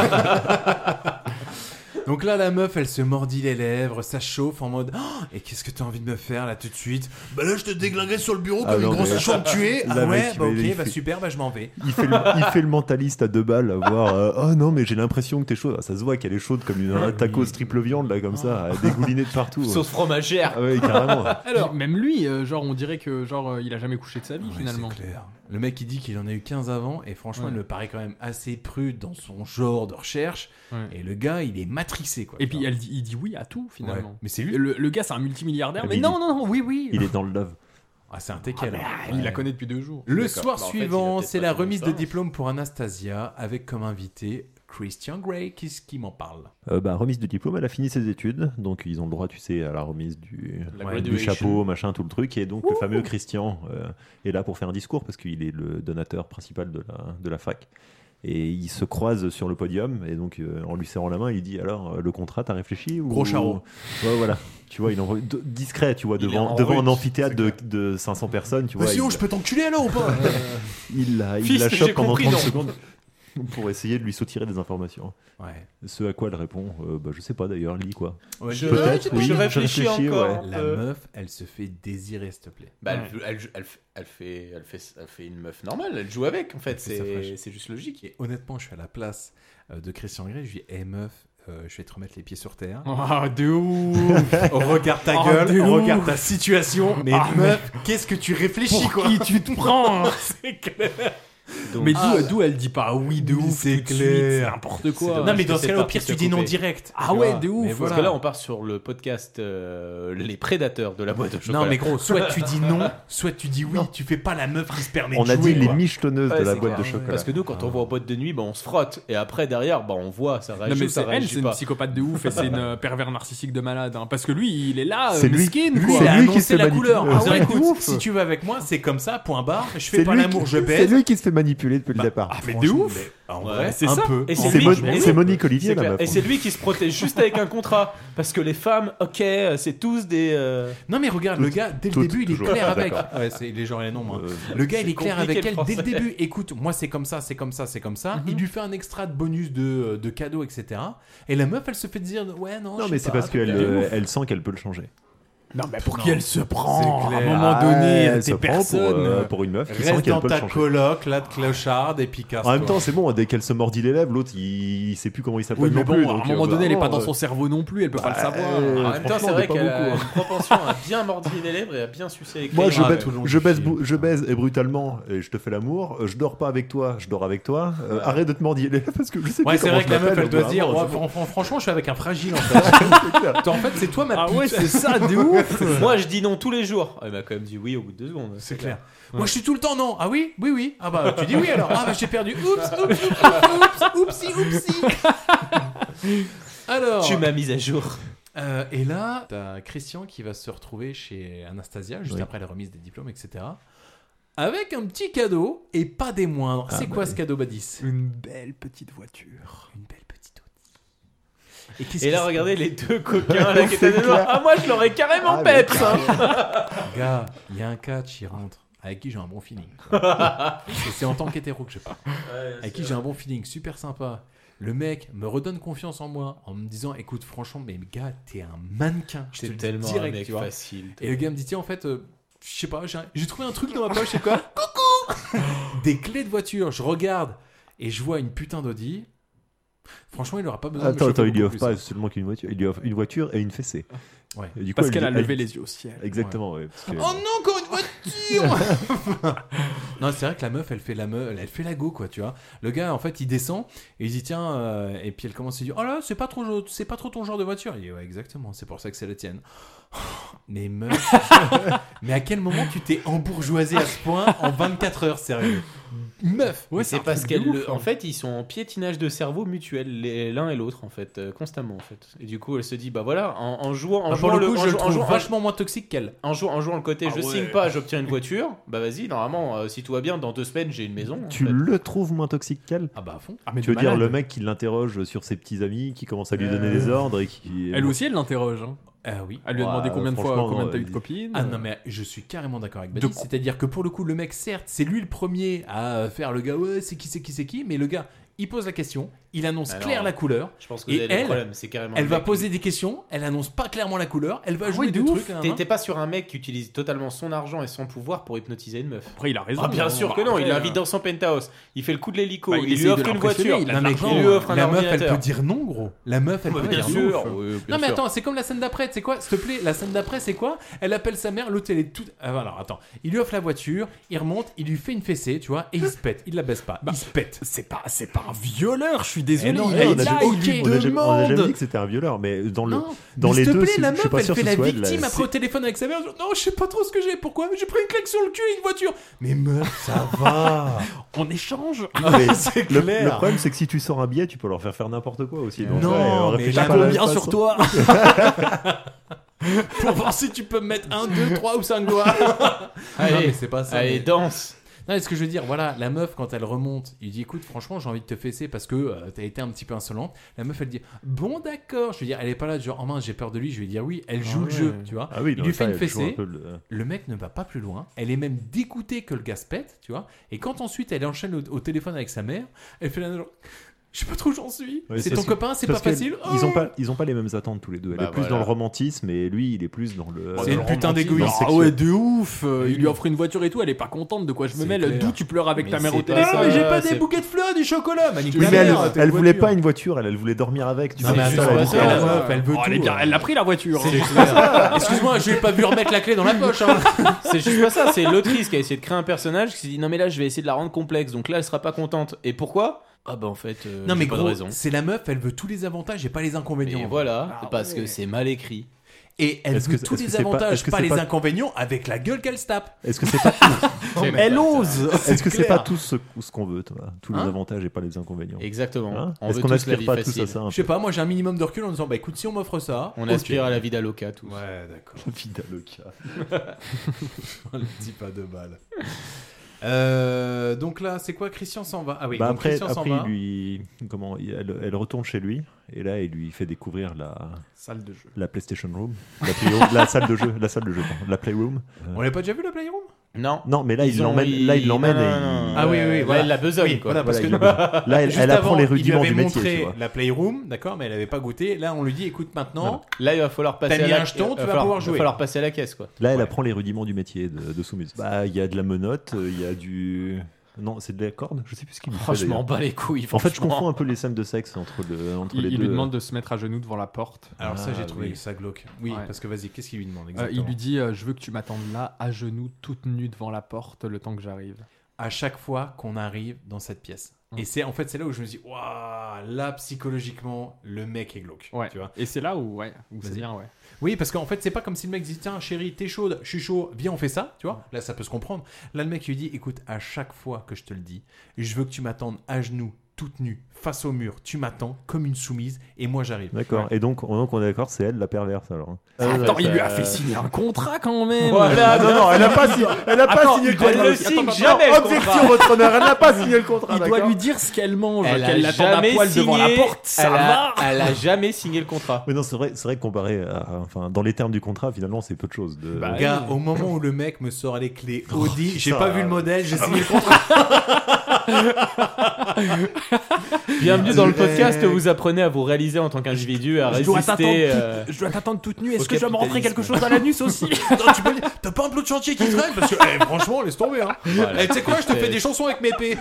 Donc là, la meuf, elle se mordit les lèvres, ça chauffe en mode oh, et qu'est-ce que t'as envie de me faire là tout de suite? Bah là, je te déglinguerai sur le bureau Ah comme non, une grosse mais- chambre tuée. La Ah ouais, mec, bah il ok, fait- bah super, bah je m'en vais. Il fait, le, il fait le mentaliste à deux balles, à voir euh, oh non, mais j'ai l'impression que t'es chaude. Ah, ça se voit qu'elle est chaude comme une, un tacos triple viande, là, comme ça, à dégouliner de partout. sauce fromagère. Ah ouais, carrément. Alors, Même lui, euh, genre, on dirait que genre, euh, il a jamais couché de sa vie Ouais, finalement. c'est clair. Le mec, il dit qu'il en a eu quinze avant, et franchement, Ouais. il me paraît quand même assez prude dans son genre de recherche. Ouais. Et le gars, il est matrixé, quoi. Et puis elle dit, il dit oui à tout finalement. Ouais. Mais c'est lui. Le, le gars, c'est un multimilliardaire. Ah, Mais mais non, il- non, non, oui, oui. Il est dans le love. Ah, c'est un teckel. Ah, hein. Il Ouais. la connaît depuis deux jours. Le D'accord. soir Bah, en fait, suivant, il a peut-être c'est pas la son remise de expérience. diplôme pour Anastasia, avec comme invité Christian Grey. Qu'est-ce qui m'en parle? Euh, bah, remise de diplôme, elle a fini ses études, donc ils ont le droit, tu sais, à la remise du, La Ouais, du graduation. chapeau, machin, tout le truc. Et donc le fameux Christian euh, est là pour faire un discours parce qu'il est le donateur principal de la, de la fac. Et il se croise sur le podium, et donc euh, en lui serrant la main, il dit alors euh, le contrat, t'as réfléchi ou... Gros charreau. Ouais, voilà. Tu vois, il envoie de- discret, tu vois, Il est devant, en devant un russe, amphithéâtre de, de cinq cents personnes, tu vois. Vas-y, oh, il- je peux t'enculer alors ou pas? Il la, il Fils, la j'ai chope pendant compris, trente non. secondes pour essayer de lui soutirer des informations. Ouais. Ce à quoi elle répond, euh, bah, je sais pas d'ailleurs, lis quoi. Ouais, Je, Peut-être, je oui, je réfléchis réfléchis, encore. ouais. un La peu. meuf, elle se fait désirer, s'il te plaît. Bah, Ouais. elle, elle, elle, elle fait, elle, fait, elle fait une meuf normale, elle joue avec en fait, fait sa fraîche. c'est c'est juste logique. Et honnêtement, je suis à la place euh, de Christian Grey. Je lui dis, hé meuf, euh, je vais te remettre les pieds sur terre. Ah, de ouf. Regarde ta Oh, gueule, de ouf. regarde ta situation. Mais Ah, meuf, qu'est-ce que tu réfléchis, Pour quoi? qui tu te prends? C'est clair. Donc, Mais d'où Ah, d'où elle dit pas oui de oui, ouf c'est tout de clair. suite, c'est n'importe C'est quoi. dommage. Non, mais dans que ce cette cas-là, au partie pire, tu soit dis non coupée. direct. Ah tu ouais, vois. de ouf. Mais parce voilà. que là, on part sur le podcast euh, Les Prédateurs de la boîte de chocolat. Non, mais gros, soit tu dis non, soit tu dis oui. Tu fais pas la meuf qui se permet On de a jouer, dit les quoi. michetonneuses Ouais, de la c'est boîte clair. de chocolat. Parce que nous, quand on va en boîte de nuit, bah, on se frotte. Et après, derrière, bah, on voit, ça Non réagit mais ou ça c'est elle, réagit c'est une pas. psychopathe de ouf et c'est une euh, pervers narcissique de malade. hein. Parce que lui, il est là, C'est euh, lui- mesquine, lui, quoi. c'est Il a lui qui annoncé se la manipule. couleur. Ah En disant, ouais, de écoute, ouf. si tu veux avec moi, c'est comme ça, point barre. Je fais C'est pas lui, l'amour, qui- je c'est baise. lui qui se fait manipuler depuis le départ. Ah, mais de Franchement, ouf. mais en Ouais, vrai, c'est un ça. peu. Et c'est C'est lui, Mon- je- c'est Monique Olivier, C'est la clair. meuf. Et c'est lui qui se protège juste avec un contrat. Parce que les femmes, ok, c'est tous des. euh, Non, mais regarde, le gars, dès le Toutes, début, il est toujours. clair Ah, avec. d'accord. Ouais, c'est les gens et les noms, moi. Euh, Le gars, il est clair compliqué, avec le elle dès le français. début. Écoute, moi, c'est comme ça, c'est comme ça, c'est comme ça. Il lui fait un extra de bonus de, de cadeaux, et cetera. Et la meuf, elle se fait dire, ouais, non. Non, je mais sais c'est pas, parce qu'elle truc de euh, ouf. elle sent qu'elle peut le changer. Non, mais pour Non, qui elle se prend c'est à un clair. moment Ah, donné, elle t'es se prend personne. pour, euh, pour une meuf qui sent Reste qu'elle dans peut le ta changer. coloc, là, de clocharde, et puis casse-toi. En même temps, c'est bon, dès qu'elle se mordit les lèvres, l'autre il... il sait plus comment il s'appelle Oui, mais non bon, plus. à un donc, moment euh, donné, elle est pas vraiment, dans son cerveau non plus, elle peut pas le bah, savoir. euh, En même temps, c'est franchement, vrai on est pas qu'elle a beaucoup, une hein. propension à bien mordiller les lèvres et à bien sucer les Moi, je, Ah, baise, tout le long je, du baise, film. bou- je baise et brutalement, et je te fais l'amour. euh, Je dors pas avec toi, je dors avec toi. euh, Arrête de te mordiller les lèvres parce que je sais Ouais, plus c'est comment vrai je que la meuf, m'appelle, elle doit au se dire, bout d'un ouais, moment, fran- fran- franchement, je suis avec un fragile, en fait. En fait, c'est toi ma Ah pute. ouais, c'est ça, de ouf. Moi, je dis non tous les jours. Ah, il m'a quand même dit oui au bout de deux secondes. C'est clair. Moi, je suis tout le temps non. Ah oui, oui, oui. Ah bah, tu dis oui alors. Ah bah, j'ai perdu. Oups, oups, oups, oups, oupsie, oupsie. Alors. Tu m'as mise à jour. Euh, et là, t'as Christian qui va se retrouver chez Anastasia juste Oui. après la remise des diplômes, et cetera. avec un petit cadeau et pas des moindres. Ah, c'est bah quoi oui. ce cadeau, Badis? Une belle petite voiture. Une belle petite Audi. Et, qu'est-ce Et qui là, se- regardez les deux coquins là qui étaient C'est dedans. clair. Ah, moi, je l'aurais carrément Ah, mais- peps. hein. Gars, il y a un catch, il rentre. Avec qui j'ai un bon feeling. Et c'est en tant qu'hétéro que je parle. Avec qui j'ai un bon feeling, super sympa. Le mec me redonne confiance en moi en me disant écoute, franchement, mais gars, t'es un mannequin. Je te C'est le dis tellement un direct, mec tu vois. facile. Et le gars me dit tiens, en fait, euh, je sais pas, j'ai, j'ai trouvé un truc dans ma poche, c'est quoi? Coucou. Des clés de voiture. Je regarde et je vois une putain d'Audi. Franchement, il aura pas besoin de me Attends, chauffer attends, il lui beaucoup offre plus, pas hein. seulement qu'une voiture, il lui offre une voiture et une fessée. Ouais. Et du coup, Parce elle qu'elle a dit- levé elle- les yeux au ciel. Exactement, ouais. parce que- Oh non, encore une voiture. Non, c'est vrai que la meuf, elle fait la meuf, elle fait la go, quoi, tu vois. Le gars, en fait, il descend et il dit tiens, euh, et puis elle commence à dire oh là, c'est pas trop, c'est pas trop ton genre de voiture. Il dit ouais, exactement, c'est pour ça que c'est la tienne. Mais meuf, mais à quel moment tu t'es embourgeoisé à ce point en vingt-quatre heures, sérieux? Meuf, Ouais, c'est un parce truc qu'elle, de ouf, en hein. fait, ils sont en piétinage de cerveau mutuel, les- l'un et l'autre, en fait, euh, constamment, en fait. Et du coup, elle se dit, bah voilà, en, en jouant, en Bah, pour jouant le coup, en je le jou- en trouve jouant- vachement moins toxique qu'elle. en jouant, en jouant le côté, Ah je ouais. signe pas, j'obtiens une voiture. Bah vas-y, normalement, euh, si tout va bien, dans deux semaines, j'ai une maison. en Tu fait. le trouves moins toxique qu'elle? Ah bah à fond. Ah, mais Tu veux de dire malade. le mec qui l'interroge sur ses petits amis, qui commence à lui Euh. donner des ordres et qui. Elle aussi, elle l'interroge. Hein. Ah oui. Elle lui a Ouais, demandé combien de fois, franchement, combien non, t'as eu il- de copines. Ah non, mais je suis carrément d'accord avec De Badis. quoi C'est-à-dire que pour le coup, le mec, certes, c'est lui le premier à faire le gars, ouais, c'est qui, c'est qui, c'est qui, mais le gars, il pose la question, il annonce Alors, clair la couleur, Je pense que Et vous avez elle, le problème, c'est carrément. elle le va mec poser des questions, elle annonce pas clairement la couleur, elle va Ah jouer oui, des de trucs. ouf. nan, nan, T'es nan. t'es pas sur un mec qui utilise totalement son argent et son pouvoir pour hypnotiser une meuf. Après, il a raison. Ah bien hein. sûr que non, Après, il l'invite euh, dans son penthouse, il fait le coup de l'hélico, bah, il il, lui essaye de offre une l'impressionner, voiture, il a Non, de mais l'argent, il lui offre un la meuf, elle ordinateur. peut dire non, gros. La meuf, elle Ouais, peut bien dire sûr, non. oui, bien Non mais sûr. attends, c'est comme la scène d'après, c'est quoi? S'il te plaît, la scène d'après, c'est quoi? Elle appelle sa mère, l'autre elle est toute. Ah, alors attends, il lui offre la voiture, il remonte, il lui fait une fessée, tu vois, et il se pète, il la baisse pas, il se pète. C'est pas, c'est pas un violeur, je suis désolé. Eh non, il mais est on a là, jamais- il ok. lui On a jamais- on a jamais demande. dit que c'était un violeur, mais dans le Non, dans mais les s'il te deux, plaît, c'est- la je suis meuf, pas elle sûr fait que la ce soit elle, victime là. après au téléphone avec sa mère. genre, Non, je sais pas trop ce que j'ai. Pourquoi? J'ai pris une claque sur le cul et une voiture. Mais meuf, ça va. On échange. Non, mais c'est le, clair. le problème, c'est que si tu sors un billet, tu peux leur faire faire n'importe quoi aussi. Donc, Non, ouais, on mais réfléchit là, pas à la Combien façon. sur toi? Pour voir si tu peux me mettre un, deux, trois ou cinq doigts. Non, Allez, mais c'est pas ça. allez, mais- danse. Non, mais ce que je veux dire, voilà, la meuf, quand elle remonte, il dit écoute, franchement, j'ai envie de te fesser parce que euh, t'as été un petit peu insolente. La meuf, elle dit bon, d'accord. Je veux dire, elle est pas là, genre, oh mince, j'ai peur de lui. Je vais dire oui, elle joue Ah le ouais. jeu, tu vois. Ah oui, il non, lui ça, fait une elle joue un fessée. peu le- Le mec ne va pas plus loin. Elle est même dégoûtée que le gars se pète, tu vois. Et quand ensuite elle enchaîne au, au téléphone avec sa mère, elle fait la genre, je sais pas trop où j'en suis. Ouais, c'est c'est ton sûr. copain, c'est pas Parce que facile. Ils Oh ont pas, ils ont pas les mêmes attentes tous les deux. Elle Bah est plus voilà. dans le romantisme et lui, il est plus dans le. C'est dans une le putain romantisme, d'égoïste. dans le Ah ouais, sexuel. de ouf. euh, Oui. Il lui offre une voiture et tout. Elle est pas contente. De quoi je me C'est mêle? clair. D'où tu pleures avec Mais ta mère c'est au pas téléphone? ça. mais j'ai pas Ouais, des c'est- bouquets de fleurs, du chocolat. Manique Oui, ta mais elle, mère, t'as elle une voulait voiture. pas une voiture, elle, elle voulait dormir avec. Tu Non, sais, mais c'est juste ça, pas la ça, différence. la meuf, elle veut Oh, tout. elle, est bien- euh. elle l'a pris la voiture. C'est hein. juste ça. Excuse-moi, je l'ai pas vu remettre la clé dans la poche. Hein. C'est juste pas ça, c'est l'autrice qui a essayé de créer un personnage qui s'est dit non mais là je vais essayer de la rendre complexe, donc là elle sera pas contente. Et pourquoi? Ah bah en fait, euh, Non mais j'ai pas de gros, raison. c'est la meuf, elle veut tous les avantages et pas les inconvénients. Et voilà, Ah parce ouais. que c'est mal écrit. Et elle Est-ce veut que- tous est-ce les que c'est pas- avantages, est-ce que pas c'est les pas- inconvénients, avec la gueule qu'elle se tape. Est-ce que c'est pas, Elle ose. est-ce que c'est clair. pas tout ce, ce qu'on veut, toi, tous les Hein avantages et pas les inconvénients? Exactement. Hein On Est-ce veut qu'on tous la aspire vie pas tous facile. à ça un Je sais peu pas, moi j'ai un minimum de recul en disant bah écoute, si on m'offre ça, On ok. aspire à la vida loca tous. Ouais, d'accord. Vida loca. On le dit pas de balle. Euh, donc là, c'est quoi? Christian s'en va. Ah oui, Bah donc après, Christian s'en après va. il lui, comment, il- elle, elle retourne chez lui et là, il lui fait découvrir la, Salle de jeu. la PlayStation Room, la, Playroom- la salle de jeu, la salle de jeu, pardon, la Playroom. Euh, On l'a pas déjà vu la Playroom? Non. Non, mais là, il Ils ont- l'emmène, ils- là, il l'emmène non, et non, il- non, Ah oui, oui, là, voilà. elle la besogne Oui, quoi. voilà, parce Voilà, que il- là, elle, juste elle apprend avant, les il lui rudiments avait du métier. montré Tu vois. la Playroom, d'accord, mais elle avait pas goûté. Là, on lui dit écoute, maintenant, Là il va falloir passer T'as à mis la un jeton, il va tu vas falloir- pouvoir il jouer. va falloir passer à la caisse quoi. Là, elle Ouais. apprend les rudiments du métier de, de Soumuse. Bah, il y a de la menotte, euh, il y a du. Non, c'est de la corde. Je sais plus ce qu'il lui fait. Franchement, d'ailleurs. bas les couilles. En fait, je franchement. confonds un peu les scènes de sexe entre, le, entre Il, les il deux. lui demande de se mettre à genoux devant la porte. alors ça, Ah, j'ai trouvé oui. ça glauque. Oui, Ouais. parce que vas-y, qu'est-ce qu'il lui demande Euh, exactement? il lui dit euh, je veux que tu m'attendes là, à genoux, toute nue devant la porte, le temps que j'arrive. À chaque fois qu'on arrive dans cette pièce. Hum. Et c'est en fait c'est là où je me dis waouh, là psychologiquement le mec est glauque. Ouais. Tu vois. Et c'est là où, ouais, où c'est Vas-y. bien, ouais. Oui, parce qu'en fait, c'est pas comme si le mec dit tiens, chérie, t'es chaude, je suis chaud, viens, on fait ça, tu vois. Là, ça peut se comprendre. Là, le mec lui dit écoute, à chaque fois que je te le dis, je veux que tu m'attendes à genoux, toute nue, face au mur. Tu m'attends comme une soumise et moi j'arrive. D'accord. Ouais. Et donc, on, donc on est d'accord, c'est elle la perverse alors. Attends, ouais, il lui ça- a fait signer un contrat quand même. Voilà, non, non, elle n'a pas signé, elle a pas Attends, signé le il doit contrat. le signe jamais, le Objection, contrat. votre honneur, elle n'a pas signé le contrat. Il doit d'accord lui dire ce qu'elle mange, Elle a qu'elle l'attend à jamais poil signé, devant la porte. Ça elle, a, va. elle a jamais signé le contrat. Mais non, c'est vrai, c'est vrai que comparé à, enfin, dans les termes du contrat, finalement, c'est peu de choses. De... Bah, Gars, au moment où le mec me sort les clés Audi, j'ai ça. pas vu le modèle, j'ai signé le contrat. Bienvenue dans le podcast Euh, où vous apprenez à vous réaliser en tant qu'individu, à Je dois t'attendre résister. toute- euh, je dois t'attendre toute nue. Est-ce au que je dois me rentrer capitalisme. quelque chose à l'anus aussi? Attends, tu peux dire, t'as pas un plot de chantier qui traîne parce que, eh, franchement, laisse tomber. Hein. Voilà. Eh, tu sais quoi, je te fais des chansons avec mes P.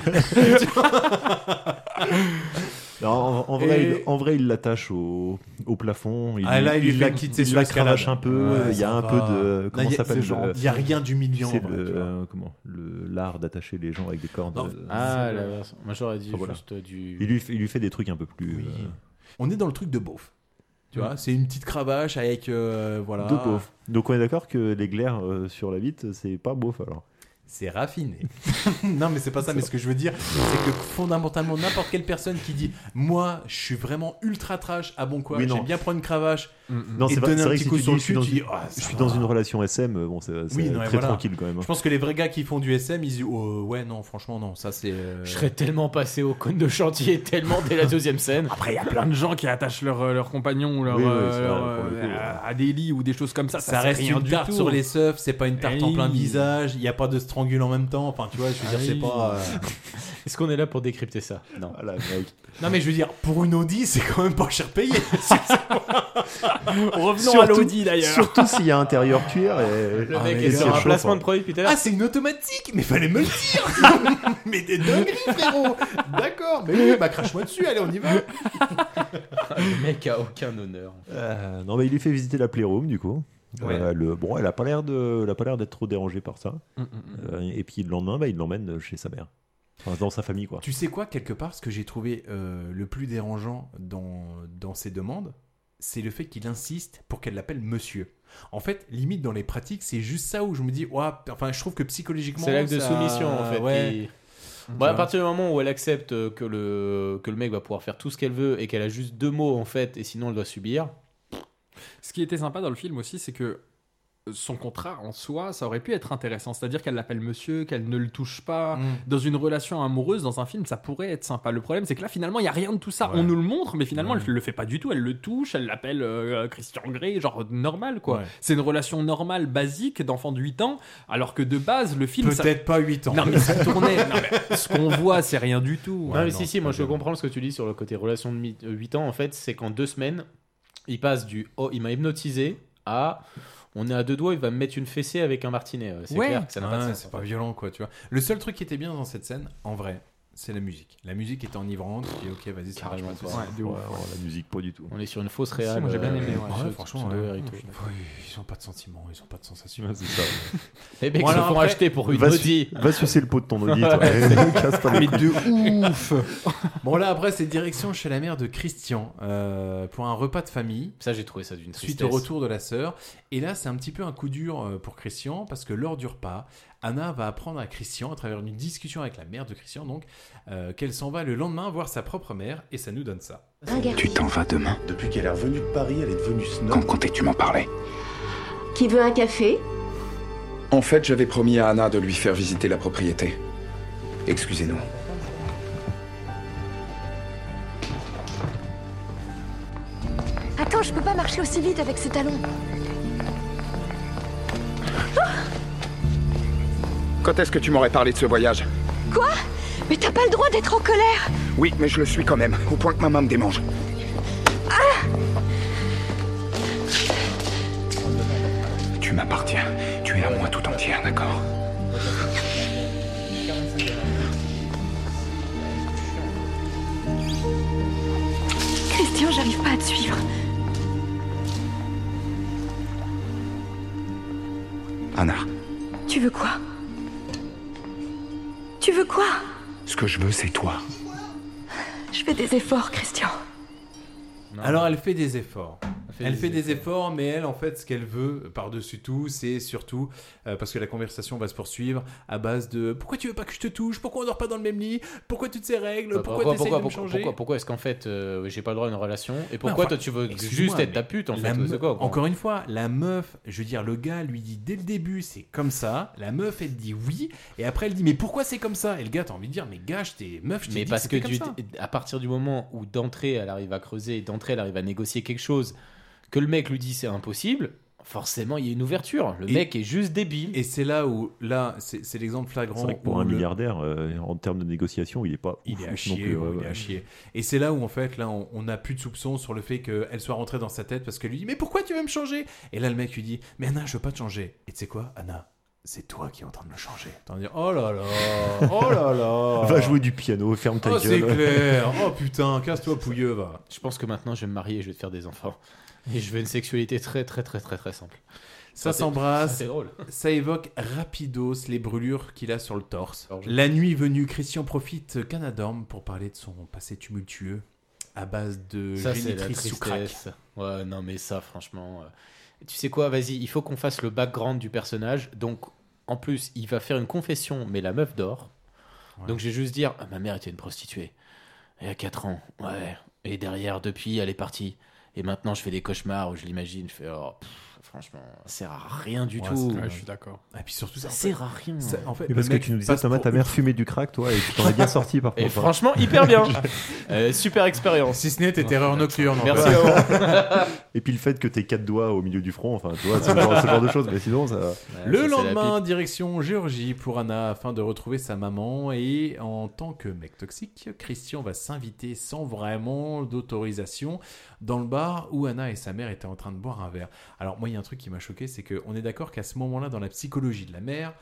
Non, en, en vrai, Et- il, en vrai, il l'attache au, au plafond. Il, Ah, là, il lui la fait une petite il session la d'escalade. cravache un peu. Ouais, il y a ça un va. peu de. Comment Là, il y a- ça s'appelle ce genre- le- Il y a rien d'humiliant. C'est en vrai, le tu vois. euh, comment le l'art d'attacher les gens avec des cordes. Non. euh, Ah, la version. Moi j'aurais dit Ah, voilà. juste du. il lui fait, il lui fait des trucs un peu plus. Oui. euh, On est dans le truc de beauf. Tu vois, c'est une petite cravache avec euh, voilà. de beauf. Donc on est d'accord que les glaires euh, sur la bite, c'est pas beauf alors. C'est raffiné. Non, mais c'est pas ça. Mais ce que je veux dire, c'est que fondamentalement, n'importe quelle personne qui dit, moi, je suis vraiment ultra trash, ah bon quoi, Oui, non. j'aime bien prendre une cravache. Non, Et c'est vrai, donner c'est un vrai petit que coup si sur tu le dis, je suis cul, dans, tu dis, une- ah, je ça suis va. dans une relation S M, bon, c'est c'est Oui, non, mais très voilà. tranquille quand même. Je pense que les vrais gars qui font du S M, ils disent, oh, ouais, non, franchement, non, ça c'est. euh, Je serais tellement passé au cône de chantier, tellement dès la deuxième scène. Après, il y a plein de gens qui attachent leur, euh, leur compagnon ou leur, Oui, oui, euh, c'est leur, vrai, pour le euh, coup, ouais. à- à des lits ou des choses comme ça. Ça, Ça, c'est reste rien une du tarte tout. sur les seufs, c'est pas une tarte en Oui. plein visage, il n'y a pas de strangule en même temps, enfin tu vois, je veux dire, c'est Oui. pas. euh, Est-ce qu'on est là pour décrypter ça? Non. Voilà, mec. Non mais je veux dire, pour une Audi, c'est quand même pas cher payé. Revenons à Surtout- l'Audi d'ailleurs. Surtout s'il y a intérieur cuir et. Le Ah, mec mais est c'est sur un chaud, placement ça. de produit depuis tout à l'heure. Ah, c'est une automatique, mais fallait me le dire. Mais des dingueries, frérot. D'accord, mais oui, bah crache-moi dessus, allez, on y va. Le mec a aucun honneur. Euh, non, mais il lui fait visiter la Playroom du coup. Ouais. Euh, le, bon, elle a pas l'air de, elle a pas l'air d'être trop dérangée par ça. Mm, mm, mm. Euh, et puis le lendemain, bah, il l'emmène chez sa mère, enfin, dans sa famille quoi. Tu sais quoi, quelque part, ce que j'ai trouvé euh, le plus dérangeant dans, dans ses demandes, c'est le fait qu'il insiste pour qu'elle l'appelle monsieur. En fait, limite dans les pratiques, c'est juste ça où je me dis, ouah, enfin, je trouve que psychologiquement. C'est l'acte de ça- soumission en fait. Ouais. qui- Bon, à partir du moment où elle accepte que le, que le mec va pouvoir faire tout ce qu'elle veut et qu'elle a juste deux mots en fait, et sinon elle doit subir. Ce qui était sympa dans le film aussi, c'est que son contrat en soi, ça aurait pu être intéressant. C'est-à-dire qu'elle l'appelle monsieur, qu'elle ne le touche pas. Mm. Dans une relation amoureuse, dans un film, ça pourrait être sympa. Le problème, c'est que là, finalement, il n'y a rien de tout ça. Ouais. On nous le montre, mais finalement, Ouais. elle ne le fait pas du tout. Elle le touche, elle l'appelle euh, Christian Grey, genre normal, quoi. Ouais. C'est une relation normale, basique, d'enfant de huit ans, alors que de base, le film... ça- Peut-être pas huit ans. Non, mais ça tournait. Non, mais ce qu'on voit, c'est rien du tout. non, mais non, si, c'est si, moi pas je bien. comprends ce que tu dis sur le côté relation de mi- euh, huit ans. En fait, c'est qu'en deux semaines, il passe du oh, il m'a hypnotisé à on est à deux doigts, il va me mettre une fessée avec un martinet. Euh, C'est Ouais. clair que ça n'a pas de Ouais, sens. c'est pas violent, quoi, tu vois. Le seul truc qui était bien dans cette scène, en vrai, c'est la musique. La musique était enivrante, et ok, vas-y, ça marche Carrément pas. pas. tout ça. Ouais, de Ouais, ouf. alors, la musique pas du tout. On est sur une fausse Si, réale. moi, j'ai bien euh, aimé, ouais. Ouais, sous- franchement, sous ouais. de verre et tout. Oui, ils ont pas de sentiments, ils ont pas de sensations. Ouais, c'est ça. Les mecs Bon, se alors font après, acheter pour une Va, Audi. su- va sucer le pot de ton Audi, toi. Casse-toi les Mais couilles. de ouf. Bon là après c'est direction chez la mère de Christian euh, pour un repas de famille Ça, j'ai trouvé ça d'une tristesse. suite au retour de la sœur. Et là c'est un petit peu un coup dur euh, pour Christian parce que lors du repas, Anna va apprendre à Christian à travers une discussion avec la mère de Christian donc euh, qu'elle s'en va le lendemain voir sa propre mère et ça nous donne ça. Tu t'en vas demain. Depuis qu'elle est revenue de Paris, elle est devenue snob. Quand comptais-tu m'en parler? Qui veut un café? En fait, j'avais promis à Anna de lui faire visiter la propriété. Excusez-nous. Attends, je peux pas marcher aussi vite avec ces talons. Quand est-ce que tu m'aurais parlé de ce voyage? Quoi? Mais t'as pas le droit d'être en colère. Oui, mais je le suis quand même, au point que ma main me démange. Tu m'appartiens. Tu es à moi tout entière, d'accord? Christian, j'arrive pas à te suivre. Anna, Tu veux quoi? Tu veux quoi? ce que je veux, c'est toi. Je fais des efforts, Christian. Non. Alors elle fait des efforts. Elle fait elle des fait des efforts. efforts, mais elle, en fait, ce qu'elle veut, par-dessus tout, c'est surtout, euh, parce que la conversation va se poursuivre, à base de « Pourquoi tu veux pas que je te touche ? Pourquoi on dort pas dans le même lit ? Pourquoi toutes ces règles ? Bah, Pourquoi, pourquoi, t'essayes pourquoi, de me pourquoi, changer ?» pourquoi, pourquoi est-ce qu'en fait euh, j'ai pas le droit à une relation et pourquoi Ouais, enfin, toi tu veux excuse-moi, juste être mais ta pute en la fait me- c'est quoi, quoi. Encore une fois, la meuf, je veux dire, le gars lui dit dès le début c'est comme ça, la meuf elle dit oui, et après elle dit mais pourquoi c'est comme ça ? Et le gars t'as envie de dire mais gars, je t'ai meuf, je t'ai Mais dit parce que c'était tu, comme ça. à partir du moment où d'entrée elle arrive à creuser et d'entrée elle arrive à négocier quelque chose que le mec lui dit c'est impossible, forcément il y a une ouverture. Le Et- mec est juste débile. Et c'est là où, là, c'est c'est l'exemple flagrant. C'est vrai que pour où un le- milliardaire, euh, en termes de négociation, il est pas. Il ouf, est à ouf chier, non plus, ouais, ouais, il est ouais. à chier. Et c'est là où en fait, là, on on n'a plus de soupçons sur le fait qu'elle soit rentrée dans sa tête parce qu'elle lui dit mais pourquoi tu veux me changer ? Et là le mec lui dit mais Anna, je veux pas te changer. Et tu sais quoi, Anna, c'est toi qui es en train de me changer. T'en dire oh là là, oh là là. Va jouer du piano, ferme ta Oh c'est gueule. clair. Oh putain, casse-toi pouilleux va. Je pense que maintenant je vais me marier et je vais te faire des enfants. Et je veux une sexualité très très très très très simple. Ça c'est- s'embrasse, ça, c'est drôle. ça évoque rapidos les brûlures qu'il a sur le torse. Alors, je- La nuit venue, Christian profite qu'Anna dorme pour parler de son passé tumultueux à base de Ça c'est la génitrice sous crack. tristesse. Ouais, non mais ça franchement. euh, Tu sais quoi, vas-y, il faut qu'on fasse le background du personnage. Donc en plus, il va faire une confession, mais la meuf dort. Ouais. Donc je vais juste dire, ah, ma mère était une prostituée. Il y a quatre ans, ouais. Et derrière, depuis, elle est partie. Et maintenant, je fais des cauchemars où je l'imagine. Je fais, oh, pff, franchement, ça sert à rien du Ouais, tout. c'est Ouais, vrai. je suis d'accord. Et puis surtout Ça en fait, sert à rien. ça- en fait, Mais le parce que mec tu nous disais, passe Thomas, pour ta mère ultra- fumait du crack, toi, et tu t'en es bien sorti par Et contre. hein. franchement, hyper bien. Euh, super expérience. Si ce n'est tes terreurs nocturnes. en Merci fait. à vous. Et puis le fait que t'aies quatre doigts au milieu du front, enfin, tu vois, ce genre, ce genre de choses, mais sinon, ça. Le Ça, c'est la lendemain, pipe. direction Géorgie pour Anna afin de retrouver sa maman. Et en tant que mec toxique, Christian va s'inviter sans vraiment d'autorisation dans le bar où Anna et sa mère étaient en train de boire un verre. Alors moi, il y a un truc qui m'a choqué, c'est qu'on est d'accord qu'à ce moment-là, dans la psychologie de la mère,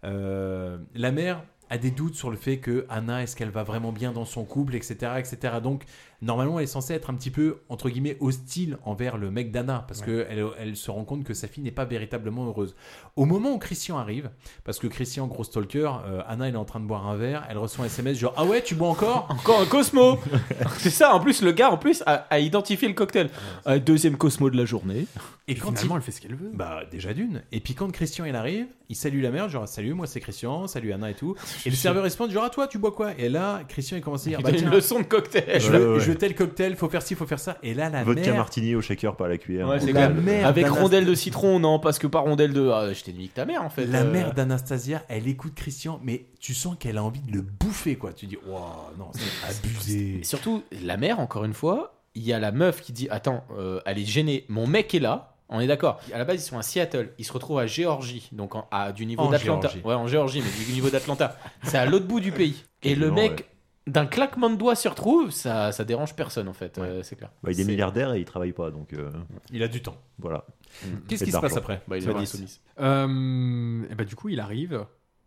euh, la mère a des doutes sur le fait que Anna, est-ce qu'elle va vraiment bien dans son couple, et cetera, et cetera. Donc, normalement, elle est censée être un petit peu, entre guillemets, hostile envers le mec d'Anna, parce Ouais. qu'elle elle se rend compte que sa fille n'est pas véritablement heureuse. Au moment où Christian arrive, parce que Christian, gros stalker, euh, Anna, elle est en train de boire un verre, elle reçoit un S M S genre « Ah ouais, tu bois encore ?» Encore un Cosmo. C'est ça, en plus, le gars en plus a, a identifié le cocktail. Un deuxième Cosmo de la journée. Et Et quand finalement, il- elle fait ce qu'elle veut. Bah déjà d'une. Et puis quand Christian il arrive, il salue la mère, genre salut, moi c'est Christian, salut Anna et tout. Et le serveur répond genre ah toi tu bois quoi ? Et là Christian il commence à dire Il bah donne tiens, une leçon de cocktail. je Ouais, veux, ouais, je veux ouais. tel cocktail, faut faire ci, faut faire ça. Et là la Vodka mère, martini au shaker par la cuillère. Ouais, c'est la clair. mère Avec d'Anas- rondelle de citron, non, parce que pas rondelle de. Ah, je t'ai niqué ta mère en fait. la Euh, mère d'Anastasia, elle écoute Christian, mais tu sens qu'elle a envie de le bouffer quoi. Tu dis waouh non c'est abusé. Et surtout, la mère, encore une fois, il y a la meuf qui dit attends, euh, elle est gênée, mon mec est là. On est d'accord. À la base, ils sont à Seattle. Ils se retrouvent à Géorgie, donc en- à, du niveau En d'Atlanta. Géorgie. Ouais, en Géorgie, mais du niveau d'Atlanta. C'est à l'autre bout du pays. Et le Quasiment, mec, ouais. d'un claquement de doigts, se retrouve. Ça, ça dérange personne, en fait. euh, c'est clair. Bah, il est C'est- milliardaire et il travaille pas, donc euh, Il a du temps. voilà. Qu'est-ce Fait qui de se passe l'argent. après Bah, il est Sois dix. insoumise. Euh, et bah, du coup, il arrive.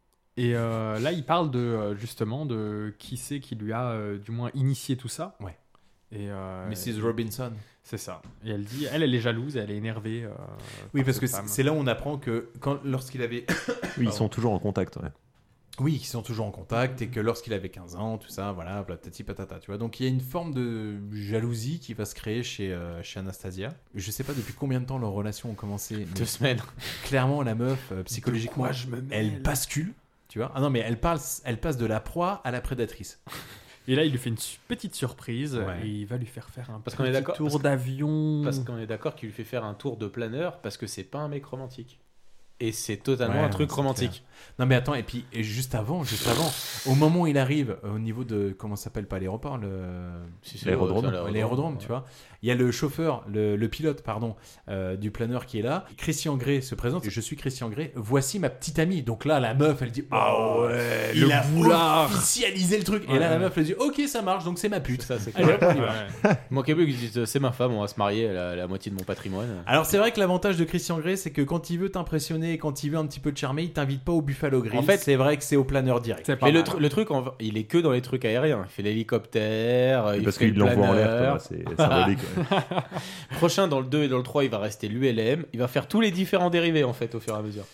Et euh, là, il parle de euh, justement de qui c'est qui lui a euh, du moins initié tout ça. Ouais. Et euh, Mrs Robinson. c'est ça. Et elle dit, elle, elle est jalouse, elle est énervée. euh, Oui par parce que cette c'est femme. c'est là où on apprend que quand lorsqu'il avait Oui, ils sont toujours en contact. Ouais. Oui, ils sont toujours en contact et que lorsqu'il avait quinze ans, tout ça, voilà, patati patata, tu vois. Donc il y a une forme de jalousie qui va se créer chez, euh, chez Anastasia. Je sais pas depuis combien de temps leurs relations ont commencé, mais Deux semaines. clairement la meuf, euh, psychologiquement, De quoi je me mêle elle bascule, tu vois. Ah non, mais elle passe, elle passe de la proie à la prédatrice. Et là, il lui fait une su- petite surprise. Ouais. et il va lui faire faire un Parce qu'on est petit d'accord- tour parce que- d'avion. Parce qu'on est d'accord qu'il lui fait faire un tour de planeur parce que c'est pas un mec romantique. Et c'est totalement Ouais, un truc c'est romantique. Non mais attends, et puis et juste avant, juste avant, au moment où il arrive, euh, au niveau de, comment ça s'appelle, pas l'aéroport, le... Si, c'est- L'aérodrome. c'est Ouais, l'aérodrome, ouais. tu vois. Il y a le chauffeur, le, le pilote, pardon, euh, du planeur qui est là. Christian Grey se présente. Je suis Christian Grey. Voici ma petite amie. Donc là, la meuf, elle dit ah ouais, il le a boulard. officialisé le truc. Et Ouais, là, la ouais. meuf, elle dit ok, ça marche. Donc c'est ma pute. Ça, c'est Allez, clair. hop, on y va. Ouais. Il manquait plus qu'ils disent c'est ma femme, on va se marier, elle a la moitié de mon patrimoine. Alors c'est vrai que l'avantage de Christian Grey, c'est que quand il veut t'impressionner et quand il veut un petit peu te charmer, il t'invite pas au Buffalo Grill. En fait, c'est vrai que c'est au planeur direct. C'est pas Mais le, mal. tru- le truc, en- il est que dans les trucs aériens. Il fait l'hélicoptère, il Parce fait qu'il le l'envoie en l'air, planeur. quoi, c'est symbolique. ouais. Prochain, dans le deux et dans le trois, il va rester l'U L M. Il va faire tous les différents dérivés, en fait, au fur et à mesure.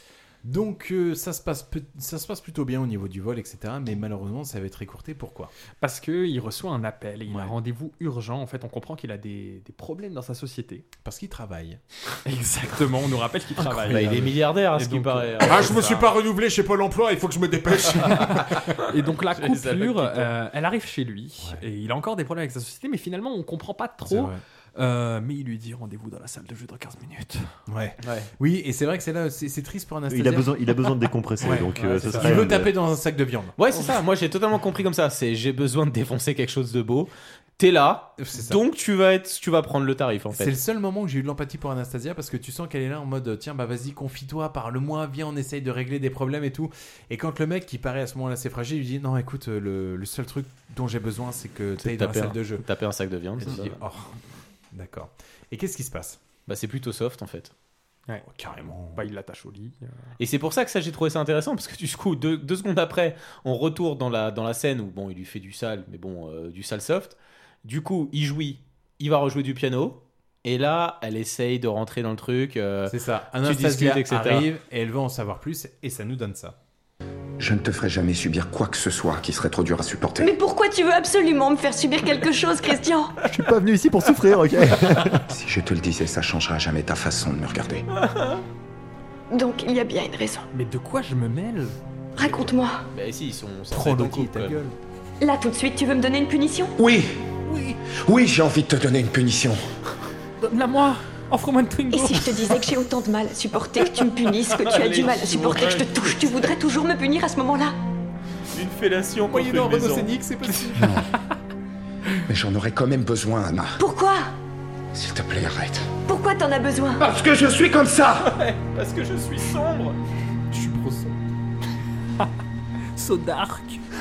Donc euh, ça, se passe pe- ça se passe plutôt bien au niveau du vol, et cetera. Mais malheureusement, ça va être écourté. Pourquoi ? Parce qu'il reçoit un appel et il Ouais. a un rendez-vous urgent. En fait, on comprend qu'il a des, des problèmes dans sa société. Parce qu'il travaille. Exactement, on nous rappelle qu'il travaille. Bah, il est milliardaire, à Et ce qui donc, paraît. Ah, je me suis pas renouvelé chez Pôle Emploi, il faut que je me dépêche. Et donc la J'ai les allocs coupure, qui tombent. euh, elle arrive chez lui Ouais. et il a encore des problèmes avec sa société, mais finalement on comprend pas C'est trop. vrai. Euh, mais il lui dit rendez-vous dans la salle de jeu dans quinze minutes. Ouais. Ouais. Oui, et c'est vrai que c'est là, c'est, c'est triste pour Anastasia. Il a besoin, il a besoin de décompresser. Ouais. donc, Ouais, euh, c'est ce ça. serait Il veut une- taper dans un sac de viande. Ouais, c'est ça. Moi, j'ai totalement compris comme ça. C'est j'ai besoin de défoncer quelque chose de beau. T'es là, C'est ça. donc tu vas être, tu vas prendre le tarif en C'est fait. le seul moment où j'ai eu de l'empathie pour Anastasia parce que tu sens qu'elle est là en mode tiens bah vas-y confie-toi, parle-moi, viens on essaye de régler des problèmes et tout. Et quand le mec qui paraît à ce moment-là assez fragile lui dit non écoute euh, le, le seul truc dont j'ai besoin c'est que tu ailles dans la taper salle un- de jeu. Taper un sac de viande, Et c'est tu ça. dis oh d'accord. Et qu'est-ce qui se passe ? Bah, c'est plutôt soft en fait. Ouais. Oh, carrément. Bah, il l'attache au lit. euh. Et c'est pour ça que ça j'ai trouvé ça intéressant parce que du coup deux, deux secondes après on retourne dans la, dans la scène où bon il lui fait du sale mais bon euh, du sale soft. Du coup il jouit, il va rejouer du piano et là elle essaye de rentrer dans le truc. euh, C'est ça. tu Anastasia discutes, et cetera. arrive et elle veut en savoir plus et ça nous donne ça. Je ne te ferai jamais subir quoi que ce soit qui serait trop dur à supporter. Mais pourquoi tu veux absolument me faire subir quelque chose, Christian ? Je suis pas venu ici pour souffrir, ok. Si je te le disais, ça changera jamais ta façon de me regarder. Donc il y a bien une raison. Mais de quoi je me mêle ? Raconte-moi. Bah si ils sont censés Prends être en le couple, ta quand même. gueule. Là tout de suite, tu veux me donner une punition ? Oui Oui Oui, j'ai envie de te donner une punition. Donne-la moi. Offre-moi une Twingo. Et si je te disais que j'ai autant de mal à supporter que tu me punisses, que tu as du mal à supporter que je te touche, tu voudrais toujours me punir à ce moment-là ? Une fellation contre Moyennant une maison. Renault Scénic, c'est possible. Mais j'en aurais quand même besoin, Anna. Pourquoi ? S'il te plaît, arrête. Pourquoi t'en as besoin ? Parce que je suis comme ça. Ouais, parce que je suis sombre. Je suis pro son. So dark.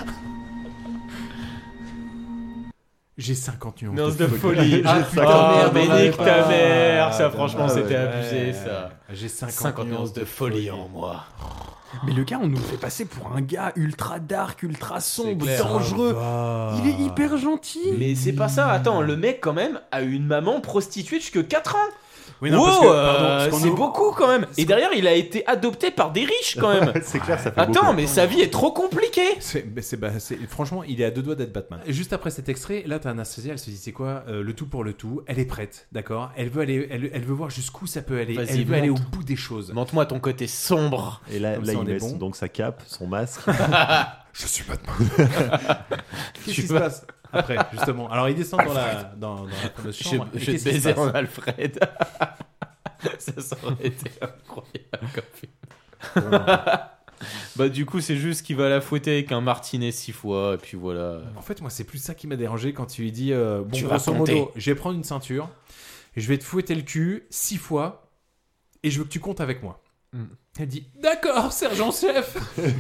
J'ai cinquante nuances Nuance de de folie. folie. Ah, Ah, putain, merde, mais on nique va ta pas. mère. Ça, franchement, Ah, c'était ouais. abusé, ça. J'ai cinquante, cinquante nuances de folie en moi. Mais le gars, on nous le fait passer pour un gars ultra dark, ultra sombre, clair. dangereux. va. Il est hyper gentil. Mais c'est pas ça. Attends, le mec, quand même, a eu une maman prostituée jusque quatre ans. Oui, non, Wow, parce que, euh, pardon, parce qu'on c'est nous- beaucoup quand même. Et derrière, il a été adopté par des riches quand même. C'est clair, ça fait Attends, beaucoup. mais sa vie est trop compliquée. C'est, mais c'est, bah, c'est- franchement, il est à deux doigts d'être Batman. Et juste après cet extrait, là, t'as Anastasia, elle se dit, c'est quoi, euh, le tout pour le tout. Elle est prête, d'accord. Elle veut aller, elle, elle veut voir jusqu'où ça peut aller. Vas-y, Elle veut aller au montre. bout des choses. Montre-moi ton côté sombre. Et là, Comme là ça, il on est met bon. donc sa cape, son masque. Je suis Batman. Qu'est-ce qui se passe après, justement? Alors, il descend dans la, dans, dans la fameuse Je, chambre. et je qu'est-ce te qui se baisais passe en Alfred. Ça, ça aurait été incroyable comme film. Bah du coup c'est juste qu'il va la fouetter avec un martinet six fois et puis voilà. En fait, moi, c'est plus ça qui m'a dérangé quand tu lui dis euh, bon, Tu vas grosso compter. modo, je vais prendre une ceinture, je vais te fouetter le cul six fois, et je veux que tu comptes avec moi. Mm. Elle dit d'accord, sergent-chef.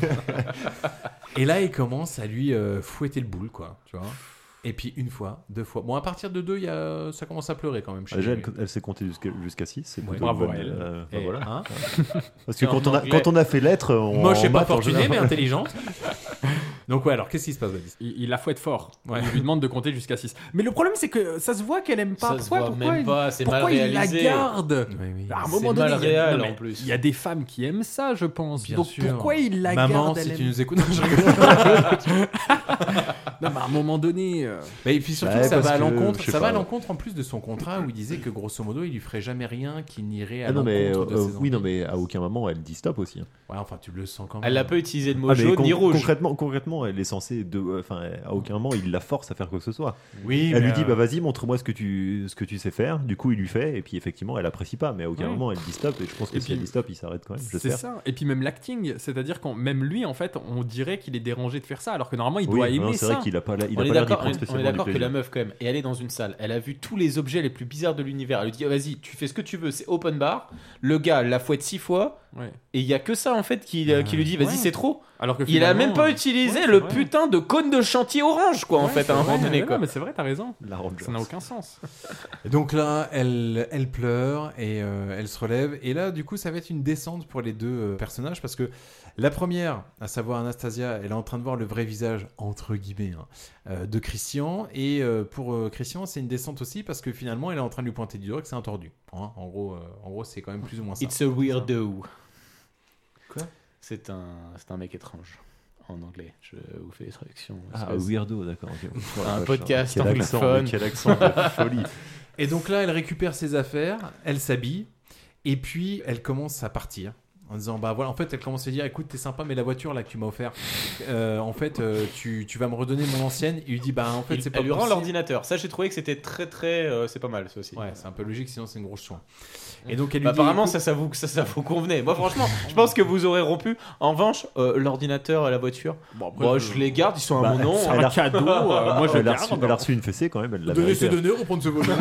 Et là, il commence à lui euh, fouetter le boule, quoi, tu vois. Et puis une fois, deux fois. Bon, à partir de deux, il y a... ça commence à pleurer quand même. Chez Déjà, lui. elle, elle s'est comptée jusqu'à jusqu'à six. C'est Ouais, plutôt bravo une bonne, à elle. euh, bah Et, voilà. hein, Parce que Et quand en on, a, anglais. quand on a fait lettres, on, moche et en pas maths, en fortunée, mais général- intelligente. Donc ouais, alors qu'est-ce qui se passe, Badis? Il, il la fouette fort. Ouais. Il lui demande de compter jusqu'à six. Mais le problème, c'est que ça se voit qu'elle aime pas. Ça se pourquoi voit pourquoi même il, pas, c'est pourquoi mal il réalisé. la garde Oui, oui. À un C'est moment donné, mal il y a- réel, non, mais en plus. Il y a des femmes qui aiment ça, je pense. Bien Donc sûr. pourquoi il la Maman, garde elle si tu aime- nous écoutes, non, je rigole. Non, mais à un moment donné. euh, Mais et puis surtout, Ouais, ça parce va à que, l'encontre. je sais Ça va à pas. l'encontre en plus de son contrat où il disait que grosso modo, il lui ferait jamais rien qui n'irait à Ah non, mais, l'encontre de euh, ses oui, non, envies. mais à aucun moment elle dit stop aussi. hein. Ouais, enfin, tu le sens quand même. Elle n'a pas utilisé de mot Ah, mais jaune con- ni rouge. Concrètement, concrètement, elle est censée. De, euh, enfin, à aucun moment il la force à faire quoi que ce soit. Oui, Elle mais, lui dit euh, bah vas-y, montre-moi ce que tu ce que tu sais faire. Du coup, il lui fait et puis effectivement, elle apprécie pas. Mais à aucun Oui. moment elle dit stop. Et je pense que Et si puis, elle dit stop, il s'arrête quand même. C'est J'espère. ça. Et puis même l'acting, c'est-à-dire qu'on même lui, en fait, on dirait qu'il est dérangé de faire ça, alors que normalement il Oui, doit non, aimer c'est ça. vrai qu'il a pas, la- il On a est pas l'air d'y d'accord, prendre on est spécialement du d'accord que plaisir. la meuf quand même, et elle est dans une salle, elle a vu tous les objets les plus bizarres de l'univers. Elle lui dit oh, vas-y, tu fais ce que tu veux, c'est open bar. Le gars la fouette six fois Ouais. et il y a que ça en fait qui, euh, qui lui dit vas-y Ouais. c'est trop. Alors que Il a finalement, même pas euh, utilisé ouais, le c'est vrai. putain de cône de chantier orange quoi en Ouais, fait c'est à un moment vrai, donné mais quoi. non, mais c'est vrai, t'as raison. La Rangers. Ça n'a aucun sens. Et donc là, elle, elle pleure et euh, elle se relève. Et là, du coup, ça va être une descente pour les deux euh, personnages parce que la première, à savoir Anastasia, elle est en train de voir le vrai visage, entre guillemets, hein, euh, de Christian. Et euh, pour euh, Christian, c'est une descente aussi parce que finalement, elle est en train de lui pointer du doigt que c'est un tordu. Hein, en gros, euh, en gros, c'est quand même plus ou moins ça. It's a weirdo. Quoi ? C'est un, c'est un mec étrange. En anglais, je vous fais les traductions. Ah, weirdo, d'accord. Okay. Un podcast quel anglophone. Accent, quel accent de folie. Et donc là, elle récupère ses affaires, elle s'habille, et puis elle commence à partir. En disant, bah voilà, en fait, elle commence à dire, écoute, t'es sympa, mais la voiture là que tu m'as offert, euh, en fait, euh, tu, tu vas me redonner mon ancienne. Il lui dit, bah en fait, Il, c'est pas elle lui rend possible. l'ordinateur. Ça, j'ai trouvé que c'était très très. Euh, c'est pas mal, ça aussi. Ouais, c'est un peu logique, sinon c'est une grosse chouin. Et donc elle lui bah, dit, apparemment, écoute... ça, ça, vous, ça, ça vous convenait. Moi, franchement, je pense que vous aurez rompu. En revanche, euh, l'ordinateur et la voiture, bon, après, bon, je... je les garde, ils sont à bah, mon nom. C'est un cadeau. Euh, moi, je elle, a garde. reçu, elle a reçu une fessée quand même. Elle l'a Donner, c'est donner, reprendre ce bonheur.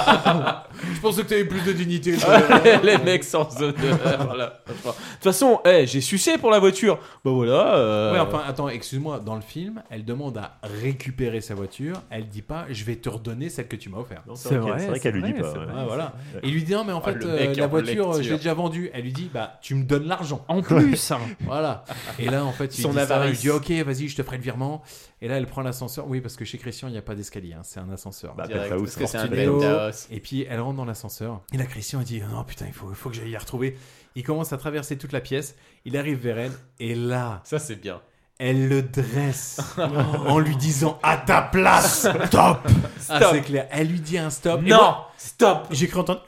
Je pensais que t'avais plus de dignité. Les mecs sans honneur. Là. De toute façon, hey, j'ai sucé pour la voiture. Bah voilà. Euh... Ouais, enfin, attends, excuse-moi. Dans le film, elle demande à récupérer sa voiture. Elle dit pas, je vais te redonner celle que tu m'as offerte. C'est, c'est vrai, vrai, c'est vrai qu'elle lui dit pas. Ouais. Ah, voilà. Et il lui dit non, mais en Ah, fait, euh, la voiture, je l'ai déjà vendue. Elle lui dit, bah, tu me donnes l'argent. En plus. Voilà. Et là, en fait, il Son dit ça, il avarice. dit, ok, vas-y, je te ferai le virement. Et là, elle prend l'ascenseur. Oui, parce que chez Christian, il n'y a pas d'escalier. Hein. C'est un ascenseur. Bah, Direct, parce parce que c'est un Fortunéo. penthouse. Et puis, elle rentre dans l'ascenseur. Et là, Christian, il dit, non, putain, il faut, il faut que j'aille la retrouver. Il commence à traverser toute la pièce. Il arrive vers elle. Et là, ça, c'est bien. Elle le dresse en lui disant à ta place, stop. Ah, c'est clair. Elle lui dit un stop. Non, moi, stop. J'ai cru entendre.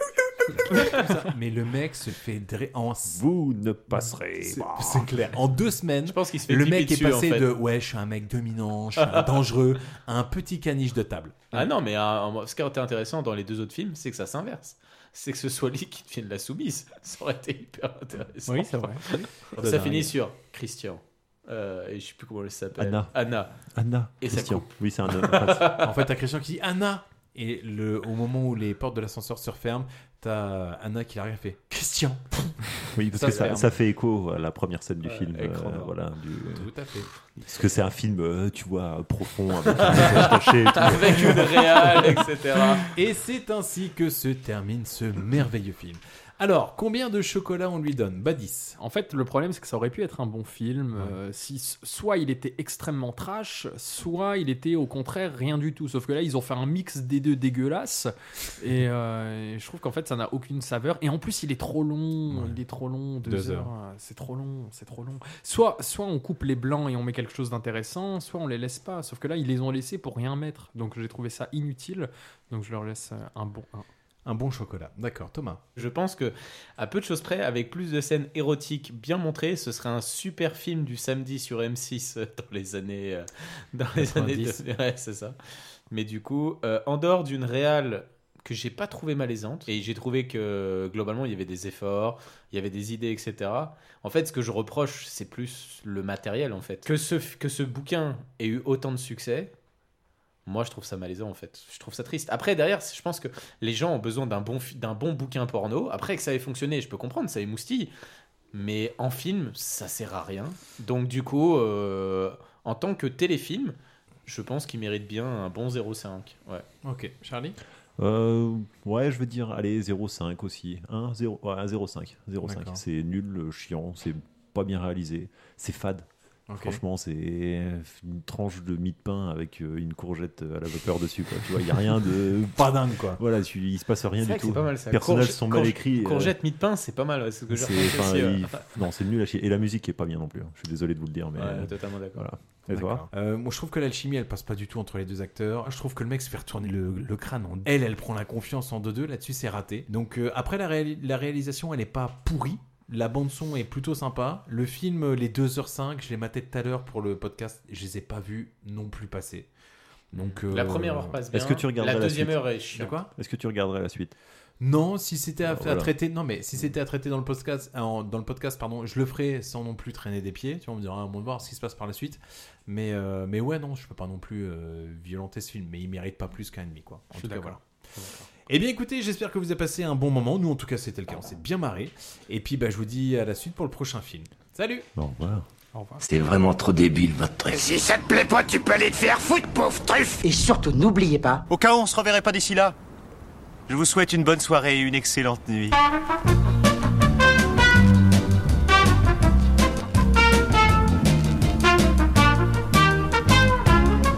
Mais le mec se fait dre... en vous ne passerez c'est, pas. C'est clair. En deux semaines, je pense qu'il se fait le mec dessus, est passé en fait. de ouais, je suis un mec dominant, je suis un dangereux, à un petit caniche de table. Ah non, mais euh, ce qui a été intéressant dans les deux autres films, c'est que ça s'inverse. C'est que ce soit lui qui devienne la soumise. Ça aurait été hyper intéressant. Oui, c'est vrai. Donc, ça finit sur Christian. Euh, et je sais plus comment elle s'appelle. Anna. Anna. Anna. Et Christian. ça coupe. Oui, c'est un homme. En fait, t'as Christian qui dit Anna. Et le, au moment où les portes de l'ascenseur se referment, t'as Anna qui arrive et fait Christian. Oui, parce Ça que se ça, ferme. ça fait écho à la première scène du Ouais, film. écran euh, noir. voilà, du, Tout à fait. parce que c'est un film, euh, tu vois, profond, avec un message caché. Et tout. Avec une réale, et cetera. Et c'est ainsi que se termine ce merveilleux film. Alors, combien de chocolat on lui donne ? Bah dix. En fait, le problème, c'est que ça aurait pu être un bon film ouais. euh, si soit il était extrêmement trash, soit il était au contraire rien du tout. Sauf que là, ils ont fait un mix des deux dégueulasse. Et, euh, et je trouve qu'en fait, ça n'a aucune saveur. Et en plus, il est trop long. Ouais. Il est trop long. Deux, deux heures. heures. C'est trop long. C'est trop long. Soit, soit on coupe les blancs et on met quelque chose d'intéressant, soit on les laisse pas. Sauf que là, ils les ont laissés pour rien mettre. Donc, j'ai trouvé ça inutile. Donc, je leur laisse un bon un. Un bon chocolat. D'accord, Thomas. Je pense que, à peu de choses près, avec plus de scènes érotiques bien montrées, ce serait un super film du samedi sur M six dans les années, euh, dans les années de... ouais, c'est ça. Mais du coup, euh, en dehors d'une réale que j'ai pas trouvé malaisante, et j'ai trouvé que globalement il y avait des efforts, il y avait des idées, et cetera. En fait, ce que je reproche, c'est plus le matériel en fait. Que ce que ce bouquin ait eu autant de succès. Moi, je trouve ça malaisant, en fait. Je trouve ça triste. Après, derrière, je pense que les gens ont besoin d'un bon, d'un bon bouquin porno. Après, que ça ait fonctionné, je peux comprendre, ça émoustille. Mais en film, ça sert à rien. Donc, du coup, euh, en tant que téléfilm, je pense qu'il mérite bien un bon zéro virgule cinq. Ouais. Ok. Charlie ? euh, Ouais, je veux dire, allez, zéro virgule cinq aussi. un, zéro, ouais, un zéro virgule cinq. zéro virgule cinq. C'est nul, chiant, c'est pas bien réalisé. C'est fade. Okay. Franchement, c'est une tranche de mie de pain avec une courgette à la vapeur dessus, quoi. Tu vois, il n'y a rien de. Pas dingue, quoi. Voilà, tu, il se passe rien c'est du tout. C'est pas mal, ça. Les personnages Courge... sont mal courge... écrits. Courgette, mie de pain, c'est pas mal. Ouais, c'est ce que j'ai enfin, aussi, il... ouais. Non, c'est nul à chier. Et la musique est pas bien non plus. Hein. Je suis désolé de vous le dire, mais. Ouais, totalement d'accord. Voilà. Et toi euh, Moi, je trouve que l'alchimie, elle passe pas du tout entre les deux acteurs. Je trouve que le mec se fait retourner le, le crâne. En... Elle, elle prend la confiance en deux-deux. Là-dessus, c'est raté. Donc, euh, après, la, ré... la réalisation, elle est pas pourrie. La bande-son est plutôt sympa. Le film, les deux heures cinq, je l'ai maté tout à l'heure pour le podcast. Je les ai pas vus non plus passer. Donc, euh... La première heure passe bien. Est-ce que tu regarderais la la deuxième suite heure est chiante. De quoi ? Est-ce que tu regarderais la suite ? Non, si c'était à, voilà. à traiter, non mais si c'était à traiter dans le podcast, euh, dans le podcast, pardon, je le ferais sans non plus traîner des pieds. Tu vois, on me dira, on va voir ce qui se passe par la suite. Mais, euh, mais ouais, non, je peux pas non plus euh, violenter ce film, mais il mérite pas plus qu'un ennemi, quoi. En je tout suis cas, d'accord. voilà. Eh bien écoutez, j'espère que vous avez passé un bon moment. Nous en tout cas c'était le cas, on s'est bien marré. Et puis bah, je vous dis à la suite pour le prochain film. Salut. Au revoir. Au revoir. C'était vraiment trop débile votre truc. Si ça te plaît pas, tu peux aller te faire foutre, pauvre truffe. Et surtout n'oubliez pas. Au cas où on se reverrait pas d'ici là, je vous souhaite une bonne soirée et une excellente nuit.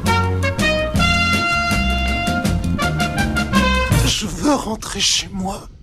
Je veux rentrer chez moi.